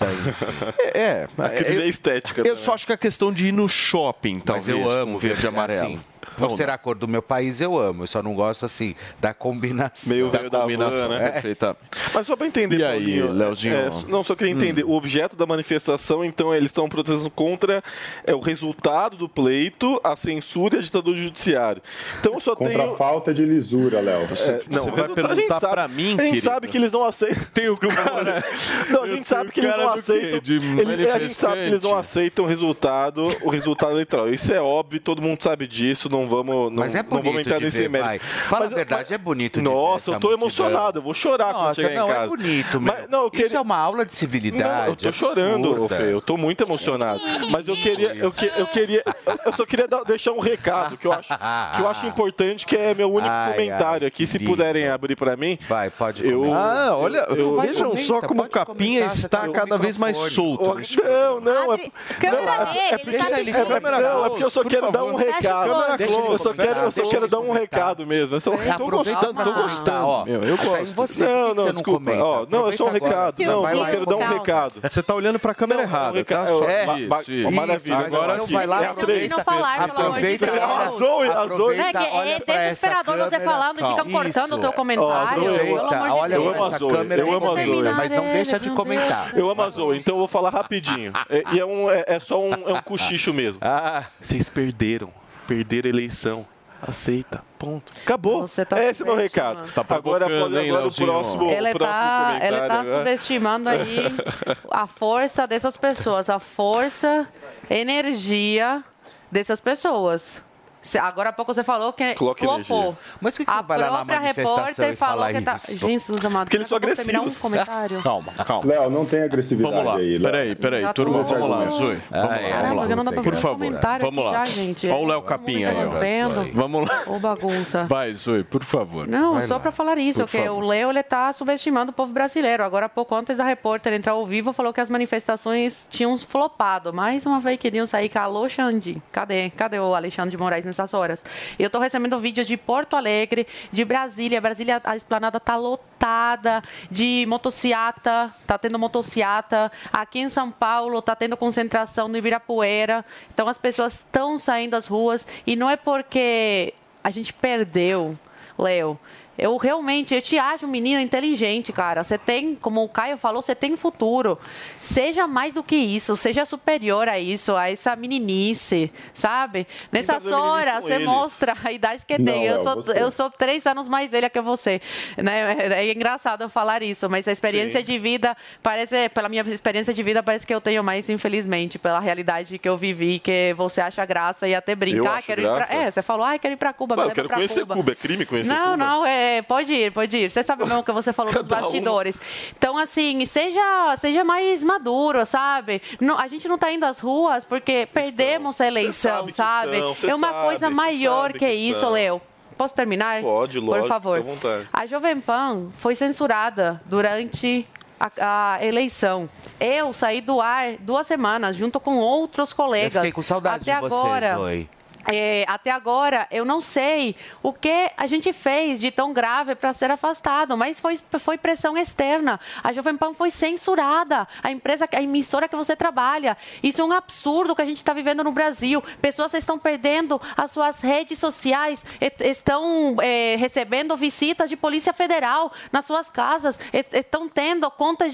A crise é estética. Eu só acho que é questão de ir no shopping, talvez. Mas eu amo verde e amarelo. Assim. Por ser a cor do meu país, eu amo. Eu só não gosto, assim, da combinação. Meio velho da van, né? Perfeita. Mas só para entender, e aí, Leozinho? Não, só queria entender. O objeto da manifestação, então, eles estão protestando contra o resultado do pleito, a censura e a ditadura do judiciário. Então, eu só contra a falta de lisura, Léo. Você vai perguntar para mim, A gente sabe que eles não aceitam. Tem o cara. Não, a gente sabe que eles não aceitam. A gente sabe que eles não aceitam o resultado eleitoral. Isso é óbvio, todo mundo sabe disso. não vamos entrar nesse mérito. Fala a verdade, é bonito de ver. Nossa, eu tô emocionado, eu vou chorar quando chegar em casa. É bonito, mesmo. Isso é uma aula de civilidade. Eu tô chorando, Fê, eu tô muito emocionado. Mas eu só queria deixar um recado que eu acho importante, que é meu único comentário aqui, se puderem abrir para mim. Vai, pode. Olha, vejam só como o Capinha está cada vez mais solto. Não, é porque eu só quero dar um recado. Eu só quero dar um recado mesmo. Tô gostando. Eu gosto. Não, desculpa. Não, é só um recado. Não, eu quero dar um recado. Você tá olhando pra câmera errada, tá? Maravilha. Agora sim. É a 3. Aproveita. A Zoe. É desesperador você falando e fica cortando o teu comentário. Olha essa câmera, eu amo a Zoe, mas não deixa de comentar. Eu amo a Zoe, então eu vou falar rapidinho. E é só um cochicho mesmo. Vocês perderam a eleição. Aceita. Ponto. Acabou. Esse é o meu recado. Agora o próximo comentário. Ele está subestimando aí a força dessas pessoas, a força, energia dessas pessoas. Agora há pouco você falou que flopou. Mas o que você vai lá na manifestação e falar isso? Jesus amado, porque eles são agressivos. Calma. Léo, não tem agressividade vamos lá. aí. Peraí, turma, vamos lá, Zoe. Vamos lá. Por favor, vamos lá. Olha o Léo Capinha aí. Vamos lá. Ô, bagunça. Vai, Zoe, por favor. Não, só para falar isso, que o Léo está subestimando o povo brasileiro. Agora, há pouco antes, a repórter entrar ao vivo falou que as manifestações tinham flopado. Mais uma vez queriam sair com a Alexandre. Cadê o Alexandre de Moraes nessas horas? Eu estou recebendo vídeos de Porto Alegre, de Brasília. Brasília, a esplanada está lotada de motociata, está tendo motociata. Aqui em São Paulo está tendo concentração no Ibirapuera. Então as pessoas estão saindo às ruas e não é porque a gente perdeu, Léo. Eu te acho um menino inteligente, cara. Você tem, como o Caio falou, você tem futuro. Seja mais do que isso, seja superior a isso, a essa meninice, sabe? Nessas horas, você mostra a idade que tem. Eu sou 3 anos mais velha que você. Né? É engraçado eu falar isso, mas a experiência de vida, pela minha experiência de vida, parece que eu tenho mais, infelizmente, pela realidade que eu vivi, que você acha graça e até brincar. Você falou, quero ir pra Cuba. Eu quero conhecer Cuba. É crime conhecer Cuba? Não, pode ir. Você sabe mesmo o que você falou dos bastidores. Então, assim, seja mais maduro, sabe? Não, a gente não está indo às ruas porque perdemos a eleição, sabe? É uma coisa maior que isso, Léo. Posso terminar? Pode, lógico. Por favor. Fica à vontade. A Jovem Pan foi censurada durante a eleição. Eu saí do ar 2 semanas, junto com outros colegas. Eu fiquei com saudade de você, Zoe. Até agora, eu não sei o que a gente fez de tão grave para ser afastado, mas foi pressão externa. A Jovem Pan foi censurada, a emissora que você trabalha. Isso é um absurdo que a gente está vivendo no Brasil. Pessoas estão perdendo as suas redes sociais, estão recebendo visitas de Polícia Federal nas suas casas, estão tendo contas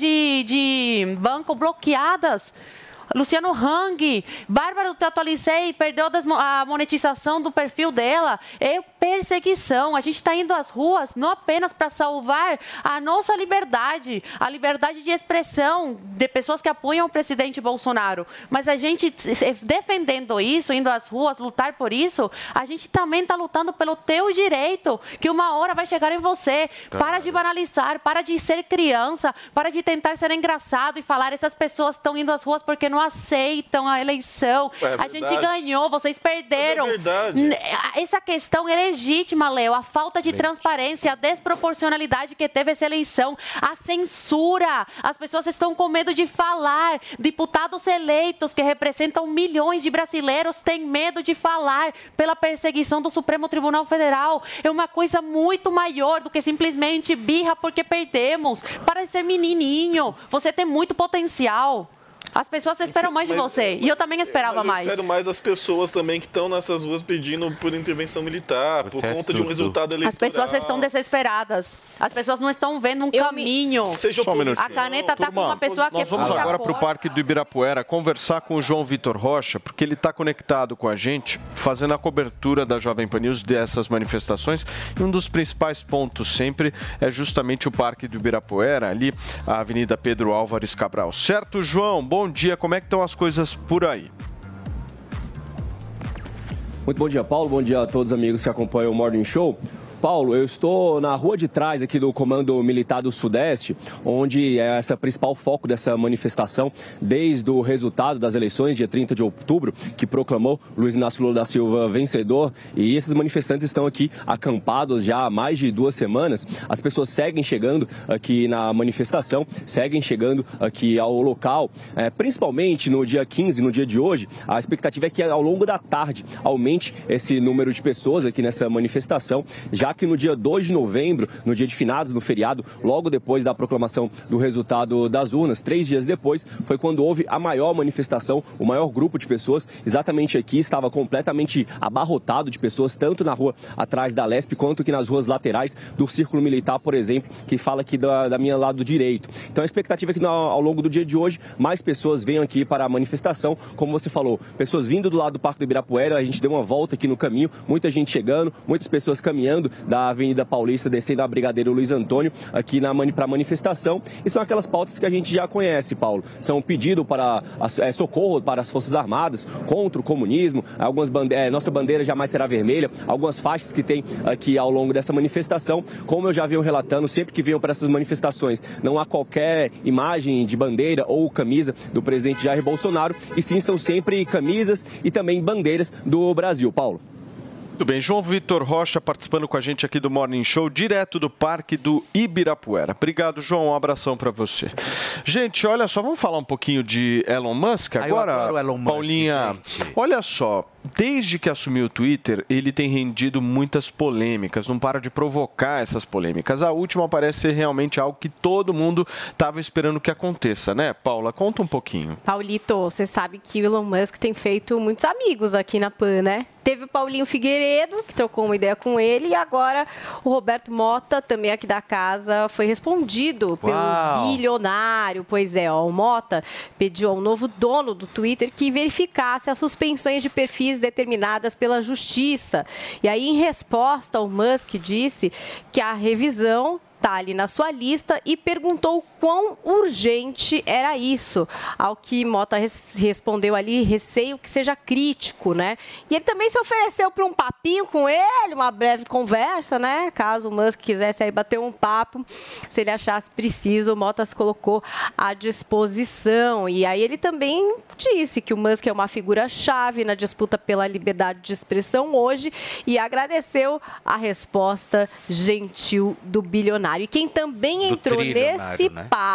de banco bloqueadas. Luciano Hang, Bárbara do Atualicei perdeu a monetização do perfil dela. É perseguição. A gente está indo às ruas não apenas para salvar a nossa liberdade, a liberdade de expressão de pessoas que apoiam o presidente Bolsonaro. Mas a gente, defendendo isso, indo às ruas, lutar por isso, a gente também está lutando pelo teu direito, que uma hora vai chegar em você. Para de banalizar, para de ser criança, para de tentar ser engraçado e falar essas pessoas estão indo às ruas porque não aceitam a eleição. A gente ganhou, vocês perderam. Essa questão é legítima, Léo. A falta de transparência, a desproporcionalidade que teve essa eleição, a censura. As pessoas estão com medo de falar. Deputados eleitos que representam milhões de brasileiros têm medo de falar pela perseguição do Supremo Tribunal Federal. É uma coisa muito maior do que simplesmente birra porque perdemos. Para de ser menininho. Você tem muito potencial. As pessoas esperam mais de você. E eu também esperava mais. Eu espero mais das pessoas também que estão nessas ruas pedindo por intervenção militar, por conta de um resultado eleitoral. As pessoas estão desesperadas. As pessoas não estão vendo um caminho. A caneta está com uma pessoa que... Nós vamos agora para o Parque do Ibirapuera conversar com o João Vitor Rocha, porque ele está conectado com a gente, fazendo a cobertura da Jovem Pan News dessas manifestações. E um dos principais pontos sempre é justamente o Parque do Ibirapuera, ali a Avenida Pedro Álvares Cabral. Certo, João? Bom dia, como é que estão as coisas por aí? Muito bom dia, Paulo. Bom dia a todos os amigos que acompanham o Morning Show. Paulo, eu estou na rua de trás aqui do Comando Militar do Sudeste, onde é esse principal foco dessa manifestação, desde o resultado das eleições, dia 30 de outubro, que proclamou Luiz Inácio Lula da Silva vencedor. E esses manifestantes estão aqui acampados já há mais de 2 semanas. As pessoas seguem chegando aqui na manifestação, seguem chegando aqui ao local. Principalmente no dia 15, no dia de hoje, a expectativa é que ao longo da tarde aumente esse número de pessoas aqui nessa manifestação, já que no dia 2 de novembro, no dia de finados, no feriado, logo depois da proclamação do resultado das urnas, 3 dias depois, foi quando houve a maior manifestação, o maior grupo de pessoas, exatamente aqui, estava completamente abarrotado de pessoas, tanto na rua atrás da Lesp, quanto aqui nas ruas laterais do Círculo Militar, por exemplo, que fala aqui da minha lado direito. Então a expectativa é que ao longo do dia de hoje, mais pessoas venham aqui para a manifestação, como você falou, pessoas vindo do lado do Parque do Ibirapuera, a gente deu uma volta aqui no caminho, muita gente chegando, muitas pessoas caminhando da Avenida Paulista, descendo a Brigadeiro Luiz Antônio, aqui para a manifestação. E são aquelas pautas que a gente já conhece, Paulo. São um pedido para socorro para as Forças Armadas, contra o comunismo, nossa bandeira jamais será vermelha, algumas faixas que tem aqui ao longo dessa manifestação. Como eu já venho relatando, sempre que venham para essas manifestações, não há qualquer imagem de bandeira ou camisa do presidente Jair Bolsonaro, e sim são sempre camisas e também bandeiras do Brasil, Paulo. Muito bem, João Vitor Rocha participando com a gente aqui do Morning Show, direto do Parque do Ibirapuera. Obrigado, João, um abração para você. Gente, olha só, vamos falar um pouquinho de Elon Musk agora? Eu adoro Elon Musk, Paulinha, gente. Olha só, desde que assumiu o Twitter, ele tem rendido muitas polêmicas, não para de provocar essas polêmicas. A última parece ser realmente algo que todo mundo estava esperando que aconteça, né, Paula? Conta um pouquinho. Paulito, você sabe que o Elon Musk tem feito muitos amigos aqui na PAN, né? Teve o Paulinho Figueiredo, que trocou uma ideia com ele, e agora o Roberto Mota, também aqui da casa, foi respondido pelo bilionário. Pois é, o Mota pediu ao novo dono do Twitter que verificasse as suspensões de perfis determinadas pela Justiça. E aí, em resposta, o Musk disse que a revisão está ali na sua lista e perguntou quão urgente era isso. Ao que Mota respondeu ali, receio que seja crítico, né? E ele também se ofereceu para um papinho com ele, uma breve conversa, né? Caso o Musk quisesse aí bater um papo, se ele achasse preciso, o Mota se colocou à disposição. E aí ele também disse que o Musk é uma figura-chave na disputa pela liberdade de expressão hoje e agradeceu a resposta gentil do bilionário. E quem também entrou nesse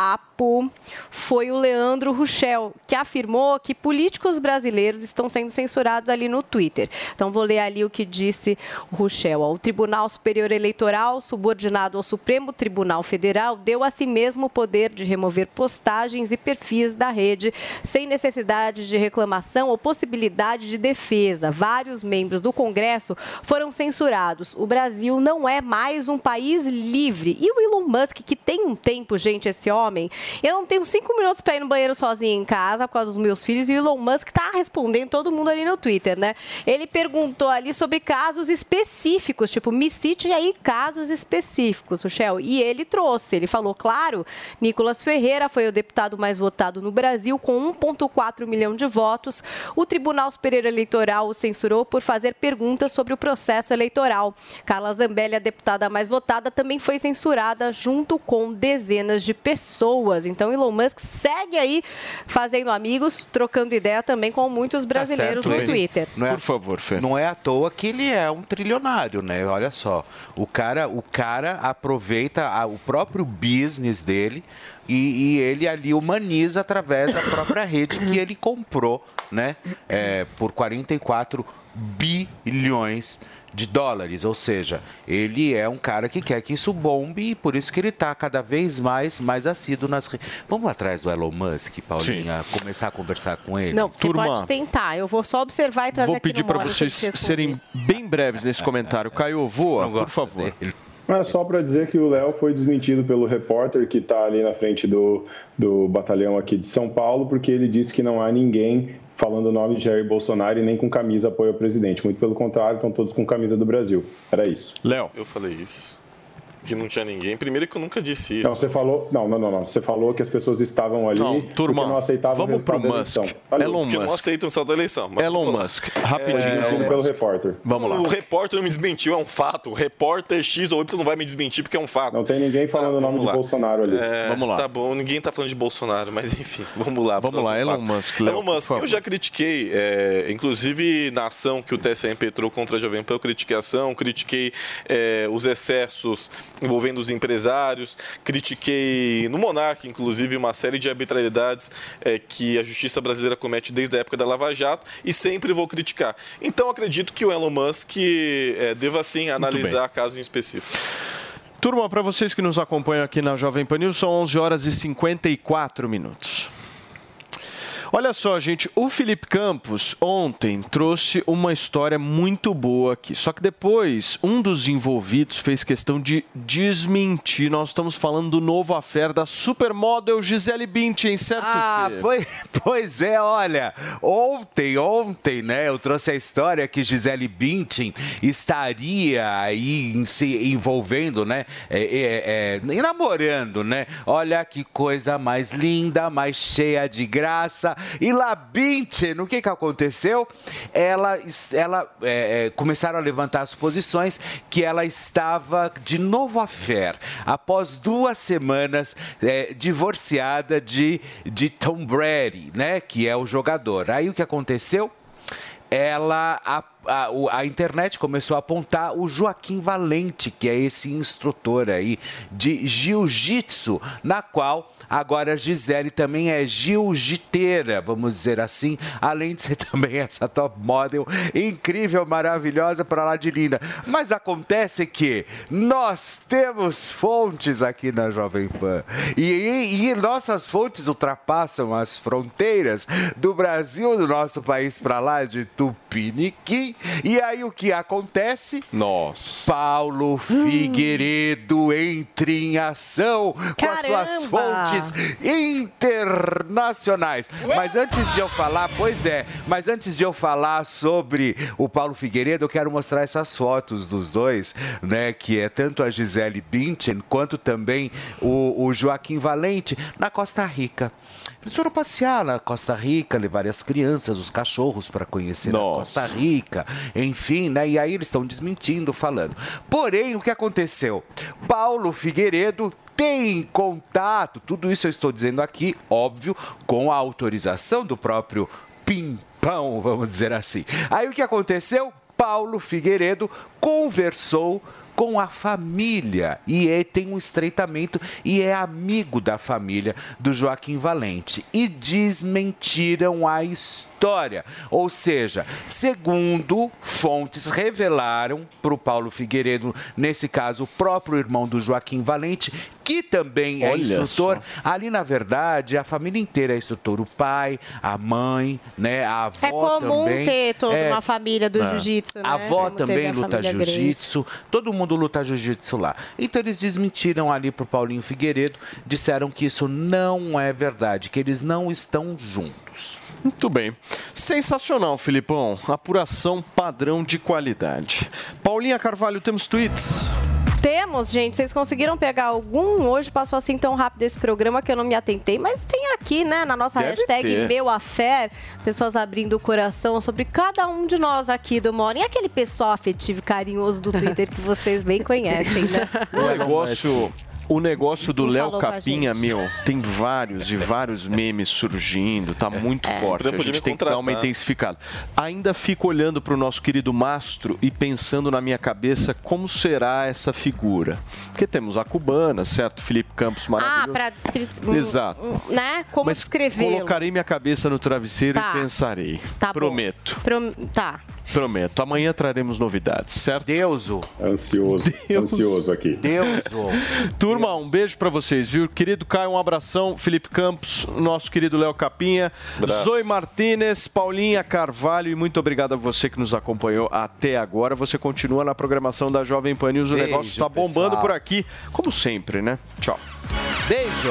papo foi o Leandro Ruschel, que afirmou que políticos brasileiros estão sendo censurados ali no Twitter. Então, vou ler ali o que disse o Ruschel. O Tribunal Superior Eleitoral, subordinado ao Supremo Tribunal Federal, deu a si mesmo o poder de remover postagens e perfis da rede sem necessidade de reclamação ou possibilidade de defesa. Vários membros do Congresso foram censurados. O Brasil não é mais um país livre. E o Elon Musk, que tem um tempo, gente, esse homem, eu não tenho 5 minutos para ir no banheiro sozinho em casa por causa dos meus filhos, e o Elon Musk tá respondendo todo mundo ali no Twitter, né? Ele perguntou ali sobre casos específicos, tipo, me cite aí casos específicos, Rochelle, e ele trouxe, ele falou, claro, Nicolas Ferreira foi o deputado mais votado no Brasil, com 1,4 milhão de votos. O Tribunal Superior Eleitoral o censurou por fazer perguntas sobre o processo eleitoral. Carla Zambelli, a deputada mais votada, também foi censurada junto com dezenas de pessoas. Então, Elon Musk segue aí fazendo amigos, trocando ideia também com muitos brasileiros no Twitter. Por favor, Fê. Não é à toa que ele é um trilionário, né? Olha só, o cara aproveita o próprio business dele e ele ali humaniza através da própria rede que ele comprou, né? Por 44 bilhões de dólares, ou seja, ele é um cara que quer que isso bombe e por isso que ele está cada vez mais assíduo nas redes. Vamos atrás do Elon Musk, Paulinha, começar a conversar com ele? Não, você pode tentar, eu vou só observar e trazer Vou pedir para vocês serem bem breves nesse comentário. Caio, voa, por favor. É só para dizer que o Léo foi desmentido pelo repórter que está ali na frente do batalhão aqui de São Paulo, porque ele disse que não há ninguém falando o nome de Jair Bolsonaro e nem com camisa apoio ao presidente. Muito pelo contrário, estão todos com camisa do Brasil. Era isso. Léo. Eu falei isso. que não tinha ninguém. Primeiro que eu nunca disse isso. Não, você falou... Não. Você falou que as pessoas estavam ali porque não aceitavam o resultado da eleição. Elon Musk. Não aceitam o resultado da eleição. Elon Musk. Rapidinho. Pelo repórter. Vamos lá. O repórter não me desmentiu, é um fato. O repórter X ou Y não vai me desmentir porque é um fato. Não tem ninguém falando o nome de Bolsonaro ali. Vamos lá. Tá bom, ninguém tá falando de Bolsonaro, mas enfim, vamos lá. Vamos lá, Elon Musk. Elon Musk, eu já critiquei, inclusive na ação que o TSE impetrou contra a Jovem Pan, eu critiquei a ação, critiquei os excessos envolvendo os empresários, critiquei no Monark, inclusive, uma série de arbitrariedades que a justiça brasileira comete desde a época da Lava Jato e sempre vou criticar. Então, acredito que o Elon Musk deva, sim, analisar casos em específico. Turma, para vocês que nos acompanham aqui na Jovem Pan News, são 11 horas e 54 minutos. Olha só, gente, o Felipe Campos ontem trouxe uma história muito boa aqui. Só que depois, um dos envolvidos fez questão de desmentir. Nós estamos falando do novo affair da supermodel Gisele Bündchen, certo? Pois é, olha, ontem, né, eu trouxe a história que Gisele Bündchen estaria aí se envolvendo, né, e namorando, né? Olha que coisa mais linda, mais cheia de graça. E lá, Bündchen, o que aconteceu? Ela começaram a levantar as suposições que ela estava de novo affair, após 2 semanas divorciada de Tom Brady, né, que é o jogador. Aí o que aconteceu? A internet começou a apontar o Joaquim Valente, que é esse instrutor aí de jiu-jitsu, na qual agora a Gisele também é jiu-jiteira, vamos dizer assim, além de ser também essa top model incrível, maravilhosa, para lá de linda. Mas acontece que nós temos fontes aqui na Jovem Pan e nossas fontes ultrapassam as fronteiras do Brasil, do nosso país, para lá de Tupiniquim. E aí o que acontece? Paulo Figueiredo entra em ação com as suas fontes internacionais. Mas antes de eu falar sobre o Paulo Figueiredo, eu quero mostrar essas fotos dos dois, né, que é tanto a Gisele Bündchen quanto também o Joaquim Valente na Costa Rica. Eles foram passear na Costa Rica, levar as crianças, os cachorros para conhecer a Costa Rica, enfim, né? E aí eles estão desmentindo, falando. Porém, o que aconteceu? Paulo Figueiredo tem contato, tudo isso eu estou dizendo aqui, óbvio, com a autorização do próprio Pimpão, vamos dizer assim. Aí o que aconteceu? Paulo Figueiredo conversou com a família e tem um estreitamento e é amigo da família do Joaquim Valente e desmentiram a história. Ou seja, segundo fontes revelaram para o Paulo Figueiredo, nesse caso o próprio irmão do Joaquim Valente, que também é instrutor. Ali, na verdade, a família inteira é instrutor. O pai, a mãe, né, a avó também. É comum ter toda uma família do jiu-jitsu, né? A avó também luta jiu-jitsu. Todo mundo luta jiu-jitsu lá. Então eles desmentiram ali pro Paulinho Figueiredo, disseram que isso não é verdade, que eles não estão juntos. Muito bem. Sensacional, Filipão. Apuração padrão de qualidade. Paulinha Carvalho, temos tweets? Temos, gente. Vocês conseguiram pegar algum? Hoje passou assim tão rápido esse programa que eu não me atentei, mas tem aqui, né, na nossa hashtag Meu Affair, pessoas abrindo o coração sobre cada um de nós aqui do Morning. E aquele pessoal afetivo e carinhoso do Twitter que vocês bem conhecem, né? O negócio do Léo Capinha, tem vários memes surgindo, tá muito forte. A gente tem que dar uma intensificada. Ainda fico olhando para o nosso querido Mastro e pensando na minha cabeça como será essa figura. Porque temos a cubana, certo? Felipe Campos, maravilhoso. Para descrever. Exato. Né? Como descrevê-lo? Colocarei minha cabeça no travesseiro e pensarei. Prometo. Prometo. Amanhã traremos novidades, certo? Ansioso aqui. Turma, um beijo pra vocês, viu? Querido Caio, um abração. Felipe Campos, nosso querido Léo Capinha, Zoe Martínez, Paulinha Carvalho, e muito obrigado a você que nos acompanhou até agora. Você continua na programação da Jovem Pan News. O negócio está bombando por aqui, como sempre, né? Tchau. Beijo.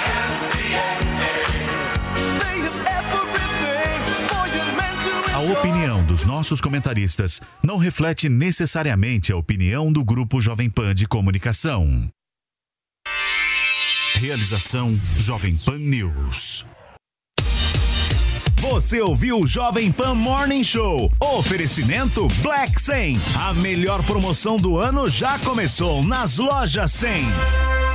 A opinião dos nossos comentaristas não reflete necessariamente a opinião do Grupo Jovem Pan de Comunicação. Realização Jovem Pan News. Você ouviu o Jovem Pan Morning Show. Oferecimento Black 100. A melhor promoção do ano já começou nas lojas 100.